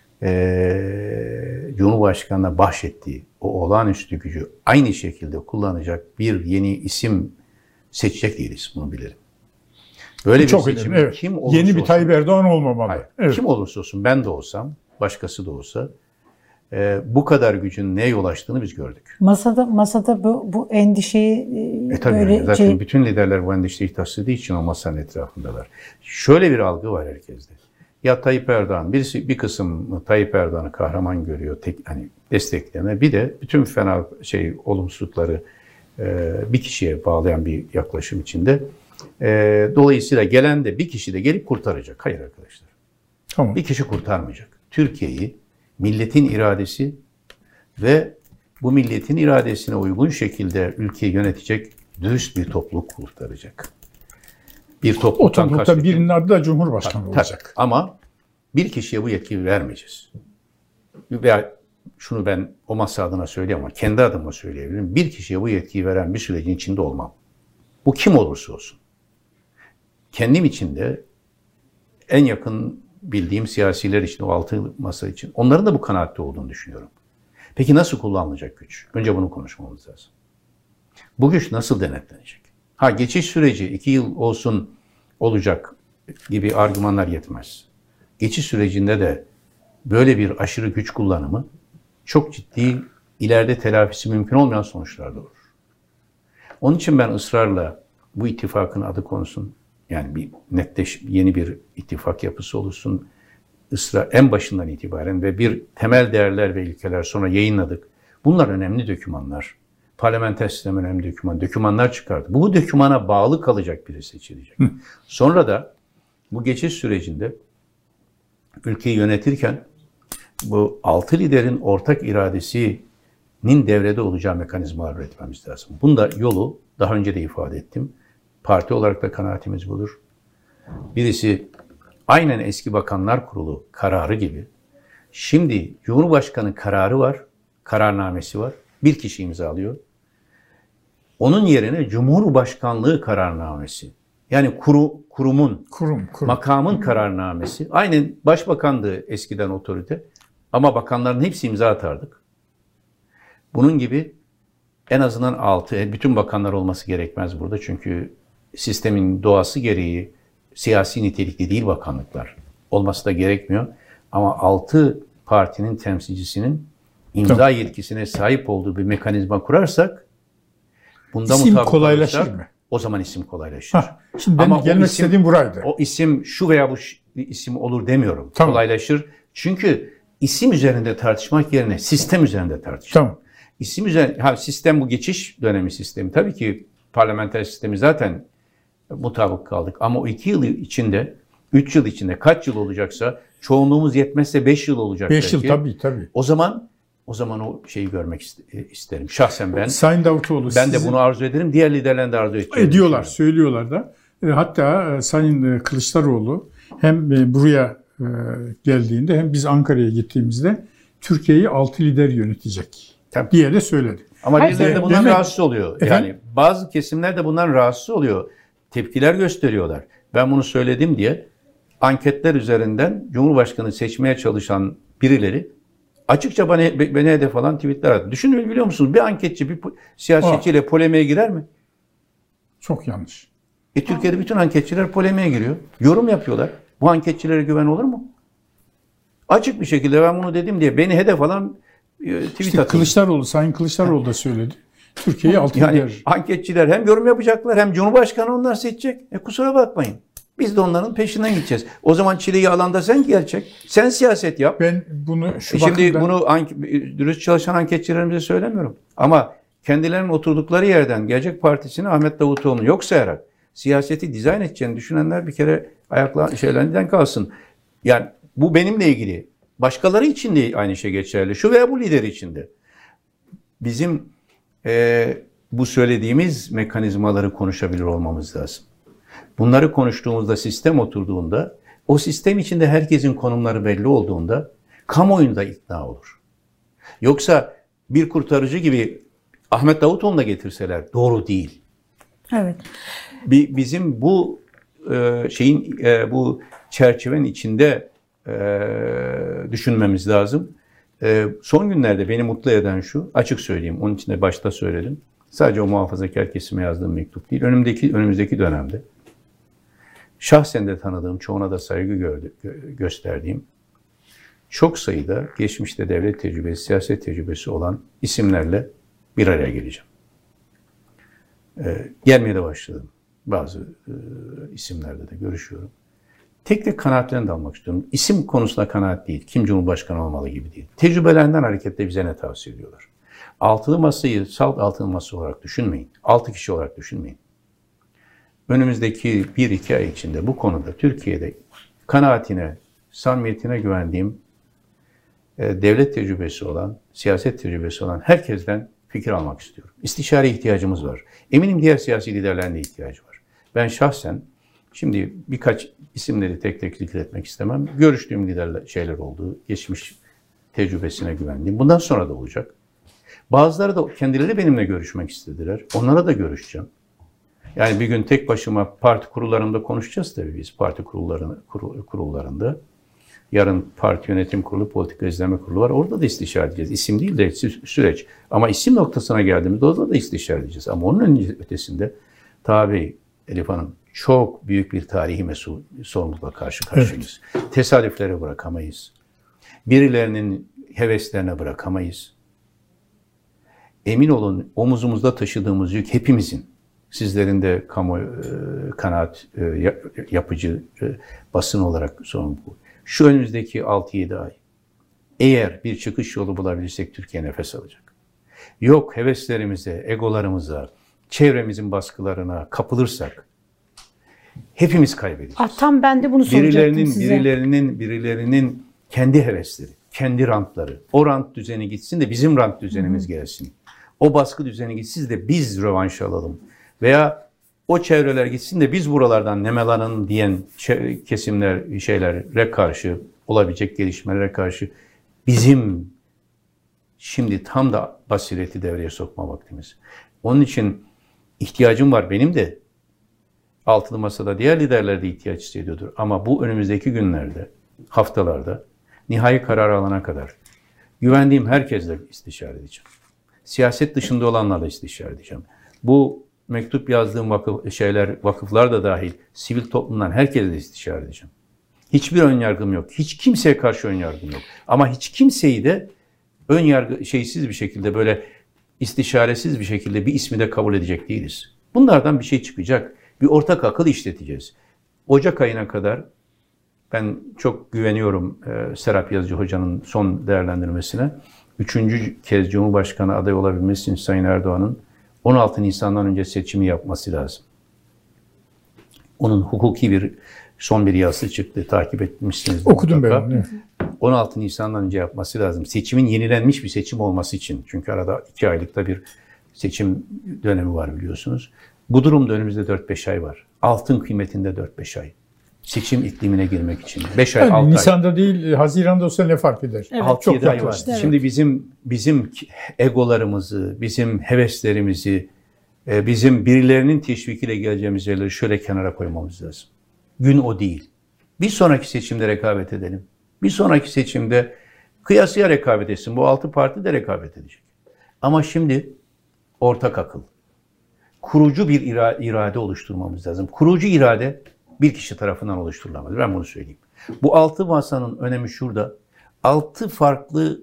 Cumhurbaşkanı'na bahşettiği o olağanüstü gücü aynı şekilde kullanacak bir yeni isim seçecek değiliz, bunu bilelim. Böyle çok bir seçim önemli, evet. kim olursa yeni bir Tayyip Erdoğan olmamalı. Hayır, evet. Kim olursa olsun, ben de olsam, başkası da olsa bu kadar gücün neye yol açtığını biz gördük. Masada bu endişeyi Tabii böyle yani zaten bütün liderler bu endişeyi taşıdığı için o masanın etrafındalar. Şöyle bir algı var herkeste. Ya Tayyip Erdoğan, bir kısım Tayyip Erdoğan'ı kahraman görüyor, hani destekleme. Bir de bütün olumsuzlukları bir kişiye bağlayan bir yaklaşım içinde. Dolayısıyla gelen de bir kişi de gelip kurtaracak. Hayır arkadaşlar. Tamam. Bir kişi kurtarmayacak. Türkiye'yi milletin iradesi ve bu milletin iradesine uygun şekilde ülkeyi yönetecek dürüst bir topluluk kurtaracak. Bir O toplulukta birinin adı da Cumhurbaşkanı olacak. Ama bir kişiye bu yetkiyi vermeyeceğiz. Veya şunu ben o masa adına söyleyemem ama kendi adıma söyleyebilirim. Bir kişiye bu yetkiyi veren bir sürecin içinde olmam. Bu kim olursa olsun. Kendim için de en yakın bildiğim siyasiler için, o altı masa için, onların da bu kanaatte olduğunu düşünüyorum. Peki nasıl kullanılacak güç? Önce bunu konuşmamız lazım. Bu güç nasıl denetlenecek? Geçiş süreci 2 yıl olsun olacak gibi argümanlar yetmez. Geçiş sürecinde de böyle bir aşırı güç kullanımı çok ciddi, ileride telafisi mümkün olmayan sonuçlar doğurur. Onun için ben ısrarla bu ittifakın adı konsun, yani bir yeni bir ittifak yapısı olursun, en başından itibaren ve bir temel değerler ve ilkeler sonra yayınladık. Bunlar önemli dokümanlar. Parlamenter sistem önemli dokümanlar çıkardı. Bu dokümana bağlı kalacak biri seçilecek. Sonra da bu geçiş sürecinde ülkeyi yönetirken bu 6 liderin ortak iradesinin devrede olacağı mekanizmalar üretmemiz lazım. Bunda yolu daha önce de ifade ettim. Parti olarak da kanaatimiz budur. Birisi aynen eski Bakanlar Kurulu kararı gibi. Şimdi Cumhurbaşkanı kararı var, kararnamesi var. Bir kişi imzalıyor. Onun yerine Cumhurbaşkanlığı kararnamesi. Yani kurum, makamın kararnamesi. Aynen başbakandı eskiden otorite. Ama bakanların hepsi imza atardık. Bunun gibi en azından 6, bütün bakanlar olması gerekmez burada. Çünkü sistemin doğası gereği siyasi nitelikli değil bakanlıklar. Olması da gerekmiyor. Ama 6 partinin temsilcisinin imza yetkisine sahip olduğu bir mekanizma kurarsak, bunda İsim kolaylaşır mı? O zaman isim kolaylaşır. Şimdi benim gelmek istediğim buraydı. O isim şu veya bu isim olur demiyorum. Tamam. Kolaylaşır. Çünkü isim üzerinde tartışmak yerine sistem üzerinde tartışmak. Tamam. İsim üzerinde, sistem bu geçiş dönemi sistemi. Tabii ki parlamenter sistemi zaten mutabık kaldık. Ama o 2 yıl içinde, 3 yıl içinde kaç yıl olacaksa, çoğunluğumuz yetmezse 5 yıl olacak 5 yıl belki. tabii. O zaman o şeyi görmek isterim. Şahsen ben. Sayın Davutoğlu, ben de bunu arzu ederim. Diğer liderler de arzu ediyorlar, söylüyorlar da. Hatta Sayın Kılıçdaroğlu hem buraya geldiğinde hem biz Ankara'ya gittiğimizde Türkiye'yi 6 lider yönetecek diye de söyledi. Ama liderler de bundan rahatsız oluyor. Yani bazı kesimler de bundan rahatsız oluyor. Tepkiler gösteriyorlar. Ben bunu söyledim diye anketler üzerinden Cumhurbaşkanı seçmeye çalışan birileri açıkça beni hedef alan tweetler attı. Düşünün, biliyor musunuz? Bir anketçi bir siyasetçiyle polemiğe girer mi? Çok yanlış. Türkiye'de bütün anketçiler polemiğe giriyor. Yorum yapıyorlar. Bu anketçilere güven olur mu? Açık bir şekilde ben bunu dedim diye beni hedef alan tweet atıyor. Sayın Kılıçdaroğlu da söyledi. Türkiye'yi 6 lider. Anketçiler hem yorum yapacaklar hem Cumhurbaşkanı onlar seçecek. Kusura bakmayın. Biz de onların peşinden gideceğiz. O zaman çileyi alanda sen gelecek. Sen siyaset yap. Ben bunu bunu dürüst çalışan anketçilerimize söylemiyorum. Ama kendilerinin oturdukları yerden Gelecek Partisi'ni Ahmet Davutoğlu'nu yok sayarak siyaseti dizayn edeceğini düşünenler bir kere şeylerinden kalsın. Yani bu benimle ilgili. Başkaları için de aynı şey geçerli. Şu veya bu lider için de. Bizim bu söylediğimiz mekanizmaları konuşabilir olmamız lazım. Bunları konuştuğumuzda, sistem oturduğunda, o sistem içinde herkesin konumları belli olduğunda kamuoyunda ikna olur. Yoksa bir kurtarıcı gibi Ahmet Davutoğlu'nu da getirseler doğru değil. Evet. Bizim bu bu çerçevenin içinde düşünmemiz lazım. Son günlerde beni mutlu eden şu, açık söyleyeyim, onun için de başta söyledim. Sadece o muhafazakar kesime yazdığım mektup değil, önümüzdeki dönemde şahsen de tanıdığım, çoğuna da saygı gösterdiğim çok sayıda geçmişte devlet tecrübesi, siyaset tecrübesi olan isimlerle bir araya geleceğim. Gelmeye de başladım. Bazı isimlerle de görüşüyorum. Tek tek kanaatlerini de almak istiyorum. İsim konusunda kanaat değil, kim Cumhurbaşkanı olmalı gibi değil. Tecrübelerinden hareketle bize ne tavsiye ediyorlar? Altılı masayı salt altılı masa olarak düşünmeyin. 6 kişi olarak düşünmeyin. Önümüzdeki 1-2 ay içinde bu konuda Türkiye'de kanaatine, samimiyetine güvendiğim devlet tecrübesi olan, siyaset tecrübesi olan herkesten fikir almak istiyorum. İstişare ihtiyacımız var. Eminim diğer siyasi liderlerin de ihtiyacı var. Ben şahsen, şimdi birkaç isimleri tek tek zikretmek istemem. Görüştüğüm şeyler oldu. Geçmiş tecrübesine güvendiğim. Bundan sonra da olacak. Bazıları da kendileri benimle görüşmek istediler. Onlara da görüşeceğim. Yani bir gün tek başıma parti kurullarında konuşacağız tabii biz. Parti kurullarında. Yarın parti yönetim kurulu, politika izleme kurulu var. Orada da istişare edeceğiz. İsim değil de süreç. Ama isim noktasına geldiğimizde orada da istişare edeceğiz. Ama onun ötesinde tabii Elif Hanım çok büyük bir tarihi sorumlulukla karşı karşıyayız. Evet. Tesadüflere bırakamayız. Birilerinin heveslerine bırakamayız. Emin olun omuzumuzda taşıdığımız yük hepimizin. Sizlerin de kamu kanaat yapıcı basın olarak sorumluluğu. Şu önümüzdeki 6-7 ay eğer bir çıkış yolu bulabilirsek Türkiye nefes alacak. Yok heveslerimize, egolarımıza, çevremizin baskılarına kapılırsak hepimiz kaybedeceğiz. Tam ben de bunu soracaktım size. Birilerinin kendi hevesleri, kendi rantları. O rant düzeni gitsin de bizim rant düzenimiz gelsin. O baskı düzeni gitsin de biz rövanş alalım. Veya o çevreler gitsin de biz buralardan nemelanın diyen kesimler, şeylere karşı, olabilecek gelişmelere karşı bizim şimdi tam da basireti devreye sokma vaktimiz. Onun için ihtiyacım var benim de. Altılı Masa'da diğer liderler de ihtiyaç hissediyordur. Ama bu önümüzdeki günlerde, haftalarda nihai karar alana kadar güvendiğim herkesle istişare edeceğim. Siyaset dışında olanlarla istişare edeceğim. Bu mektup yazdığım vakıflar da dahil, sivil toplumdan herkesle istişare edeceğim. Hiçbir önyargım yok. Hiç kimseye karşı önyargım yok. Ama hiç kimseyi de şeysiz bir şekilde böyle istişaresiz bir şekilde bir ismi de kabul edecek değiliz. Bunlardan bir şey çıkacak. Bir ortak akıl işleteceğiz. Ocak ayına kadar ben çok güveniyorum Serap Yazıcı Hoca'nın son değerlendirmesine. 3. kez Cumhurbaşkanı adayı olabilmesi için Sayın Erdoğan'ın 16 Nisan'dan önce seçimi yapması lazım. Onun hukuki son bir yazısı çıktı. Takip etmişsiniz. Okudum ben. Evet. 16 Nisan'dan önce yapması lazım. Seçimin yenilenmiş bir seçim olması için. Çünkü arada 2 aylıkta bir seçim dönemi var biliyorsunuz. Bu durumda önümüzde 4-5 ay var. Altın kıymetinde 4-5 ay. Seçim iklimine girmek için. 5 ay, 6 ay. Nisan'da değil, Haziran'da olsa ne fark eder? Evet. 6-7 ay var. Evet. Şimdi bizim egolarımızı, bizim heveslerimizi, bizim birilerinin teşvikiyle geleceğimiz yerleri şöyle kenara koymamız lazım. Gün o değil. Bir sonraki seçimde rekabet edelim. Bir sonraki seçimde kıyasıya rekabet etsin. Bu 6 parti de rekabet edecek. Ama şimdi ortak akıl. Kurucu bir irade oluşturmamız lazım. Kurucu irade bir kişi tarafından oluşturulamaz. Ben bunu söyleyeyim. Bu 6 masanın önemi şurada. 6 farklı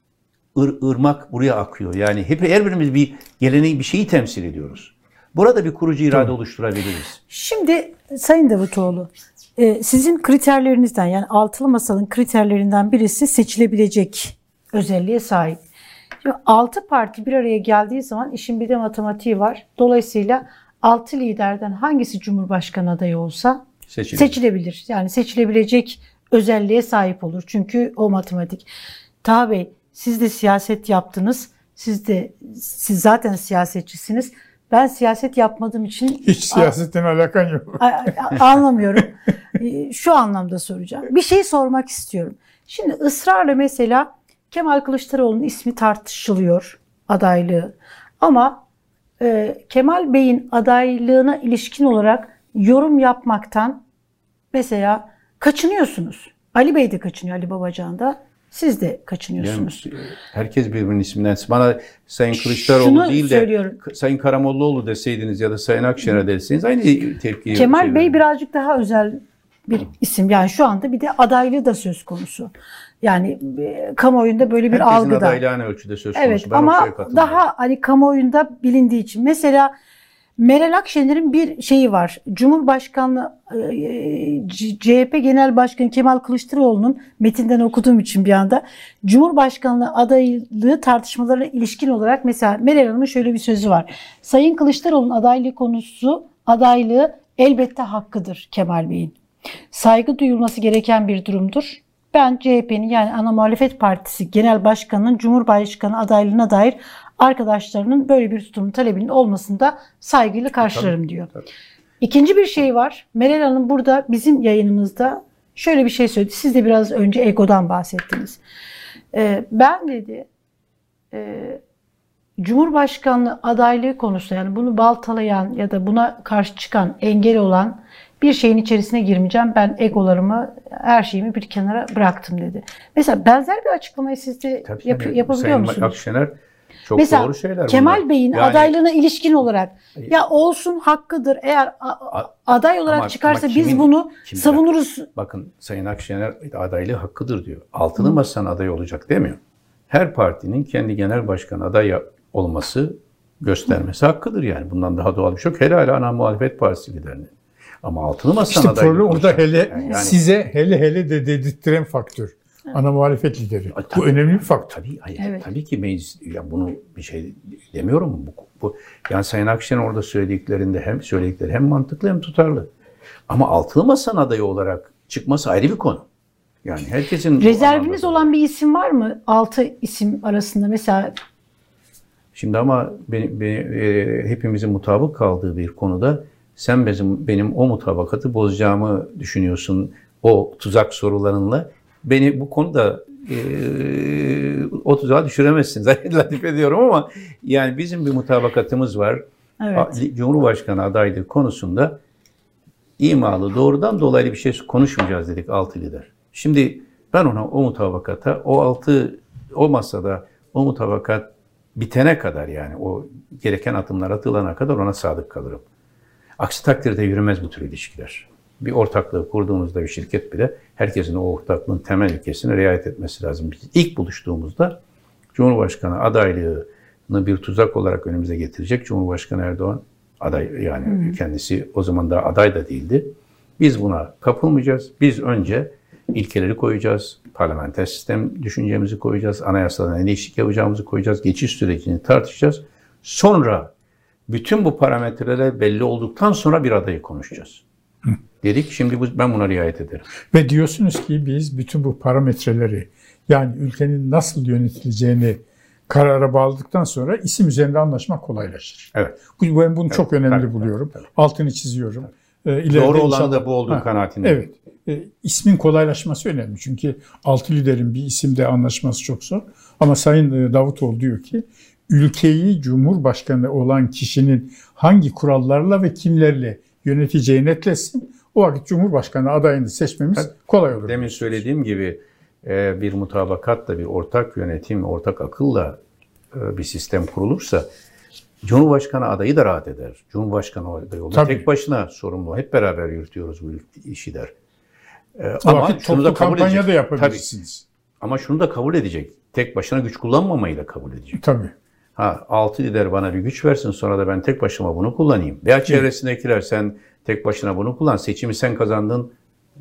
ırmak buraya akıyor. Yani her birimiz bir geleneği, bir şeyi temsil ediyoruz. Burada bir kurucu irade oluşturabiliriz. Şimdi Sayın Davutoğlu, sizin kriterlerinizden yani altılı masanın kriterlerinden birisi seçilebilecek özelliğe sahip. Şimdi 6 parti bir araya geldiği zaman işin bir de matematiği var. Dolayısıyla 6 liderden hangisi Cumhurbaşkanı adayı olsa seçilebilir. Yani seçilebilecek özelliğe sahip olur. Çünkü o matematik. Taha Bey, siz de siyaset yaptınız. Siz zaten siyasetçisiniz. Ben siyaset yapmadığım için... Hiç siyasetten alakan yok. Anlamıyorum. Şu anlamda soracağım. Bir şey sormak istiyorum. Şimdi ısrarla mesela Kemal Kılıçdaroğlu'nun ismi tartışılıyor, adaylığı. Ama Kemal Bey'in adaylığına ilişkin olarak yorum yapmaktan mesela kaçınıyorsunuz. Ali Bey de kaçınıyor, Ali Babacan da. Siz de kaçınıyorsunuz. Yani, herkes birbirinin isminden. Bana Sayın Kılıçdaroğlu Şunu değil de söylüyorum. Sayın Karamollaoğlu deseydiniz ya da Sayın Akşener deseydiniz aynı tepkiyi Kemal Bey birazcık daha özel bir isim. Yani şu anda bir de adaylığı da söz konusu. Yani kamuoyunda böyle bir herkesin algı da. Herkesin adaylığı aynı ölçüde söz konusu. Evet, ben ama daha hani kamuoyunda bilindiği için. Mesela Meral Akşener'in bir şeyi var. Cumhurbaşkanlığı CHP Genel Başkanı Kemal Kılıçdaroğlu'nun, metinden okuduğum için bir anda, Cumhurbaşkanlığı adaylığı tartışmalarına ilişkin olarak mesela Meral Hanım'ın şöyle bir sözü var. Sayın Kılıçdaroğlu'nun adaylığı elbette hakkıdır Kemal Bey'in. Saygı duyulması gereken bir durumdur. Ben CHP'nin, yani ana muhalefet partisi genel başkanının Cumhurbaşkanı adaylığına dair arkadaşlarının böyle bir tutumun talebinin olmasında saygıyla karşılarım diyor. Tabii. İkinci bir şey var. Meral Hanım burada bizim yayınımızda şöyle bir şey söyledi. Siz de biraz önce egodan bahsettiniz. Ben dedi Cumhurbaşkanlığı adaylığı konusunda, yani bunu baltalayan ya da buna karşı çıkan, engel olan bir şeyin içerisine girmeyeceğim. Ben egolarımı, her şeyimi bir kenara bıraktım dedi. Mesela benzer bir açıklamayı siz de yapabiliyor Sayın musunuz? Akşener çok mesela, doğru şeyler Kemal bunlar. Bey'in adaylığına ilişkin olarak ya olsun, hakkıdır. Eğer aday olarak çıkarsa biz bunu savunuruz. Bakın, Sayın Akşener adaylığı hakkıdır diyor. Altılı Masa'nın adayı olacak demiyor. Her partinin kendi genel başkan adayı olması, göstermesi hakkıdır yani. Bundan daha doğal bir şey yok. Hele ana muhalefet partisi liderinin. Ama Altılı Masa'nın adayı problem orada size hele de dedirttiren faktör. Ana muhalefet lideri. Bu önemli bir faktör. Tabii ki meclis, ya bunu bir şey demiyorum. Yani Sayın Akşener orada söyledikleri hem mantıklı hem tutarlı. Ama Altılı Masa'nın adayı olarak çıkması ayrı bir konu. Yani herkesin rezerviniz olan bir isim var mı? 6 isim arasında mesela. Şimdi ama hepimizin mutabık kaldığı bir konuda sen benim o mutabakatı bozacağımı düşünüyorsun o tuzak sorularınla. Beni bu konuda o tuzağa düşüremezsin. Zaten latif ediyorum ama yani bizim bir mutabakatımız var. Evet. Cumhurbaşkanı adaylığı konusunda imalı, doğrudan dolaylı bir şey konuşmayacağız dedik 6 lider. Şimdi ben ona o mutabakata, o masada o mutabakat bitene kadar, yani o gereken adımlar atılana kadar ona sadık kalırım. Aksi takdirde yürümez bu tür ilişkiler. Bir ortaklığı kurduğunuzda bir şirket bile herkesin o ortaklığın temel ilkesine riayet etmesi lazım. Biz ilk buluştuğumuzda Cumhurbaşkanı adaylığını bir tuzak olarak önümüze getirecek Cumhurbaşkanı Erdoğan aday, yani kendisi o zaman daha aday da değildi. Biz buna kapılmayacağız. Biz önce ilkeleri koyacağız. Parlamenter sistem düşüncemizi koyacağız. Anayasadan ne değişiklik yapacağımızı koyacağız. Geçiş sürecini tartışacağız. Sonra bütün bu parametreler belli olduktan sonra bir adayı konuşacağız. Dedik, şimdi ben buna riayet ederim. Ve diyorsunuz ki biz bütün bu parametreleri, yani ülkenin nasıl yönetileceğini karara bağladıktan sonra isim üzerinde anlaşmak kolaylaşır. Evet. Ben bunu çok önemli buluyorum. Tabii. Altını çiziyorum. Doğru olan da bu olduğu kanaatinde. Evet. İsmin kolaylaşması önemli. Çünkü 6 liderin bir isimde anlaşması çok zor. Ama Sayın Davutoğlu diyor ki ülkeyi Cumhurbaşkanı olan kişinin hangi kurallarla ve kimlerle yöneteceği netleşsin. O vakit Cumhurbaşkanı adayını seçmemiz kolay olur. Demin söylediğim gibi bir mutabakatla, bir ortak yönetim, ortak akılla bir sistem kurulursa Cumhurbaşkanı adayı da rahat eder. Cumhurbaşkanı adayı olur. Tek başına sorumlu. Hep beraber yürütüyoruz bu işi der. Ama şunu da kampanya da yapabilirsiniz. Ama şunu da kabul edecek. Tek başına güç kullanmamayı da kabul edecek. Tabii. 6 lider bana bir güç versin, sonra da ben tek başıma bunu kullanayım. Veya çevresindekiler sen tek başına bunu kullan, seçimi sen kazandın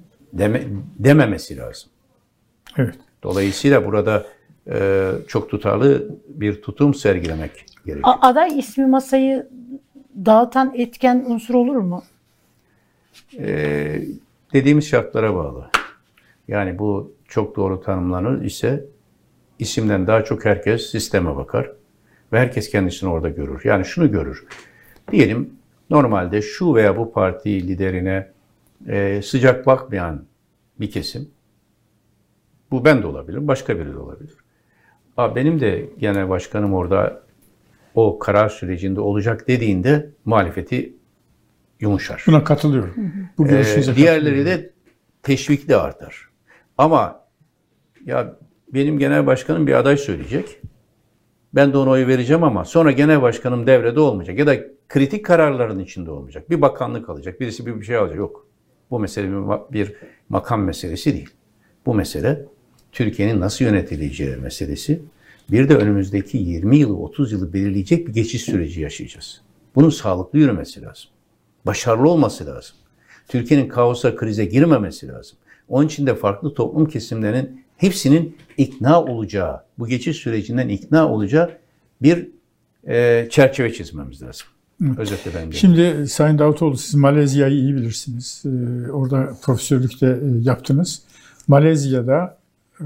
dememesi lazım. Evet. Dolayısıyla burada çok tutarlı bir tutum sergilemek gerekiyor. Aday ismi masayı dağıtan etken unsur olur mu? Dediğimiz şartlara bağlı. Yani bu çok doğru tanımlanır ise isimden daha çok herkes sisteme bakar ve herkes kendisini orada görür. Yani şunu görür. Diyelim normalde şu veya bu parti liderine sıcak bakmayan bir kesim, bu ben de olabilirim, başka biri de olabilir. Benim de genel başkanım orada o karar sürecinde olacak dediğinde muhalefeti yumuşar. Buna katılıyorum. Bu diğerleri de teşvik de artar. Ama ya benim genel başkanım bir aday söyleyecek. Ben de ona oy vereceğim ama sonra genel başkanım devrede olmayacak. Ya da kritik kararların içinde olmayacak. Bir bakanlık alacak. Birisi bir şey alacak. Yok. Bu mesele bir makam meselesi değil. Bu mesele Türkiye'nin nasıl yönetileceği meselesi. Bir de önümüzdeki 20 yılı, 30 yılı belirleyecek bir geçiş süreci yaşayacağız. Bunun sağlıklı yürümesi lazım. Başarılı olması lazım. Türkiye'nin kaosa, krize girmemesi lazım. Onun için de farklı toplum kesimlerinin hepsinin ikna olacağı, bu geçiş sürecinden ikna olacağı bir çerçeve çizmemiz lazım. Özetle ben. Şimdi Sayın Davutoğlu, siz Malezya'yı iyi bilirsiniz. Orada profesörlük de yaptınız. Malezya'da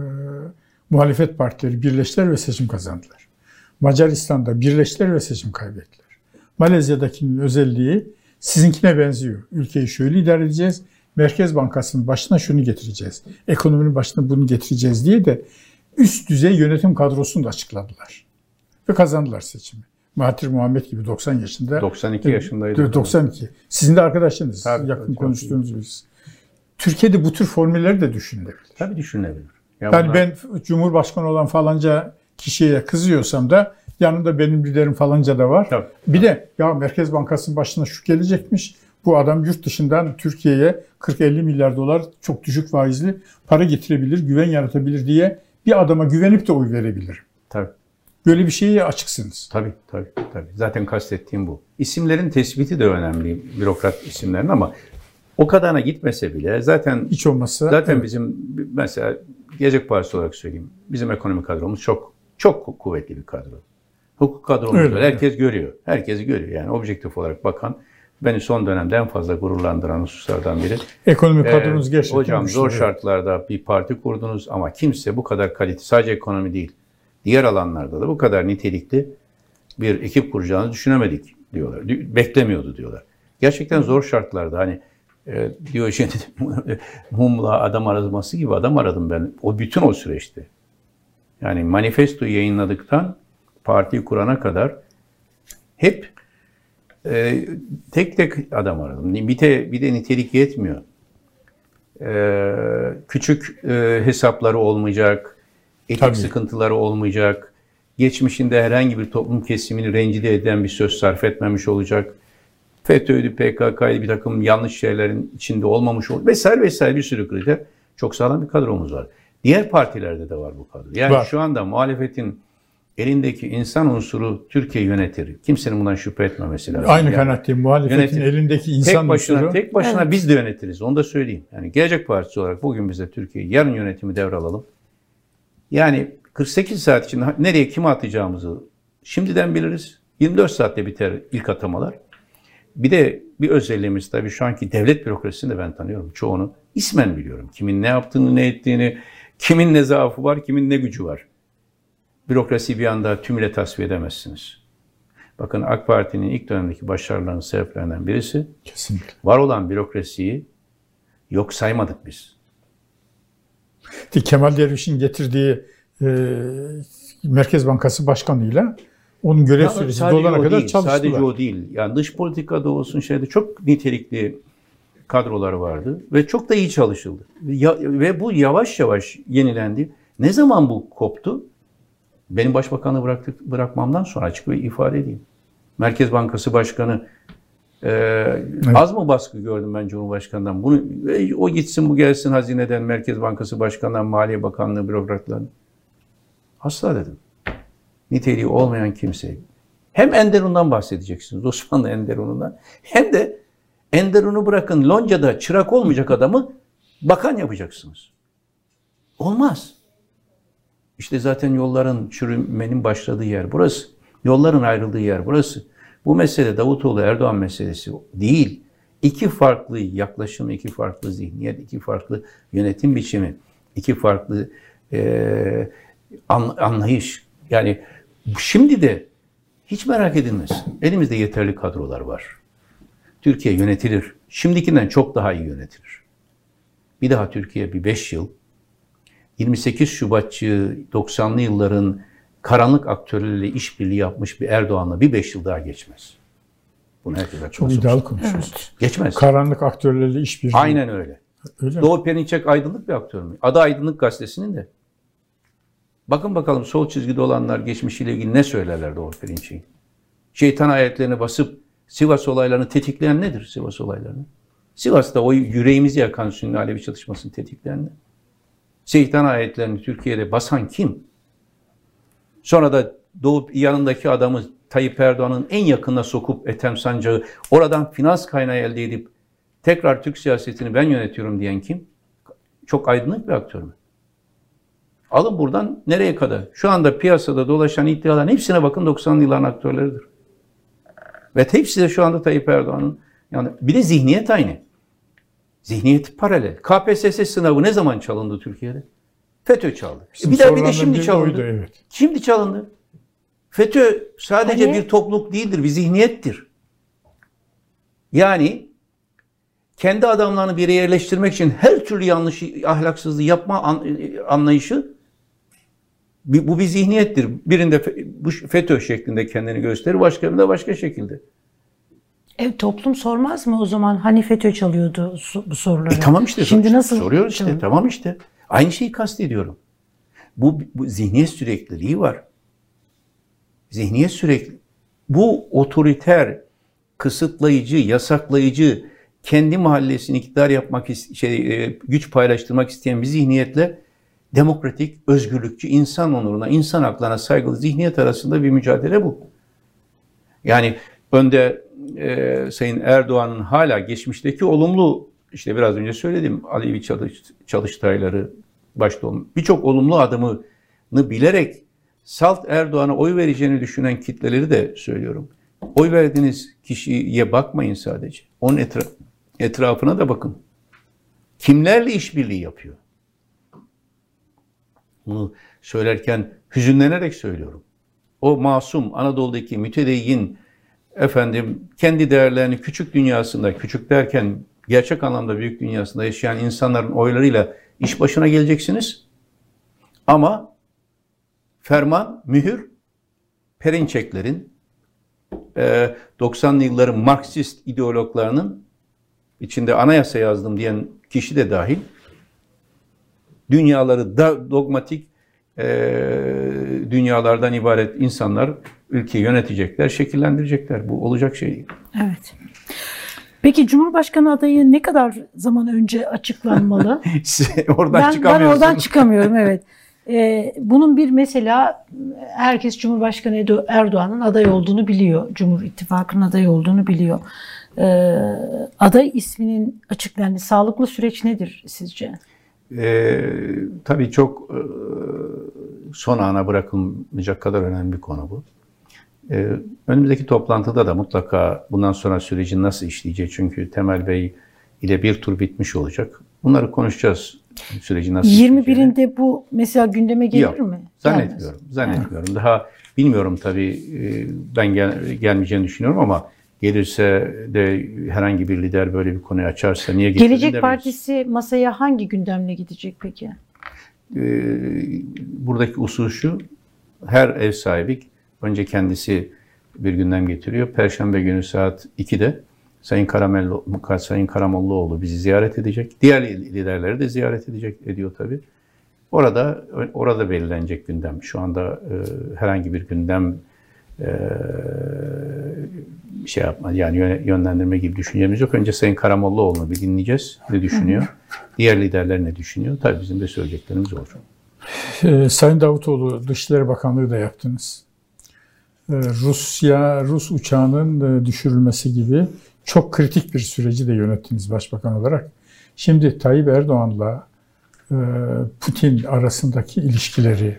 muhalefet partileri birleştiler ve seçim kazandılar. Macaristan'da birleştiler ve seçim kaybettiler. Malezya'dakinin özelliği sizinkine benziyor. Ülkeyi şöyle idare edeceğiz. Merkez Bankası'nın başına şunu getireceğiz. Ekonominin başına bunu getireceğiz diye de üst düzey yönetim kadrosunu da açıkladılar. Ve kazandılar seçimi. Mahathir Muhammed gibi 90 yaşında. 92 yaşındaydı. 92. Sizin de arkadaşınız. Tabii, yakın konuştuğunuz birisi. Türkiye'de bu tür formülleri de düşünülebilir. Tabii düşünülebilir. Yani ben Cumhurbaşkanı olan falanca kişiye kızıyorsam da yanında benim liderim falanca da var. Tabii. Bir de ya Merkez Bankası'nın başına şu gelecekmiş. Bu adam yurt dışından Türkiye'ye 40-50 milyar dolar çok düşük faizli para getirebilir, güven yaratabilir diye bir adama güvenip de oy verebilir. Tabii. Böyle bir şeye açıksınız. Tabii. Zaten kastettiğim bu. İsimlerin tespiti de önemli, bürokrat isimlerin, ama o kadarına gitmese bile zaten hiç olmazsa evet. Bizim mesela Gelecek Partisi olarak söyleyeyim. Bizim ekonomik kadromuz çok kuvvetli bir kadro. Hukuk kadromuz var. Herkes görüyor. Herkes görüyor. Yani objektif olarak bakan, beni son dönemde en fazla gururlandıran hususlardan biri. Ekonomik kadronuz gerçekten hocam zor şartlarda bir parti kurdunuz ama kimse bu kadar kalite, sadece ekonomi değil, diğer alanlarda da bu kadar nitelikli bir ekip kuracağını düşünemedik diyorlar. Beklemiyordu diyorlar. Gerçekten zor şartlarda, hani Diyojen mumla adam araması gibi adam aradım ben. Bütün o süreçte. Yani manifesto yayınladıktan partiyi kurana kadar hep tek tek adam aradım. Bir de nitelik yetmiyor. Küçük hesapları olmayacak, etik sıkıntıları olmayacak, geçmişinde herhangi bir toplum kesimini rencide eden bir söz sarf etmemiş olacak, FETÖ'ydü, PKK'ydı, bir takım yanlış şeylerin içinde olmamış olacak vesaire bir sürü kriter. Çok sağlam bir kadromuz var. Diğer partilerde de var bu kadro. Yani var. Şu anda muhalefetin elindeki insan unsuru Türkiye yönetir. Kimsenin bundan şüphe etmemesi lazım. Aynı kanaatteyim. Muhalefetin elindeki insan unsuru. Tek başına biz de yönetiriz. Onu da söyleyeyim. Yani Gelecek Partisi olarak bugün biz de Türkiye'yi, yarın yönetimi devralalım. Yani 48 saat içinde nereye kimi atacağımızı şimdiden biliriz. 24 saatte biter ilk atamalar. Bir de bir özelliğimiz tabii şu anki devlet bürokrasisini de ben tanıyorum. Çoğunu ismen biliyorum. Kimin ne yaptığını, ne ettiğini, kimin ne zaafı var, kimin ne gücü var. Bürokrasiyi bir anda tümüyle tasfiye edemezsiniz. Bakın AK Parti'nin ilk dönemdeki başarılarının sebeplerinden birisi, kesinlikle, var olan bürokrasiyi yok saymadık biz. Kemal Derviş'in getirdiği Merkez Bankası Başkanı'yla onun görev süresi dolana kadar çalıştılar. Sadece o değil. Yani dış politikada olsun çok nitelikli kadroları vardı ve çok da iyi çalışıldı. Ve bu yavaş yavaş yenilendi. Ne zaman bu koptu? Benim başbakanlığı bırakmamdan sonra açık bir ifade edeyim. Merkez Bankası Başkanı az mı baskı gördüm ben Cumhurbaşkanı'ndan? Bunu o gitsin bu gelsin hazineden, Merkez Bankası Başkanı'ndan, Maliye Bakanlığı bürokratlarına. Asla dedim. Niteliği olmayan kimse. Hem Enderun'dan bahsedeceksiniz, Osmanlı Enderun'undan. Hem de Enderun'u bırakın, Lonca'da çırak olmayacak adamı bakan yapacaksınız. Olmaz. İşte zaten yolların çürümenin başladığı yer burası. Yolların ayrıldığı yer burası. Bu mesele Davutoğlu-Erdoğan meselesi değil. İki farklı yaklaşım, iki farklı zihniyet, iki farklı yönetim biçimi, iki farklı anlayış. Yani şimdi de hiç merak edilmez. Elimizde yeterli kadrolar var. Türkiye yönetilir. Şimdikinden çok daha iyi yönetilir. Bir daha Türkiye bir 5 yıl 28 Şubatçı 90'lı yılların karanlık aktörleriyle işbirliği yapmış bir Erdoğan'la bir 5 yıl daha geçmez. Bunu herkes çok iddialı konuşuyorsunuz. Evet. Geçmez. Karanlık aktörlerle işbirliği. Aynen öyle. Öyle Doğu Perinçek aydınlık bir aktör mü? Adı Aydınlık Gazetesi'nin de. Bakın bakalım sol çizgide olanlar geçmişiyle ilgili ne söylerler Doğu Perinçek'in. Şeytan ayetlerine basıp Sivas olaylarını tetikleyen nedir Sivas olaylarını? Sivas'ta o yüreğimizi yakan Sünni Alevi çatışmasını tetikleyen ne? Şeytan ayetlerini Türkiye'de basan kim? Sonra da doğup yanındaki adamı Tayyip Erdoğan'ın en yakınına sokup Ethem Sancağı oradan finans kaynağı elde edip tekrar Türk siyasetini ben yönetiyorum diyen kim? Çok aydınlık bir aktör mü? Alın buradan nereye kadar? Şu anda piyasada dolaşan iddiaların hepsine bakın 90'lı yılların aktörleridir. Ve hepsi de şu anda Tayyip Erdoğan'ın yani bir de zihniyet aynı. Zihniyet paralel. KPSS sınavı ne zaman çalındı Türkiye'de? FETÖ çaldı. Bir de şimdi çalındı. Oydu, evet. Şimdi çalındı. FETÖ sadece Hani? bir topluluk değildir, bir zihniyettir. Yani kendi adamlarını bir yere yerleştirmek için her türlü yanlış, ahlaksızlığı yapma anlayışı bu bir zihniyettir. Birinde bu FETÖ şeklinde kendini gösterir, başka birinde başka şekilde. Toplum sormaz mı o zaman? Hani FETÖ çalıyordu bu soruları? Tamam işte. Şimdi nasıl soruyoruz işte. çalıyor? Tamam işte. Aynı şeyi kastediyorum. Bu zihniyet sürekliliği var. Zihniyet sürekli. Bu otoriter, kısıtlayıcı, yasaklayıcı, kendi mahallesini iktidar yapmak, güç paylaştırmak isteyen bir zihniyetle demokratik, özgürlükçü, insan onuruna, insan haklarına saygılı zihniyet arasında bir mücadele bu. Yani önde Sayın Erdoğan'ın hala geçmişteki olumlu, işte biraz önce söyledim, Alevi çalıştayları başta olmuş, birçok olumlu adımını bilerek salt Erdoğan'a oy vereceğini düşünen kitleleri de söylüyorum. Oy verdiğiniz kişiye bakmayın sadece. Onun etrafına da bakın. Kimlerle işbirliği yapıyor? Bunu söylerken hüzünlenerek söylüyorum. O masum Anadolu'daki mütedeyyin kendi değerlerini küçük dünyasında, küçük derken gerçek anlamda büyük dünyasında yaşayan insanların oylarıyla iş başına geleceksiniz. Ama ferman, mühür, Perinçeklerin, 90'lı yılların Marksist ideologlarının içinde anayasa yazdım diyen kişi de dahil dünyaları dogmatik dünyalardan ibaret insanlar ülkeyi yönetecekler, şekillendirecekler. Bu olacak şey değil. Evet. Peki Cumhurbaşkanı adayı ne kadar zaman önce açıklanmalı? Ben oradan çıkamıyorum, evet. Bunun bir mesela herkes Cumhurbaşkanı Erdoğan'ın aday olduğunu biliyor. Cumhur İttifakı'nın aday olduğunu biliyor. Aday isminin açıklandığı sağlıklı süreç nedir sizce? Tabii çok son ana bırakılmayacak kadar önemli bir konu bu. Önümüzdeki toplantıda da mutlaka bundan sonra sürecin nasıl işleyeceği, çünkü Temel Bey ile bir tur bitmiş olacak. Bunları konuşacağız. Süreci nasıl 21'inde bu mesela gündeme gelir mi? Zannetmiyorum. Zannetmiyorum. Daha bilmiyorum tabii, ben gelmeyeceğini düşünüyorum ama gelirse de herhangi bir lider böyle bir konuyu açarsa niye getirdin demeyiz. Gelecek Partisi masaya hangi gündemle gidecek peki? Buradaki usul şu: her ev sahibi önce kendisi bir gündem getiriyor. Perşembe günü saat 2'de Sayın Karamollaoğlu bizi ziyaret edecek. Diğer liderleri de ziyaret ediyor tabii. Orada belirlenecek gündem. Şu anda herhangi bir gündem yani yönlendirme gibi düşüncemiz yok. Önce Sayın Karamollaoğlu'nu bir dinleyeceğiz. Ne düşünüyor? Diğer liderler ne düşünüyor? Tabii bizim de söyleyeceklerimiz olur. Sayın Davutoğlu, Dışişleri Bakanlığı da yaptınız. Rus uçağının düşürülmesi gibi çok kritik bir süreci de yönettiniz başbakan olarak. Şimdi Tayyip Erdoğan'la Putin arasındaki ilişkileri,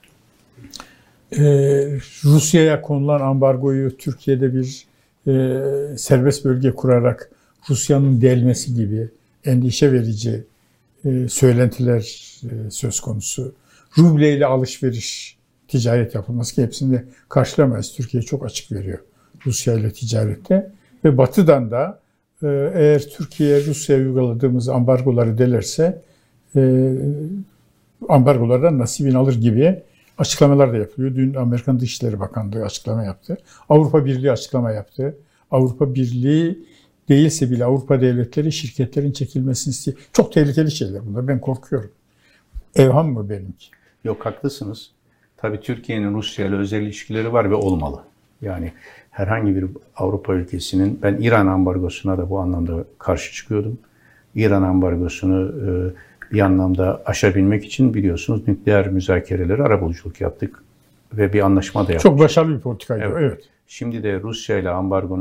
Rusya'ya konulan ambargoyu Türkiye'de bir serbest bölge kurarak Rusya'nın delmesi gibi endişe verici söylentiler söz konusu. Rubleyle alışveriş, ticaret yapılması ki hepsini de karşılamayız. Türkiye çok açık veriyor Rusya ile ticarette. Ve Batı'dan da eğer Türkiye Rusya'ya uyguladığımız ambargoları delerse ambargolardan nasibini alır gibi açıklamalar da yapılıyor. Dün Amerikan Dışişleri Bakanlığı açıklama yaptı. Avrupa Birliği açıklama yaptı. Avrupa Birliği değilse bile Avrupa devletleri şirketlerin çekilmesini istiyor. Çok tehlikeli şeyler bunlar. Ben korkuyorum. Evham mı benimki? Yok, haklısınız. Tabii Türkiye'nin Rusya ile özel ilişkileri var ve olmalı. Yani herhangi bir Avrupa ülkesinin, ben İran ambargosuna da bu anlamda karşı çıkıyordum. İran ambargosunu bir anlamda aşabilmek için biliyorsunuz nükleer müzakereleri, arabuluculuk yaptık ve bir anlaşma da yaptık. Çok başarılı bir politikaydı. Evet. Şimdi de Rusya ile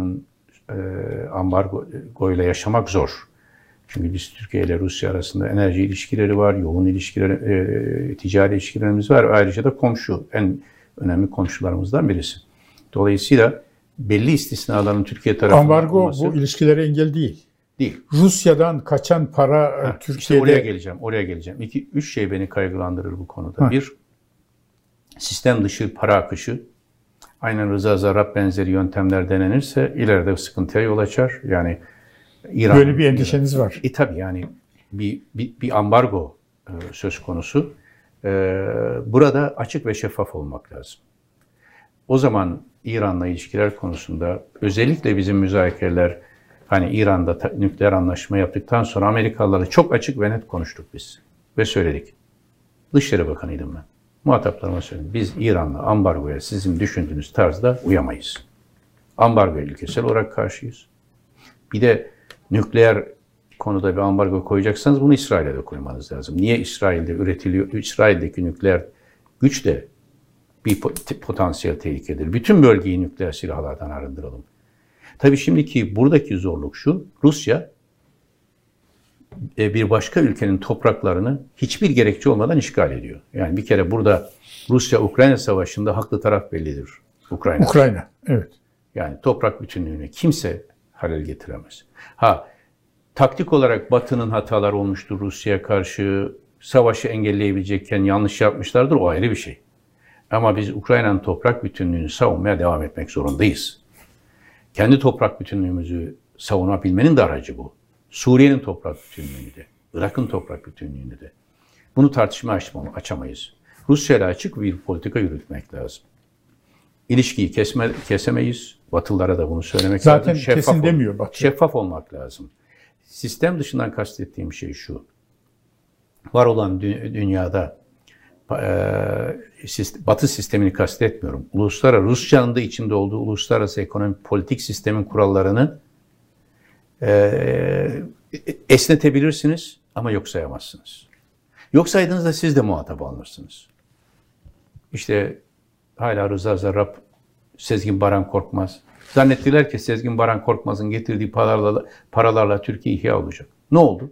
ambargo ile yaşamak zor. Çünkü biz Türkiye ile Rusya arasında enerji ilişkileri var, yoğun ilişkiler, ticari ilişkilerimiz var. Ayrıca da komşu, en önemli komşularımızdan birisi. Dolayısıyla belli istisnaların Türkiye tarafından ambargo olması, bu ilişkilere engel değil. Değil. Rusya'dan kaçan para Türkiye'de... İşte oraya geleceğim. Üç şey beni kaygılandırır bu konuda. Bir, sistem dışı para akışı. Aynen Rıza Zarrab benzeri yöntemler denenirse ileride sıkıntıya yol açar. Yani İran... Böyle bir endişeniz var. Tabii yani bir ambargo söz konusu. Burada açık ve şeffaf olmak lazım. O zaman İran'la ilişkiler konusunda özellikle bizim müzakereler, hani İran'da nükleer anlaşma yaptıktan sonra Amerikalılarla çok açık ve net konuştuk biz. Ve söyledik. Dışişleri Bakanıydım ben. Muhataplarıma söyledim. Biz İran'la ambargoya sizin düşündüğünüz tarzda uyamayız. Ambargoya ilkesel olarak karşıyız. Bir de nükleer konuda bir ambargo koyacaksanız bunu İsrail'e de koymanız lazım. Niye İsrail'de üretiliyor? İsrail'deki nükleer güç de bir potansiyel tehlikedir. Bütün bölgeyi nükleer silahlardan arındıralım. Tabii şimdiki buradaki zorluk şu, Rusya bir başka ülkenin topraklarını hiçbir gerekçe olmadan işgal ediyor. Yani bir kere burada Rusya-Ukrayna savaşında haklı taraf bellidir. Ukrayna, evet. Yani toprak bütünlüğüne kimse halel getiremez. Taktik olarak Batı'nın hataları olmuştur Rusya'ya karşı, savaşı engelleyebilecekken yanlış yapmışlardır, o ayrı bir şey. Ama biz Ukrayna'nın toprak bütünlüğünü savunmaya devam etmek zorundayız. Kendi toprak bütünlüğümüzü savunabilmenin de aracı bu. Suriye'nin toprak bütünlüğünü de, Irak'ın toprak bütünlüğünü de. Bunu tartışma açamayız. Rusya'yla açık bir politika yürütmek lazım. İlişkiyi kesemeyiz. Batılılara da bunu söylemek lazım. Zaten kesin demiyor Batı. Şeffaf olmak lazım. Sistem dışından kastettiğim şey şu. Var olan dünyada Batı sistemini kastetmiyorum. Rusya'nın da içinde olduğu uluslararası ekonomik politik sistemin kurallarını esnetebilirsiniz ama yok sayamazsınız. Yok saydığınızda siz de muhatap alınırsınız. İşte hala Rıza Zarrab, Sezgin Baran Korkmaz. Zannettiler ki Sezgin Baran Korkmaz'ın getirdiği paralarla Türkiye ihya olacak. Ne oldu?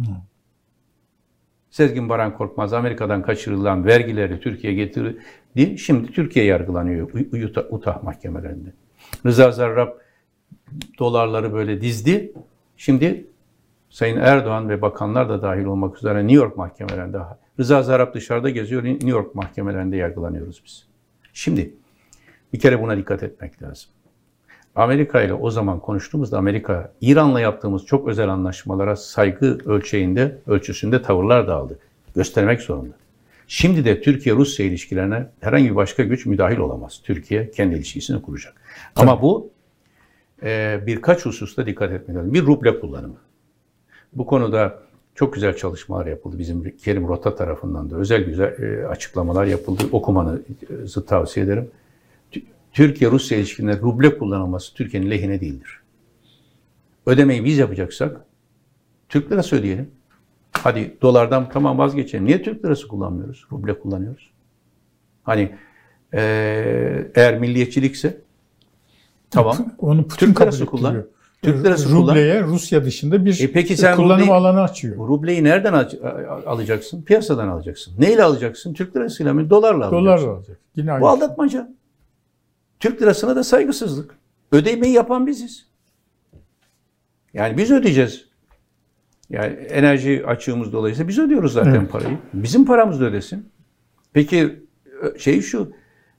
Sezgin Baran Korkmaz Amerika'dan kaçırılan vergileri Türkiye'ye getirdi. Şimdi Türkiye yargılanıyor UTAH mahkemelerinde. Rıza Zarrab dolarları böyle dizdi. Şimdi Sayın Erdoğan ve bakanlar da dahil olmak üzere New York mahkemelerinde, Rıza Zarrab dışarıda geziyor, New York mahkemelerinde yargılanıyoruz biz. Şimdi bir kere buna dikkat etmek lazım. Amerika ile o zaman konuştuğumuzda Amerika, İran'la yaptığımız çok özel anlaşmalara saygı ölçüsünde tavırlar da aldı. Göstermek zorunda. Şimdi de Türkiye-Rusya ilişkilerine herhangi bir başka güç müdahil olamaz. Türkiye kendi ilişkisini kuracak. Ama bu birkaç hususta dikkat etmek lazım. Bir, ruble kullanımı. Bu konuda çok güzel çalışmalar yapıldı. Bizim Kerim Rota tarafından da güzel açıklamalar yapıldı. Okumanızı tavsiye ederim. Türkiye-Rusya ilişkilerinde ruble kullanılması Türkiye'nin lehine değildir. Ödemeyi biz yapacaksak Türk lirası ödeyelim. Hadi dolardan tamam vazgeçelim. Niye Türk lirası kullanmıyoruz? Ruble kullanıyoruz. Hani eğer milliyetçilikse tamam. Onu Putin Türk lirası kullan. Türk lirası rubleye Rusya dışında bir peki sen kullanım alanı açıyor. Rubleyi nereden alacaksın? Piyasadan alacaksın. Neyle alacaksın? Türk lirasıyla mı? Dolarla alacaksın. Dolarla alacak. Yine aynı. Bu aldatmaca. Türk lirasına da saygısızlık. Ödemeyi yapan biziz. Yani biz ödeyeceğiz. Yani enerji açığımız dolayısıyla biz ödüyoruz zaten parayı. Bizim paramız da ödesin. Peki şu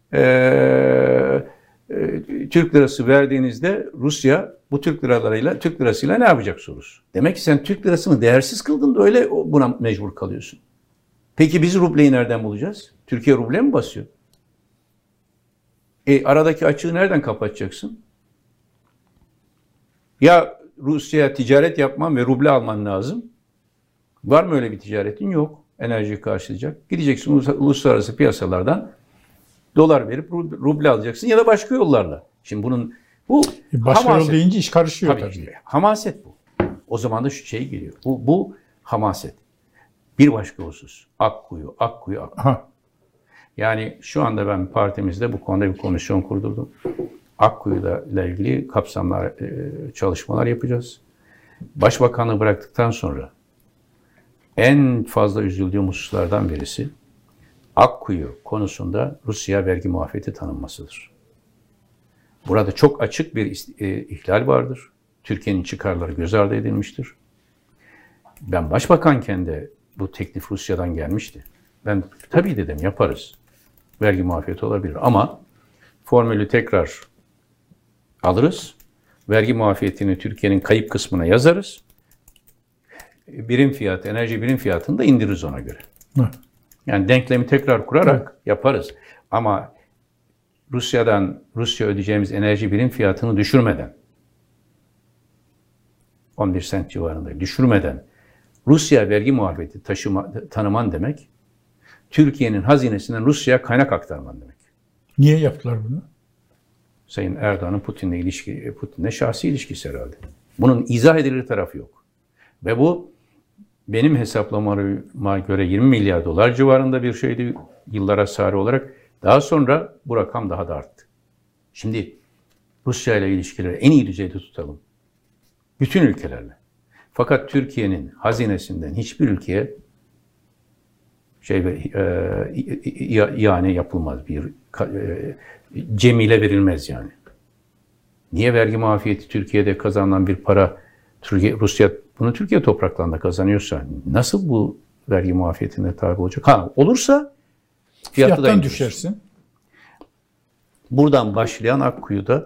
Türk lirası verdiğinizde Rusya bu Türk lirasıyla ne yapacak sorusu. Demek ki sen Türk lirasını değersiz kıldın da öyle buna mecbur kalıyorsun. Peki biz rubleyi nereden bulacağız? Türkiye ruble mi basıyor? Aradaki açığı nereden kapatacaksın? Ya Rusya'ya ticaret yapman ve ruble alman lazım. Var mı öyle bir ticaretin? Yok. Enerjiyi karşılayacak. Gideceksin uluslararası piyasalardan dolar verip ruble alacaksın ya da başka yollarla. Şimdi bu başka yol deyince iş karışıyor tabii. İşte, hamaset bu. O zaman da şu şey geliyor. Bu hamaset. Bir başka husus. Akkuyu. Aha. Yani şu anda ben partimizde bu konuda bir komisyon kurdurdum. Akkuyu'yla ilgili kapsamlı çalışmalar yapacağız. Başbakanlığı bıraktıktan sonra en fazla üzüldüğüm hususlardan birisi Akkuyu konusunda Rusya vergi muafiyeti tanınmasıdır. Burada çok açık bir ihlal vardır. Türkiye'nin çıkarları göz ardı edilmiştir. Ben başbakanken de bu teklif Rusya'dan gelmişti. Ben tabii dedim yaparız. Vergi muafiyeti olabilir ama formülü tekrar alırız. Vergi muafiyetini Türkiye'nin kayıp kısmına yazarız. Birim fiyat, enerji birim fiyatını da indiririz ona göre. Yani denklemi tekrar kurarak yaparız. Ama Rusya ödeyeceğimiz enerji birim fiyatını düşürmeden 11 sent civarında düşürmeden Rusya vergi muafiyeti tanıman demek Türkiye'nin hazinesinden Rusya'ya kaynak aktarman demek. Niye yaptılar bunu? Sayın Erdoğan'ın Putin'le şahsi ilişkisi herhalde. Bunun izah edilir tarafı yok. Ve bu benim hesaplamama göre 20 milyar dolar civarında bir şeydi yıllara sari olarak. Daha sonra bu rakam daha da arttı. Şimdi Rusya ile ilişkileri en iyi düzeyde tutalım. Bütün ülkelerle. Fakat Türkiye'nin hazinesinden hiçbir ülkeye ihale yapılmaz. Cemile verilmez yani. Niye vergi muafiyeti Türkiye'de kazanılan bir para Rusya bunu Türkiye topraklarında kazanıyorsa nasıl bu vergi muafiyetine tabi olacak? Olursa fiyattan düşersin. Buradan başlayan Akkuyu'da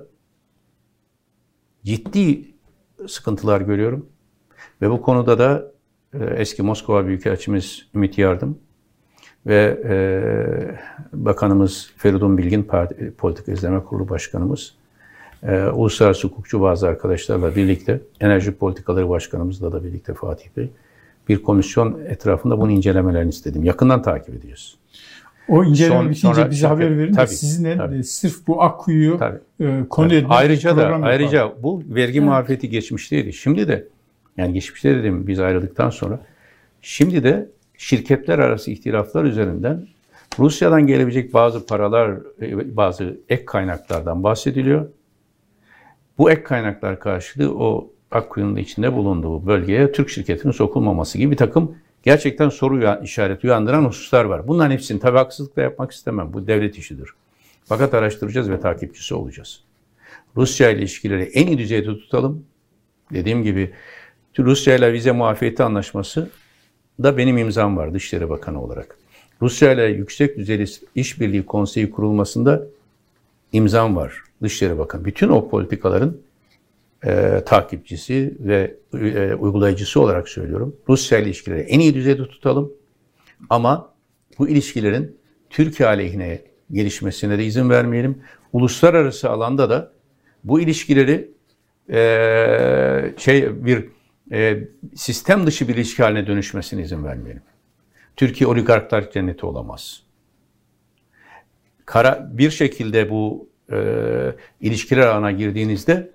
ciddi sıkıntılar görüyorum. Ve bu konuda da eski Moskova Büyükelçimiz Ümit Yardım ve Bakanımız Feridun Bilgin, Politika İzleme Kurulu Başkanımız, uluslararası hukukçu bazı arkadaşlarla birlikte, Enerji Politikaları Başkanımızla da birlikte Fatih Bey, bir komisyon etrafında bunu incelemelerini istedim. Yakından takip edeceğiz. O inceleme bitince bize haber verin de sizinle sırf bu Akkuyu'yu konu edin. Ayrıca bu vergi muafiyeti geçmişteydi. Şimdi de yani geçmişte dedim biz ayrıldıktan sonra şimdi de şirketler arası ihtilaflar üzerinden Rusya'dan gelebilecek bazı paralar, bazı ek kaynaklardan bahsediliyor. Bu ek kaynaklar karşılığı o Akkuyu'nun içinde bulunduğu bölgeye Türk şirketinin sokulmaması gibi bir takım gerçekten soru işareti uyandıran hususlar var. Bunların hepsini tabii haksızlıkla yapmak istemem. Bu devlet işidir. Fakat araştıracağız ve takipçisi olacağız. Rusya ile ilişkileri en iyi düzeyde tutalım. Dediğim gibi Rusya ile vize muafiyeti anlaşması da benim imzam var Dışişleri Bakanı olarak. Rusya ile yüksek düzeyli işbirliği konseyi kurulmasında imzam var Dışişleri Bakanı. Bütün o politikaların takipçisi ve uygulayıcısı olarak söylüyorum. Rusya ile ilişkileri en iyi düzeyde tutalım. Ama bu ilişkilerin Türkiye aleyhine gelişmesine de izin vermeyelim. Uluslararası alanda da bu ilişkileri sistem dışı bir ilişki haline dönüşmesine izin vermeyelim. Türkiye oligarklar cenneti olamaz. Bir şekilde bu ilişkiler ağına girdiğinizde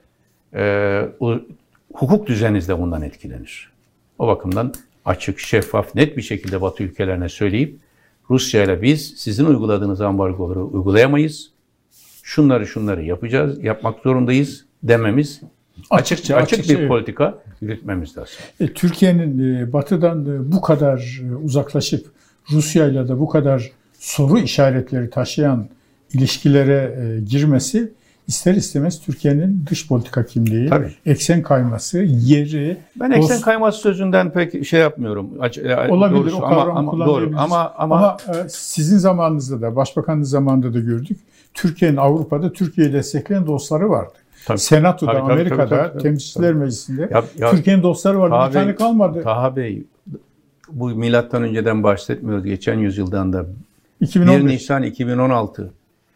hukuk düzeniniz de bundan etkilenir. O bakımdan açık, şeffaf, net bir şekilde Batı ülkelerine söyleyip Rusya ile biz sizin uyguladığınız ambargoları uygulayamayız. Şunları yapmak zorundayız dememiz açık bir politika yürütmemiz lazım. Türkiye'nin Batı'dan bu kadar uzaklaşıp Rusya ile de bu kadar soru işaretleri taşıyan ilişkilere girmesi ister istemez Türkiye'nin dış politika kimliği, eksen kayması, yeri... Ben eksen kayması sözünden pek şey yapmıyorum. Olabilir, o kavramı kullanabiliriz. Ama sizin zamanınızda da, Başbakanınız zamanında da gördük. Türkiye'nin Avrupa'da Türkiye'yi destekleyen dostları vardı. Senato'da, Amerika'da, Temsilciler Meclisi'nde Türkiye'nin dostları vardı. Bir tane kalmadı. Taha Bey, bu milattan önceden bahsetmiyoruz. Geçen yüzyıldan da 2015. 1 Nisan 2016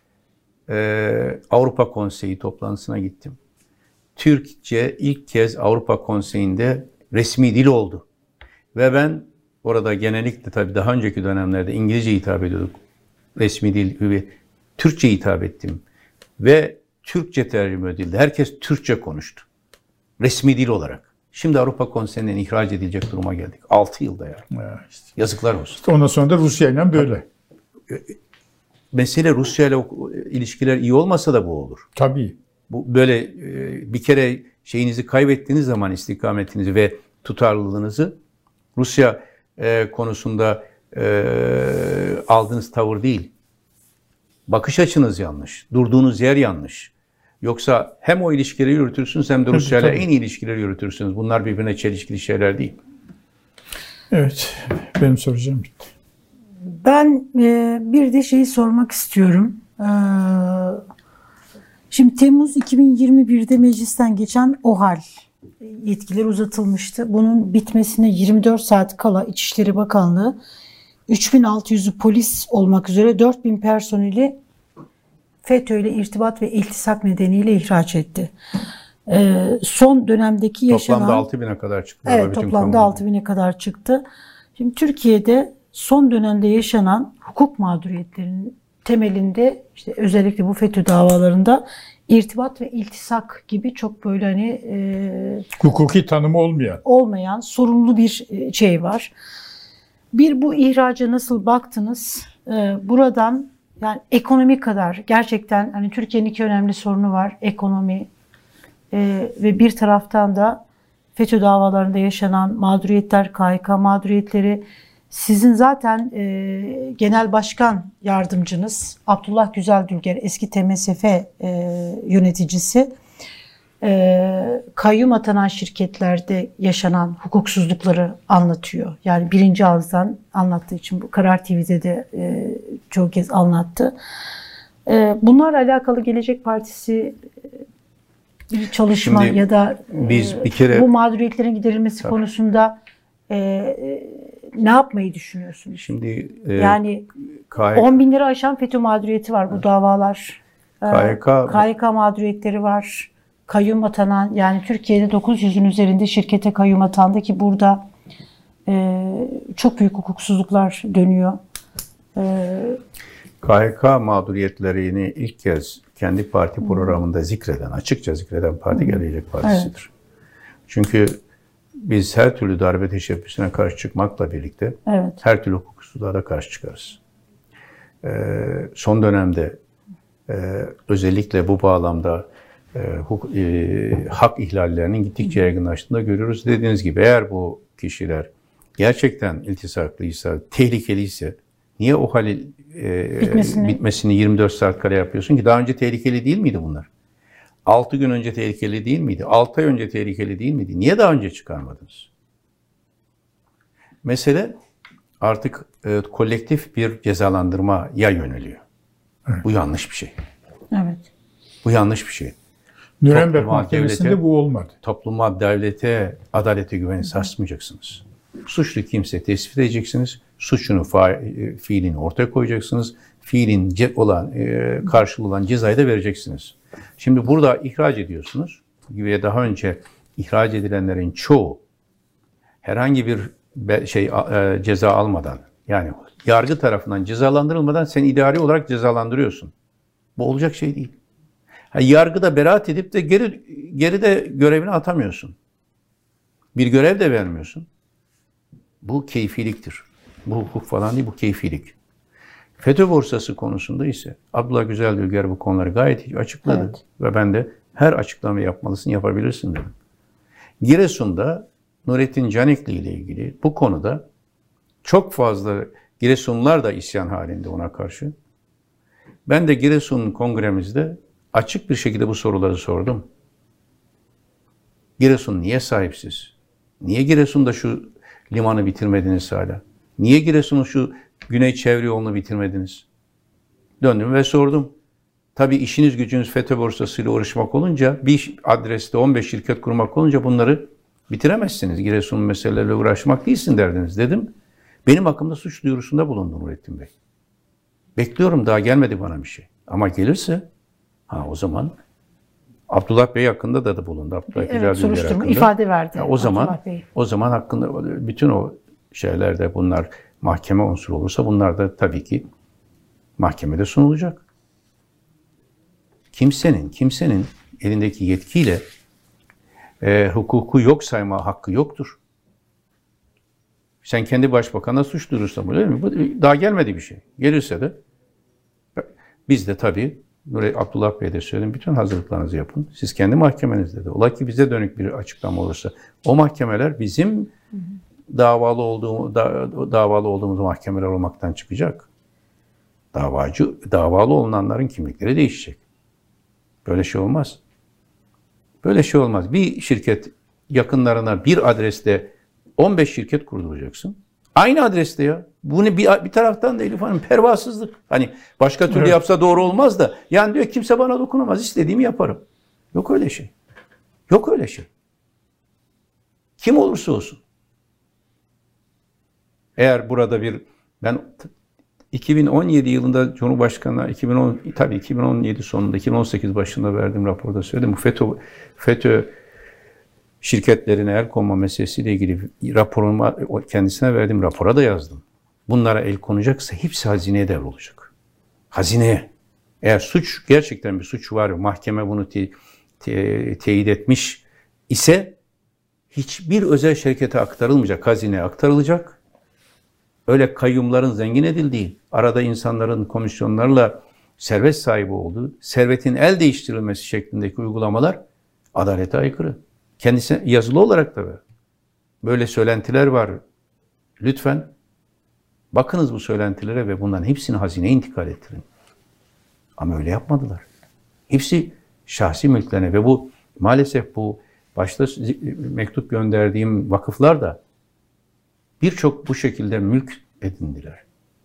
Avrupa Konseyi toplantısına gittim. Türkçe ilk kez Avrupa Konseyi'nde resmi dil oldu. Ve ben orada genellikle tabii daha önceki dönemlerde İngilizce hitap ediyorduk. Resmi dil ve Türkçe hitap ettim. Ve Türkçe tercüme edildi. Herkes Türkçe konuştu. Resmi dil olarak. Şimdi Avrupa Konseyi'nden ihraç edilecek duruma geldik. 6 yılda ya. İşte. Yazıklar olsun. İşte ondan sonra da Rusya ile böyle. Mesele Rusya ile ilişkiler iyi olmasa da bu olur. Tabii. Bu böyle bir kere şeyinizi kaybettiğiniz zaman istikametinizi ve tutarlılığınızı Rusya konusunda aldığınız tavır değil. Bakış açınız yanlış. Durduğunuz yer yanlış. Yoksa hem o ilişkileri yürütürsünüz hem de Rusya ile en iyi ilişkileri yürütürsünüz. Bunlar birbirine çelişkili şeyler değil. Evet. Benim soracağım bitti. Ben bir de şeyi sormak istiyorum. Şimdi Temmuz 2021'de meclisten geçen OHAL yetkileri uzatılmıştı. Bunun bitmesine 24 saat kala İçişleri Bakanlığı 3600'ü polis olmak üzere 4000 personeli FETÖ ile irtibat ve iltisak nedeniyle ihraç etti. Son dönemdeki yaşanan... Toplamda 6000'e kadar çıktı. Evet, toplamda 6000'e kadar çıktı. Şimdi Türkiye'de son dönemde yaşanan hukuk mağduriyetlerinin temelinde işte özellikle bu FETÖ davalarında irtibat ve iltisak gibi çok böyle hani hukuki tanımı olmayan sorunlu bir şey var. Bir, bu ihraca nasıl baktınız? Buradan yani ekonomi kadar gerçekten hani Türkiye'nin iki önemli sorunu var. Ekonomi ve bir taraftan da FETÖ davalarında yaşanan mağduriyetler, KHK mağduriyetleri. Sizin zaten Genel Başkan Yardımcınız Abdullah Güzeldülger, eski TMSF yöneticisi, kayyum atanan şirketlerde yaşanan hukuksuzlukları anlatıyor. Yani birinci ağızdan anlattığı için bu Karar TV'de de çoğu kez anlattı. Bunlarla alakalı Gelecek Partisi bir çalışma şimdi ya da biz bir kere bu mağduriyetlerin giderilmesi konusunda ne yapmayı düşünüyorsunuz? Şimdi yani 10 bin lira aşan FETÖ mağduriyeti var bu davalar. KHK mağduriyetleri var. Kayyum atanan, yani Türkiye'de 900'ün üzerinde şirkete kayyum atandı ki burada çok büyük hukuksuzluklar dönüyor. KHK mağduriyetlerini ilk kez kendi parti programında açıkça zikreden parti Gelecek Partisi'dir. Evet. Çünkü biz her türlü darbe teşebbüsüne karşı çıkmakla birlikte her türlü hukuksuzluğa da karşı çıkarız. Son dönemde özellikle bu bağlamda hak ihlallerinin gittikçe yaygınlaştığını da görüyoruz. Dediğiniz gibi eğer bu kişiler gerçekten iltisaklıysa, tehlikeliyse niye o halin bitmesini 24 saat kala yapıyorsun ki? Daha önce tehlikeli değil miydi bunlar? 6 gün önce tehlikeli değil miydi? 6 ay önce tehlikeli değil miydi? Niye daha önce çıkarmadınız? Mesele artık kolektif bir cezalandırmaya yöneliyor. Evet. Bu yanlış bir şey. Evet. Bu yanlış bir şey. Nürnberg Mahkemesi'nde bu olmadı. Topluma, devlete, adalete güveni sarsmayacaksınız. Suçlu kimse tespit edeceksiniz. Suçunu, fiilini ortaya koyacaksınız. Fiilin karşılığı olan cezayı da vereceksiniz. Şimdi burada ihraç ediyorsunuz. Ve daha önce ihraç edilenlerin çoğu herhangi bir ceza almadan, yani yargı tarafından cezalandırılmadan sen idari olarak cezalandırıyorsun. Bu olacak şey değil. Yargıda beraat edip de geride görevini atamıyorsun. Bir görev de vermiyorsun. Bu keyfiliktir. Bu hukuk falan değil, bu keyfilik. FETÖ borsası konusunda ise Abdullah Güzeldülger bu konuları gayet iyi açıkladı. Evet. Ve ben de her açıklama yapmalısın, yapabilirsin dedim. Giresun'da Nurettin Canikli ile ilgili bu konuda çok fazla Giresunlular da isyan halinde ona karşı. Ben de Giresun kongremizde açık bir şekilde bu soruları sordum. Giresun niye sahipsiz? Niye Giresun'da şu limanı bitirmediniz hala? Niye Giresun'un şu Güney Çevre yolunu bitirmediniz? Döndüm ve sordum. Tabii işiniz gücünüz FETÖ borsasıyla uğraşmak olunca, bir adreste 15 şirket kurmak olunca bunları bitiremezsiniz. Giresun meseleleriyle uğraşmak değilsin derdiniz dedim. Benim hakkımda suç duyurusunda bulundu Nurettin Bey. Bekliyorum, daha gelmedi bana bir şey. Ama gelirse o zaman Abdullah Bey hakkında da bulundu. Abdullah evet, soruşturma ifade verdi. O zaman hakkında bütün o şeylerde bunlar mahkeme unsuru olursa bunlar da tabii ki mahkemede sunulacak. Kimsenin elindeki yetkiyle hukuku yok sayma hakkı yoktur. Sen kendi başbakanına suç duyurursan öyle mi? Bu daha gelmedi bir şey. Gelirse de biz de tabii Abdullah Bey'e de söyledim. Bütün hazırlıklarınızı yapın. Siz kendi mahkemenizde de. Ola ki bize dönük bir açıklama olursa o mahkemeler bizim davalı olduğumuz mahkemeler olmaktan çıkacak. Davalı olunanların kimlikleri değişecek. Böyle şey olmaz. Böyle şey olmaz. Bir şirket yakınlarına bir adreste 15 şirket kurduracaksın. Aynı adreste ya. Bunu bir taraftan da Elif Hanım pervasızlık. Hani başka türlü yapsa doğru olmaz da. Yani diyor kimse bana dokunamaz. İstediğimi yaparım. Yok öyle şey. Yok öyle şey. Kim olursa olsun. Eğer burada ben 2017 yılında Cumhurbaşkanı'na 2017 sonunda 2018 başında verdiğim raporda söyledim. Bu FETÖ şirketlerine el konma meselesiyle ilgili raporumu kendisine verdiğim rapora da yazdım. Bunlara el konacaksa hepsi hazineye devrolacak. Hazineye. Eğer gerçekten bir suç var, mahkeme bunu teyit etmiş ise hiçbir özel şirkete aktarılmayacak, hazineye aktarılacak. Öyle kayyumların zengin edildiği, arada insanların komisyonlarla servet sahibi olduğu, servetin el değiştirilmesi şeklindeki uygulamalar adalete aykırı. Kendisine yazılı olarak da böyle söylentiler var. Lütfen bakınız bu söylentilere ve bunların hepsini hazineye intikal ettirin. Ama öyle yapmadılar. Hepsi şahsi mülklerine ve bu maalesef bu başta mektup gönderdiğim vakıflar da birçok bu şekilde mülk edindiler.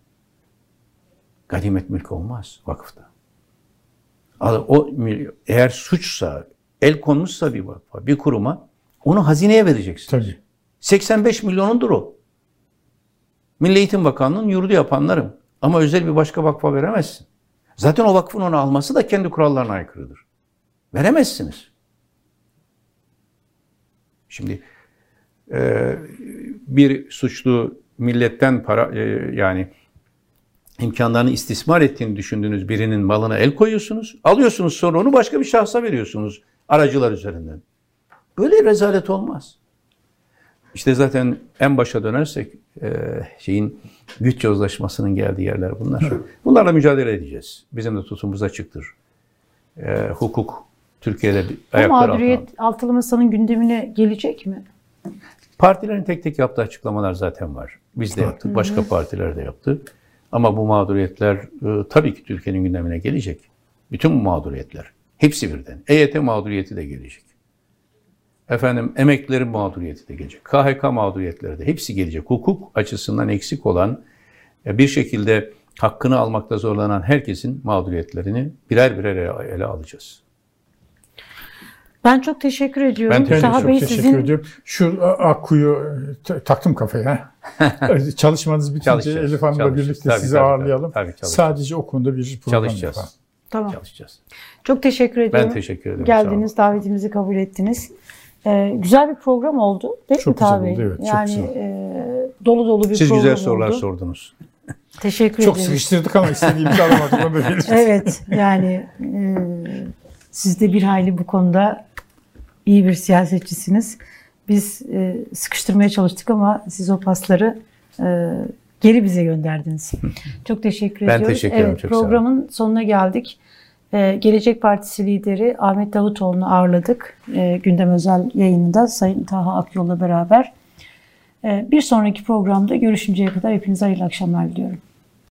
Ganimet mülk olmaz vakıfta. Eğer suçsa, el konmuşsa bir vakfa, bir kuruma onu hazineye vereceksiniz. Tabii. 85 milyonundur o. Milli Eğitim Bakanlığı'nın yurdu yapanlarım. Ama özel bir başka vakfa veremezsin. Zaten o vakfın onu alması da kendi kurallarına aykırıdır. Veremezsiniz. Şimdi bir suçlu milletten para yani imkanlarını istismar ettiğini düşündüğünüz birinin malına el koyuyorsunuz. Alıyorsunuz sonra onu başka bir şahsa veriyorsunuz aracılar üzerinden. Böyle rezalet olmaz. İşte zaten en başa dönersek güç yozlaşmasının geldiği yerler bunlar. Bunlarla mücadele edeceğiz. Bizim de tutumumuz açıktır. Hukuk Türkiye'de ayaklar altına. Bu mağduriyet altılı masanın gündemine gelecek mi? Partilerin tek tek yaptığı açıklamalar zaten var. Biz de yaptık, başka partiler de yaptı. Ama bu mağduriyetler tabii ki Türkiye'nin gündemine gelecek. Bütün bu mağduriyetler. Hepsi birden. EYT mağduriyeti de gelecek. Emeklilerin mağduriyeti de gelecek. KHK mağduriyetleri de hepsi gelecek. Hukuk açısından eksik olan, bir şekilde hakkını almakta zorlanan herkesin mağduriyetlerini birer birer ele alacağız. Ben çok teşekkür ediyorum. Ben çok teşekkür ediyorum. Şu Akku'yu taktım kafaya. Çalışmanız bitince Elif Hanım'la birlikte sizi ağırlayalım. Tabii, sadece o konuda bir program yapalım. Tamam. Çalışacağız. Çok teşekkür ediyorum. Ben teşekkür ederim. Geldiniz, davetimizi kabul ettiniz. Güzel bir program oldu. Değil mi Taha Güzel oldu, evet. Yani dolu dolu bir Siz program oldu. güzel sorular sordunuz. Teşekkür ederim. Çok sıkıştırdık ama istediğimizi alamadık. Evet, yani siz de bir hayli bu konuda iyi bir siyasetçisiniz. Biz sıkıştırmaya çalıştık ama siz o pasları geri bize gönderdiniz. Çok teşekkür ediyoruz. Ben teşekkür ederim. Çok programın sonuna geldik. Gelecek Partisi lideri Ahmet Davutoğlu'nu ağırladık. Gündem özel yayınında Sayın Taha Akyol'la beraber. Bir sonraki programda görüşünceye kadar hepinize hayırlı akşamlar diliyorum.